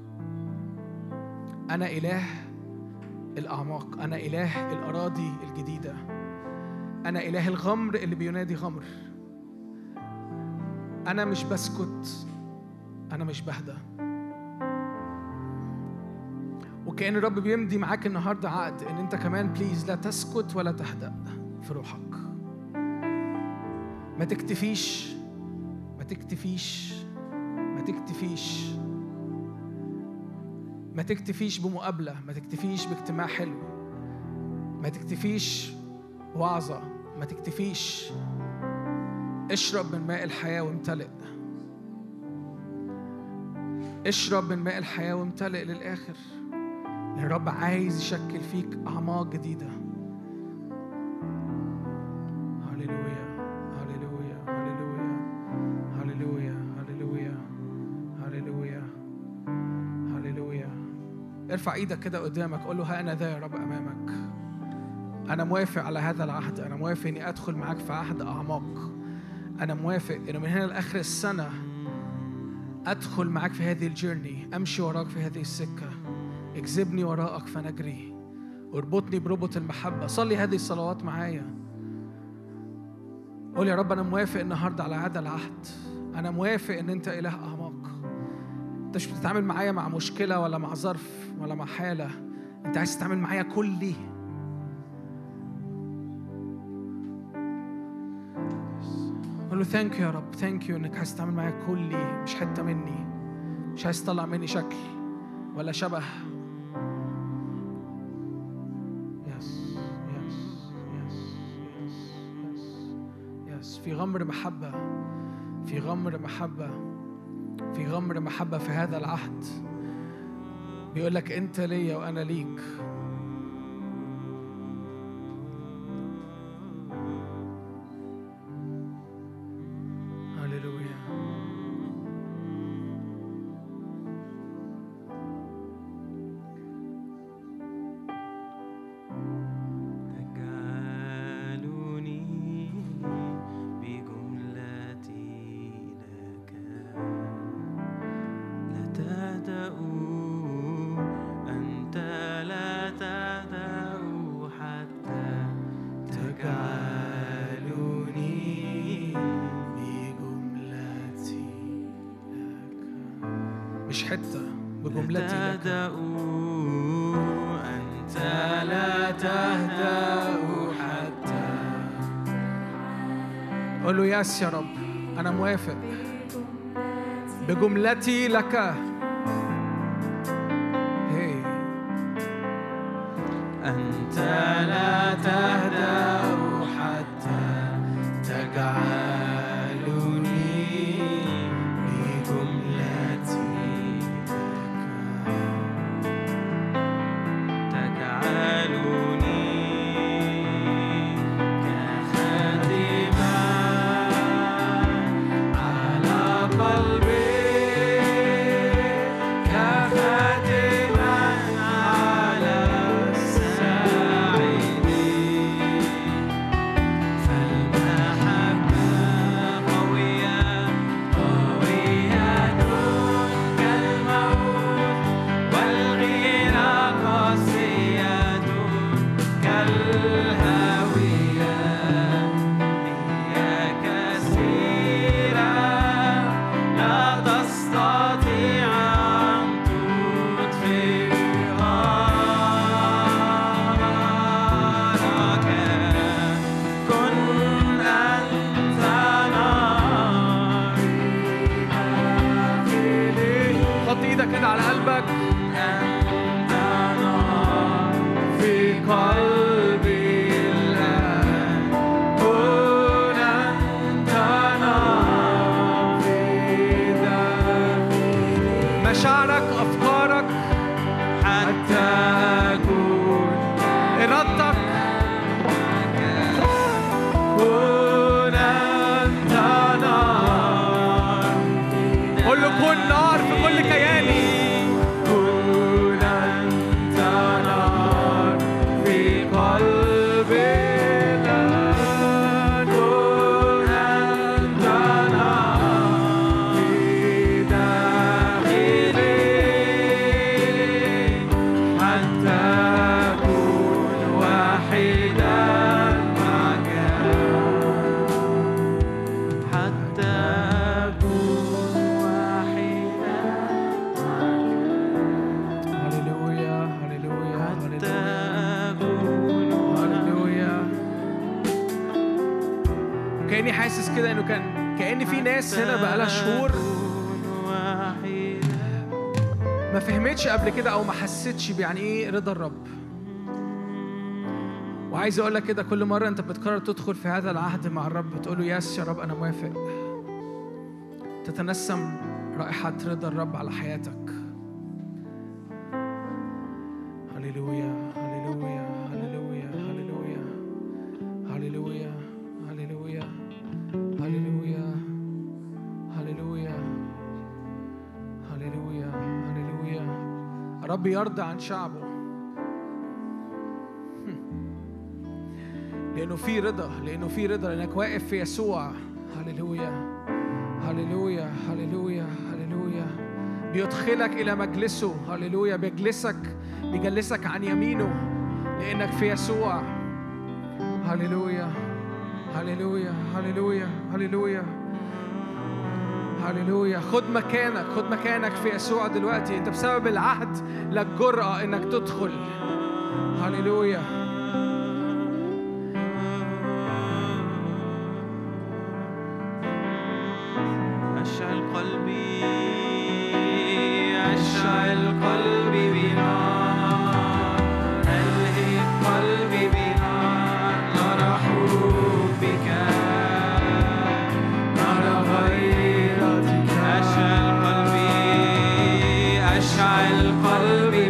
أنا إله الأعماق، أنا إله الأراضي الجديدة، أنا إله الغمر اللي بينادي غمر. أنا مش بسكت، أنا مش بهدى. وكأن الرب بيمضي معاك النهاردة عقد إن أنت كمان بليز لا تسكت ولا تهدأ في روحك. ما تكتفيش ما تكتفيش ما تكتفيش ما تكتفيش بمقابلة، ما تكتفيش باجتماع حلو، ما تكتفيش وعظة، ما تكتفيش. اشرب من ماء الحياة وامتلئ، اشرب من ماء الحياة وامتلئ للآخر. الرب عايز يشكل فيك أعماق جديدة. هللويا هللويا هللويا هللويا هللويا هللويا هللويا. ارفع ايدك كده قدامك، قول له ها أنا ذا يا رب أمامك. أنا موافق على هذا العهد، أنا موافق إني أدخل معاك في عهد أعماق. أنا موافق إنه من هنا لآخر السنة أدخل معاك في هذه الجيرني، أمشي وراك في هذه السكة. اجذبني وراءك فنجري، واربطني بربط المحبة. صلي هذه الصلوات معايا، قول يا رب أنا موافق النهاردة على هذا العهد. أنا موافق إن أنت إله أعماق. أنت مش بتتعامل معايا مع مشكلة ولا مع ظرف ولا مع حالة، أنت عايز تتعامل معايا كلي. قول له ثانك يو يا رب، ثانك يو إنك عايز تتعامل معايا كلي، مش حتة مني، مش عايز تطلع مني شكل ولا شبه. يس يس يس يس يس يس. في غمر محبة، في غمر محبة، في غمر محبة في هذا العهد. بيقول لك أنت ليا وأنا ليك. مش حتة بجملتي لك. أنت لا تهدأ حتى. قول له ياس يا رب، أنا موافق بجملتي لك. هي أنت لا تهدأ حتى تجعلني بجملتي لك، تجعلني كخاتمة على قلبي، كخاتمة على الساعدين. فالمحبة قوية قوية كالموت، والغيرة قاسية كالهاوية. هي كثيرة لا تستطيع أن تطفئها. نارك كن أنت ناري داخلي. حط إيدك كده على قلبك. أنت نار في قلبي الآن، كن أنت نار في داخلي. مشاعرك، أفكارك، حتى أكون إرادتك. كن أنت نار. قل له كن نار في كل كياني. كن أنت نار في قلبي الآن، كن أنت نار في داخلي، حتى أكون واحدا معك، حتى أكون واحدا معك. هللويا هللويا حتى أكون هللويا. كأني حاسس كده إنه كان كأن في ناس هنا بقالها شهور ما فهمتش قبل كده أو ما حسيتش يعني إيه رضا الرب. وعايز أقول لك كده، كل مرة أنت بتقرر تدخل في هذا العهد مع الرب بتقول له ياس يا رب أنا موافق. تتنسم رائحة رضا الرب على حياتك. هللويا هللويا هللويا هللويا هللويا هللويا هللويا هللويا هللويا هللويا. رب يرضى عن شعبه لأنه في رضا، لأنه في رضا، لأنك واقف في يسوع. هللويا هللويا هللويا هللويا. بيدخلك إلى مجلسه. هللويا. بيجلسك بيجلسك عن يمينه لأنك في يسوع. هللويا هللويا هللويا هللويا هللويا. خد مكانك، خد مكانك في يسوع دلوقتي. أنت بسبب العهد لك جرأة إنك تدخل. هللويا. أشعل قلبي، أشعل قلبي بنار، ألهب قلبي بنار، نار حبك، نار غيرتك. أشعل قلبي، أشعل قلبي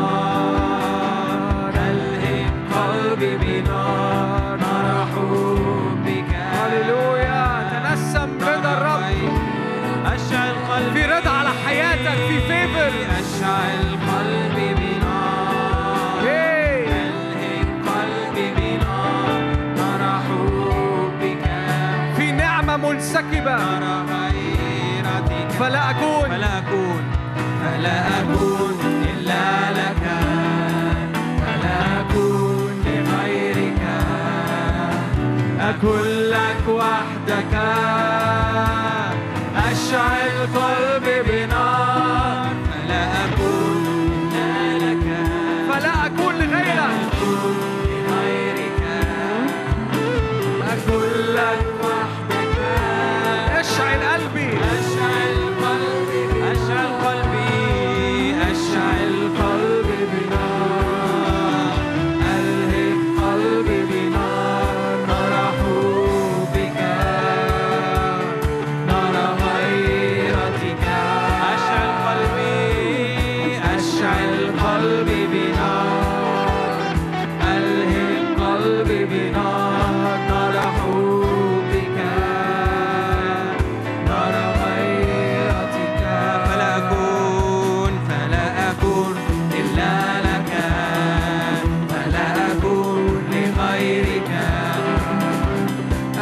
بنار، ألهب قلبي بنار، نار حبك. هللويا. تنسم رضا الرب. أشعل قلبي في رضا على حياتك، في فيفر. أشعل قلبي بنار، ألهب قلبي بنار، نار حبك. في نعمة منسكبة. نار غيرتك. فلا أكون فلا أكون فلا أكون إلا لك، فلا أكون لغيرك، أكون لك وحدك. أشعل قلبي بنار، فلا أكون إلا لك، فلا أكون لغيرك، أكون لك وحدك.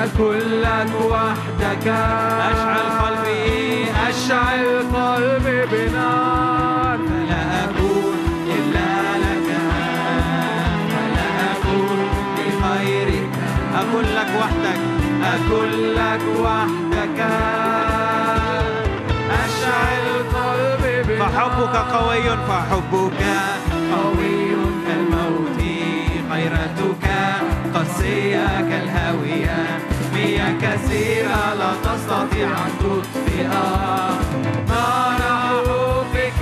أكون لك وحدك. أشعل قلبي أشعل قلبي بنار، فلا أكون إلا لك، فلا أكون لغيرك. أكون لك وحدك، أكون لك وحدك. أشعل قلبي بنار، فحبك قوي، فحبك قوي كالموت، غيرتك قاسية كالهاوية، مياه كثيرة لا تستطيع أن تطفئ نار حبك.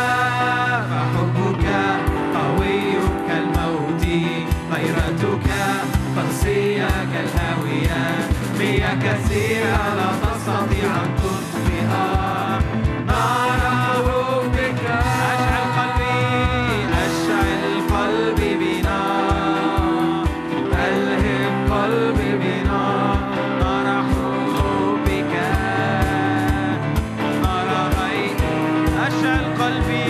فحبك قوي كالموت، غيرتك قاسية كالهاوية، مياه كثيرة لا تستطيع أن تطفئ نار حبك. أشعل قلبي، أشعل قلبي بنار، ألهم قلبي بنار، نار حبك، نار غيرك. أشعل قلبي،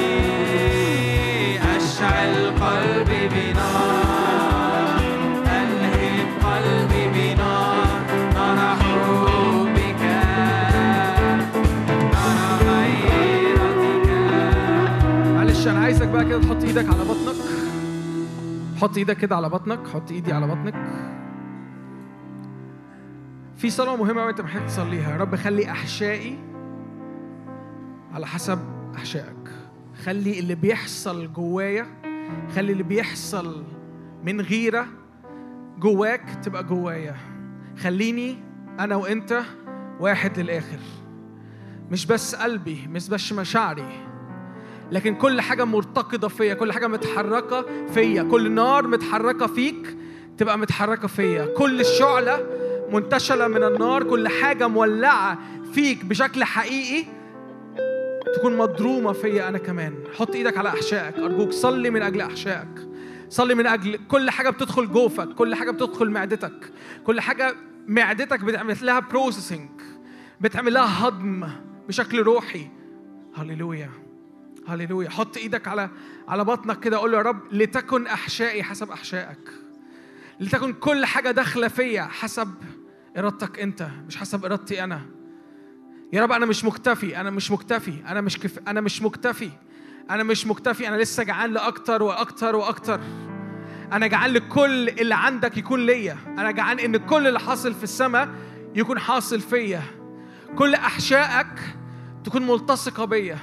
أشعل قلبي بنار، ألهم قلبي بنار، نار حبك، نار غيرتك. معلش أنا عايزك بقى كده تحط إيدك على بطنك. حط إيدك كده على بطنك، حط إيدي على بطنك. في صلاة مهمة وأنت محتاج تصليها. يا رب خلي أحشائي على حسب أحشائك. خلي اللي بيحصل جوايا، خلي اللي بيحصل من غيرة جواك تبقى جوايا. خليني أنا وأنت واحد للآخر، مش بس قلبي، مش بس مشاعري، لكن كل حاجة مرتقدة فيا، كل حاجة متحركة فيا، كل نار متحركة فيك تبقى متحركة فيا، كل شعلة منتشلة من النار، كل حاجة مولعة فيك بشكل حقيقي تكون مضرومة فيا أنا كمان. حط إيدك على أحشائك أرجوك، صلي من أجل أحشائك، صلي من أجل كل حاجة بتدخل جوفك، كل حاجة بتدخل معدتك، كل حاجة معدتك بتعمل لها بروسيسنج، بتعمل لها هضم بشكل روحي. هللويا هللويا. حط إيدك على على بطنك كده، قول له يا رب لتكن أحشائي حسب أحشائك، لتكن كل حاجة داخلة فيا حسب إرادتك أنت، مش حسب إرادتي أنا. يا رب أنا مش مكتفي، أنا مش مكتفي، أنا مش كف... أنا مش مكتفي، أنا مش مكتفي، أنا لسه جعان لأكتر وأكتر وأكتر. أنا جعان لكل اللي عندك يكون ليا، أنا جعان إن كل اللي حاصل في السماء يكون حاصل فيا، كل أحشائك تكون ملتصقة بيا.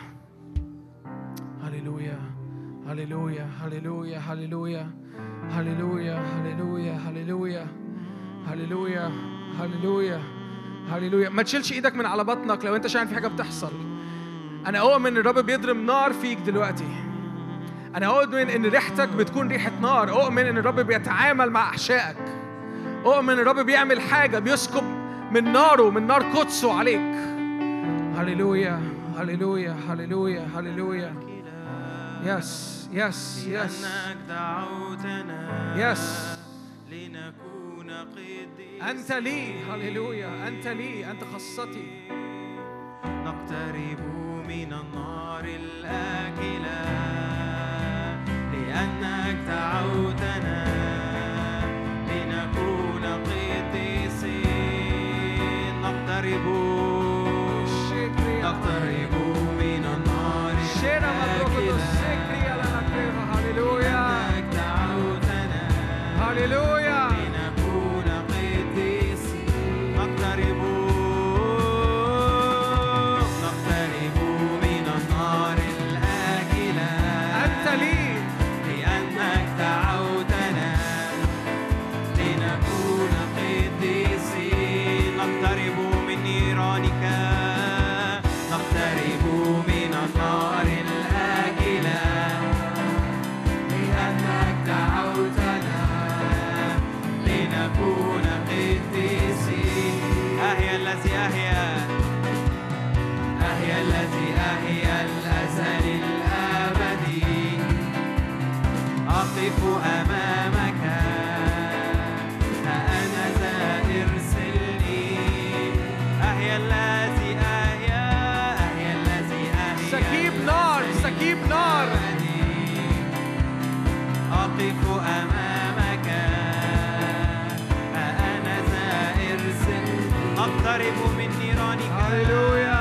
هللويا هللويا هللويا هللويا هللويا هللويا هللويا هللويا هللويا هللويا. ما تشيلش ايدك من على بطنك لو انت شايف في حاجه بتحصل. انا اؤمن ان الرب بيضرب نار فيك دلوقتي. انا اؤمن ان ريحتك بتكون ريحه نار. اؤمن ان الرب بيتعامل مع احشائك. اؤمن ان الرب بيعمل حاجه، بيسكب من ناره، من نار قدسه عليك. هللويا هللويا هللويا هللويا. يس يس يس لأنك دعوتنا يس لنكون قديسين، أنت لي. هللويا أنت لي، أنت خاصتي. نقترب من النار الآكلة لأنك دعوتنا لنكون قديسين. نقترب نقترب من النار الآكلة لأنك دعوتنا هللويا لنكون قديسين. نقترب نقترب من النار الآكلة أنت لي، لأنك دعوتنا لنكون قديسين. نقترب من نيرانك، نقترب من النار الآكلة لأنك دعوتنا لنكون قديسين. أهيا الذي أهيا أهيا الذي أهيا الأزل الأبدي. أقف أمامك ها أنا ذا ارسلني. أهيا الذي أهيا أهيا الذي أهيا سكيب نار سكيب نار. أقف أمامك ها أنا ذا أقترب من نيرانك هللويا.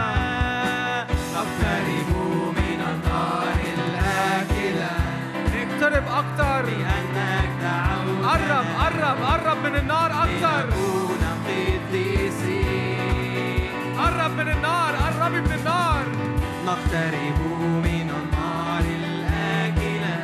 أقترب من النار الآكلة اقترب أكتر. لأنك دعوتنا قرب قرب قرب من النار أكتر. لنكون قديسين. قرب من النار. قربي من النار. نقترب من النار الآكلة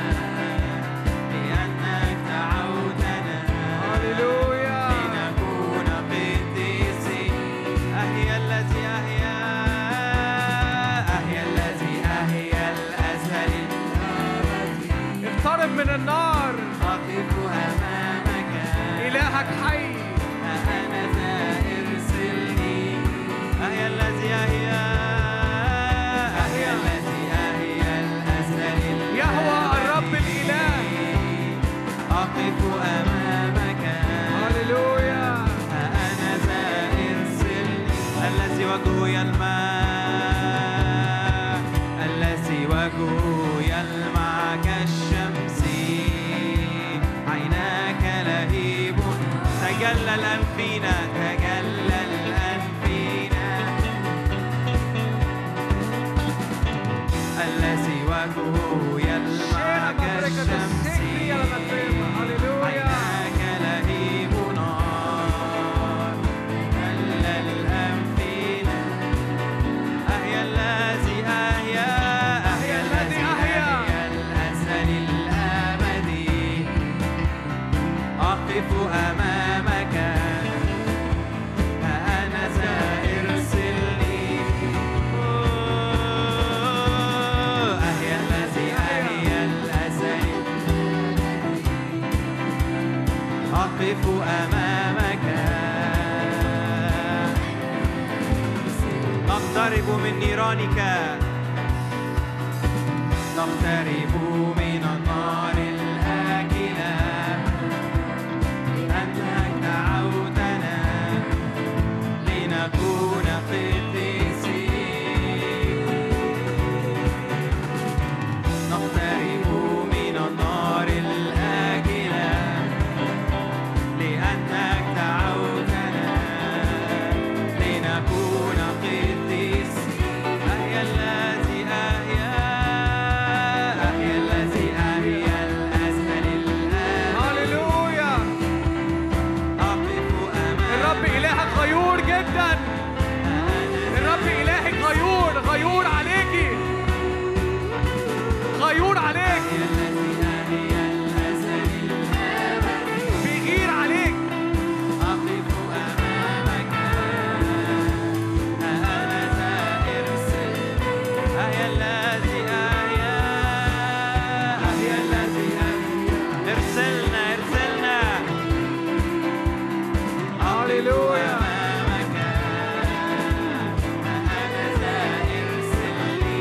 لأنك دعوتنا هللويا. لنكون قديسين. أهيا الذي أهيا أهيا الذي أهيا الأزل الأبدي. اقترب من النار. أقف أمامك إلهك حي. أنا ذا ارسلني. أهيا الذي أهيا أهيا الذي أهيا الأزل يهوى الرب الإله. أقف أمامك هللويا. أنا ذا ارسلني. الذي وجهه يلمع الذي وجهه يلمع كالشمس عيناك لهيب. تجلى الآن فينا تجلى الآن فينا. الذي وجهه يلمع كالشمس عيناك لهيب نار. تجلى الآن فينا. أهيا الذي أهيا أهيا الذي أهيا الأزل الأبدي. أقف أمامك أنا ذا ارسلني. أهيا الذي أهيا الأزل. أقف أمامك نقترب من نيرانك. نقترب من النار الآكلة أنك دعوتنا لنكون قديسين. نقترب من النار الآكلة لأنك دعوتنا لنكون قديسين. أهيا الذي أهيا أهيا الذي أهيا الأزل الأبدي. هللويا. أقف أمامك الرب إلهك غيور جدا. الرب إلهك غيور. غيور عليكي. غيور عليك. الذي أهيا الأزل الأبدي. بيغير عليك. أقف أمامك أنا ذا ارسل. أهيا الذي أهيا أهيا الذي أهيا. ارسلنا ارسلنا. هللويا. أمامك أنا ذا ارسلني.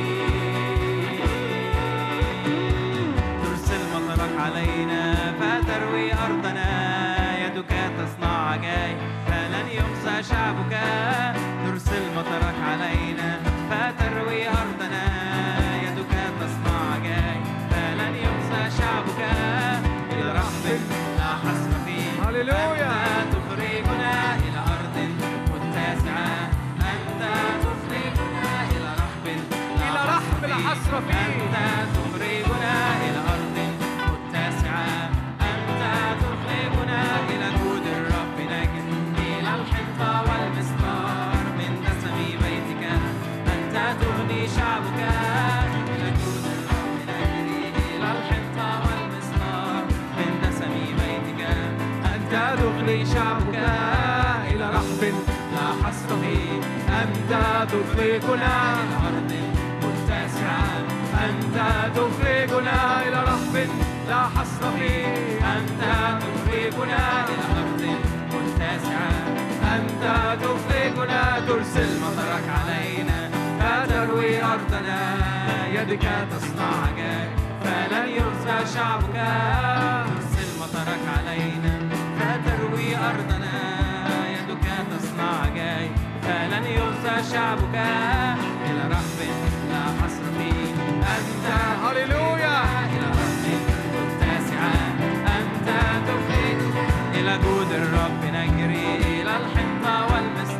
ترسل مطرك علينا فتروي أرضنا. يدك تصنع عجائب فلن يخزى شعبك. ترسل مطرك علينا فتروي أرضنا. يدك تصنع عجائب فلن يخزى شعبك. إلى رحب لا حصر فيه. هللويا. أنت تخرجنا إلى أرض متسعة. أنت تخرجنا إلى رحب إلى رحب لا حصر فيه. أنت تخرجنا إلى أرض متسعة. أنت تخرجنا إلى جود الرب نجد. إلى الحنطة والمسطار من دسم بيتك. أنت تغني شعبك إلى جود الرب نجري. إلى الحنطة والمسطار من دسم بيتك. أنت تغني شعبك إلى رحب لا حصر فيه. أنت تخرجنا إلى أرض متسعة. أنت تخرجنا إلى رحب لا حصر فيه. أنت تخرجنا إلى أرض متسعة. أنت تخرجنا. ترسل مطرك علينا فتروي أرضنا. يدك تصنع عجائب فلن يخزى شعبك. ترسل مطرك علينا فتروي أرضنا. يدك تصنع عجائب فلن يخزى شعبك. إلى رحب لا حصر فيه. أنت هللويا. إلى أرض متسعة. أنت تخرج إلى جود الرب نجري. إلى الحنطة والمسطار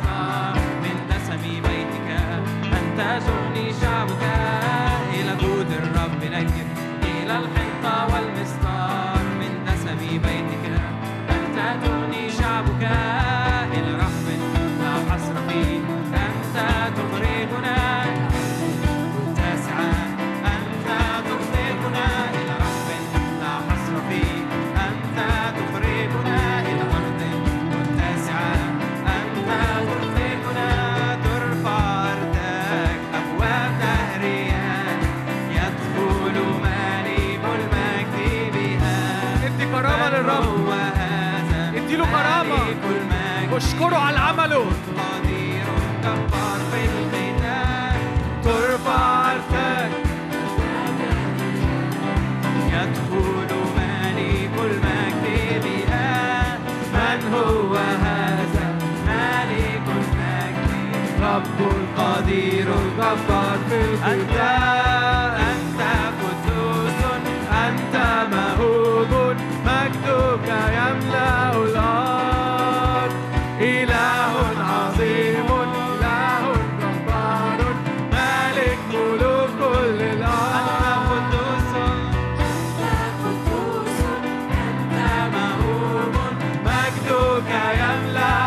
إلى رحب لا حصر فيه أنت تخرجنا متسعة أنت تخرجنا إلى رحب لا حصر فيه أنت تخرجنا إلى أرض متسعة أنت تخرجنا ترفع أرضك أبواب دهريان يدخل مليك المجد بها ادي كرامة للرب اديله كرامة واشكره على عمله قدير جبار في الختام ترفع أرضك يدخل مليك المجد بها من هو هذا ملك المجد رب القدير الجبار في الختام أنت قدوس أنت مهوب مجدك يملأ الأرض إله عظيم إله جبار مالك ملوك كل الأرض أنت قدوس أنت مهوب مجدك يملأ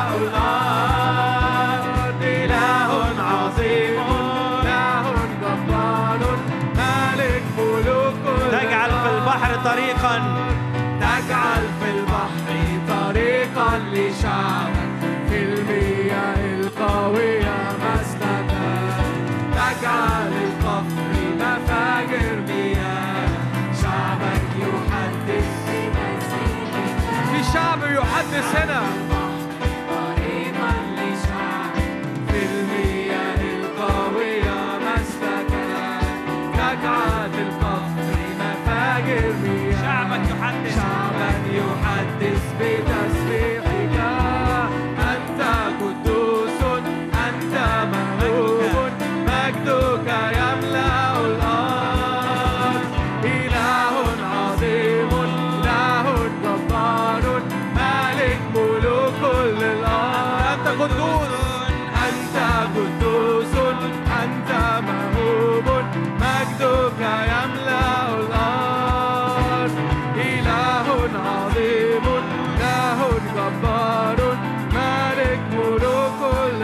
الأرض إله عظيم إله جبار مالك ملوك كل تجعل في البحر طريقا تجعل في البحر طريقا لشعبك في المياه القوية مسلكا تجعل القفر مفاجر مياه شعبك يحدث في شعب يحدث هنا طريقا لشعبك في المياه القوية مسلكا تجعل القفر مفاجر مياه شعبك يحدث شعبك يحدث بتسبيحك أنت قدوس أنت مهوب مجدك يملأ الأرض إله عظيم إله جبار مالك ملوك كل الأرض أنت قدوس أنت قدوس أنت مهوب مجدك يملأ الأرض إله عظيم إله جبار مالك ملوك كل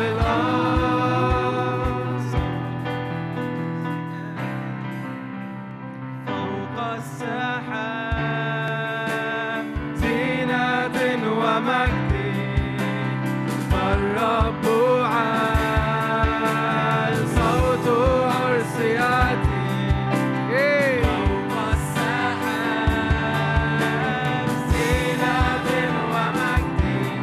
الأرض فوق السحاب زينة ومجد فالرب عال صوت عرسياتي فوق السحاب زينة ومجد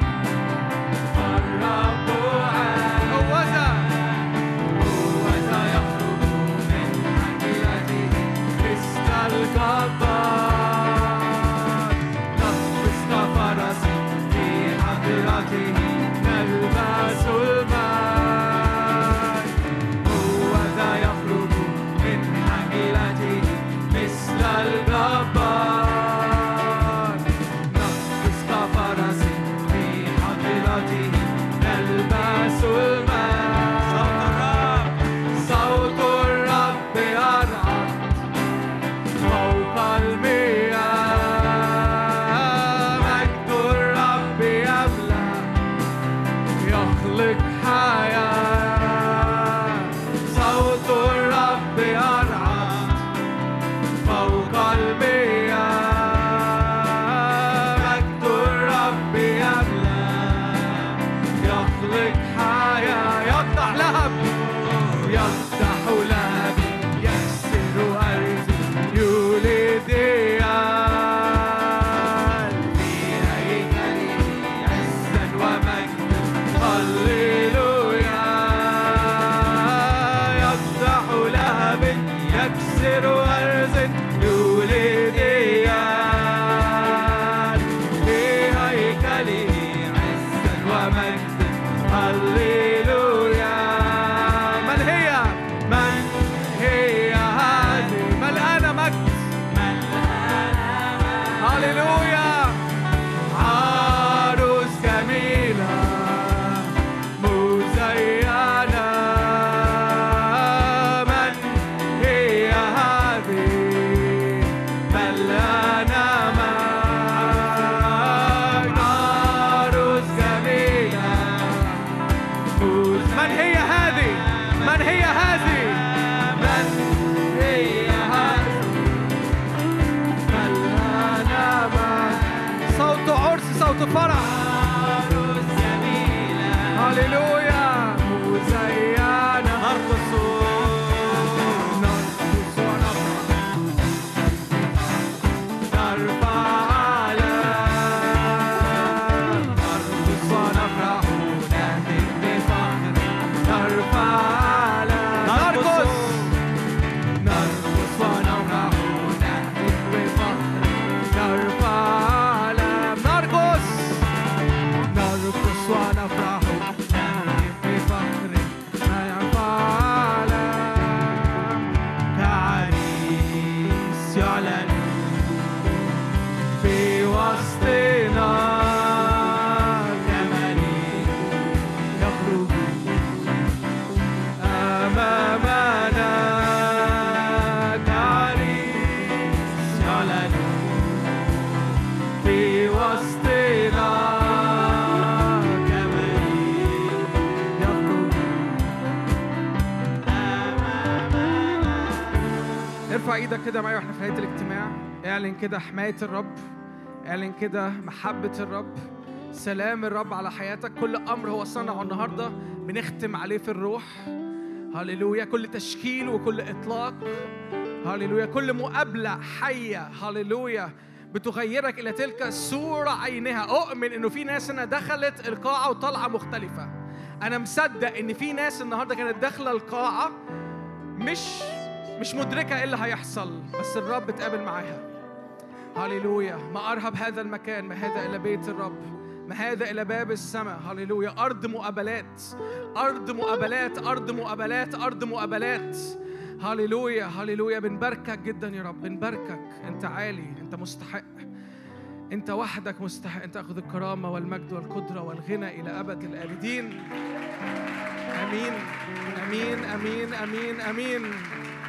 فالرب عال هوذا هوذا يخرج من حجرته مثل الجبار نقفز كفرس في حضرته نلبس الماء هوذا يخرج من حجرته مثل الجبار نقفز كفرس في حضرته نلبس الماء صوت الرب يرعد فوق المياه مجد الرب يملأ يخلق حياة صوت الرب يرعد فوق المياه مجد الرب يملأ يخلق حياة يفتح لهب يفتح لهب يكسر أرض يولد ديان في هيكله عزا ومجدا هللويا يفتح لهب يكسر أرض يولد ديان في هيكله عزا ومجدا هللويا من هي من هي هذه ملقانة مجد هللويا عروس جميلة مزينة من هي هذه ملقانة مجد عروس جميلة فرح. هللويا مزينة نرقص نرقص ونفرح نرفع علام نرقص ونفرح نهتف بفخر نرفع علام نرقص نرقص ونفرح نهتف بفخر نرفع علام نرقص نرقص ونفرح نهتف بفخر نرفع علام كعريس يعلن في وسطنا كملك يخرج أمامنا كعريس يعلن في وسطنا كملك يخرج أمامنا. ارفع ايدك كده معايا واحنا في نهاية الاجتماع. اعلن كده حماية الرب، اعلن كده محبة الرب، سلام الرب على حياتك. كل أمر هو صنعه النهاردة بنختم عليه في الروح. هللويا. كل تشكيل وكل إطلاق، هللويا، كل مقابلة حية، هللويا، بتغيرك إلى تلك الصورة عينها. أؤمن إنه في ناس هنا دخلت القاعة وطلعة مختلفة. أنا مصدق إن في ناس النهاردة كانت داخلة القاعة مش مش مدركة إيه اللي هيحصل، بس الرب اتقابل معاها. هللويا. ما أرهب هذا المكان، ما هذا إلى بيت الرب، ما هذا إلى باب السماء. هللويا. أرض مقابلات، أرض مقابلات، أرض مقابلات، أرض مقابلات. هللويا هللويا. بنباركك جدا يا رب، بنباركك. أنت عالي، أنت مستحق، أنت وحدك مستحق. أنت أخذ الكرامة والمجد والقدرة والغنى إلى أبد الآبدين. آمين آمين آمين آمين آمين.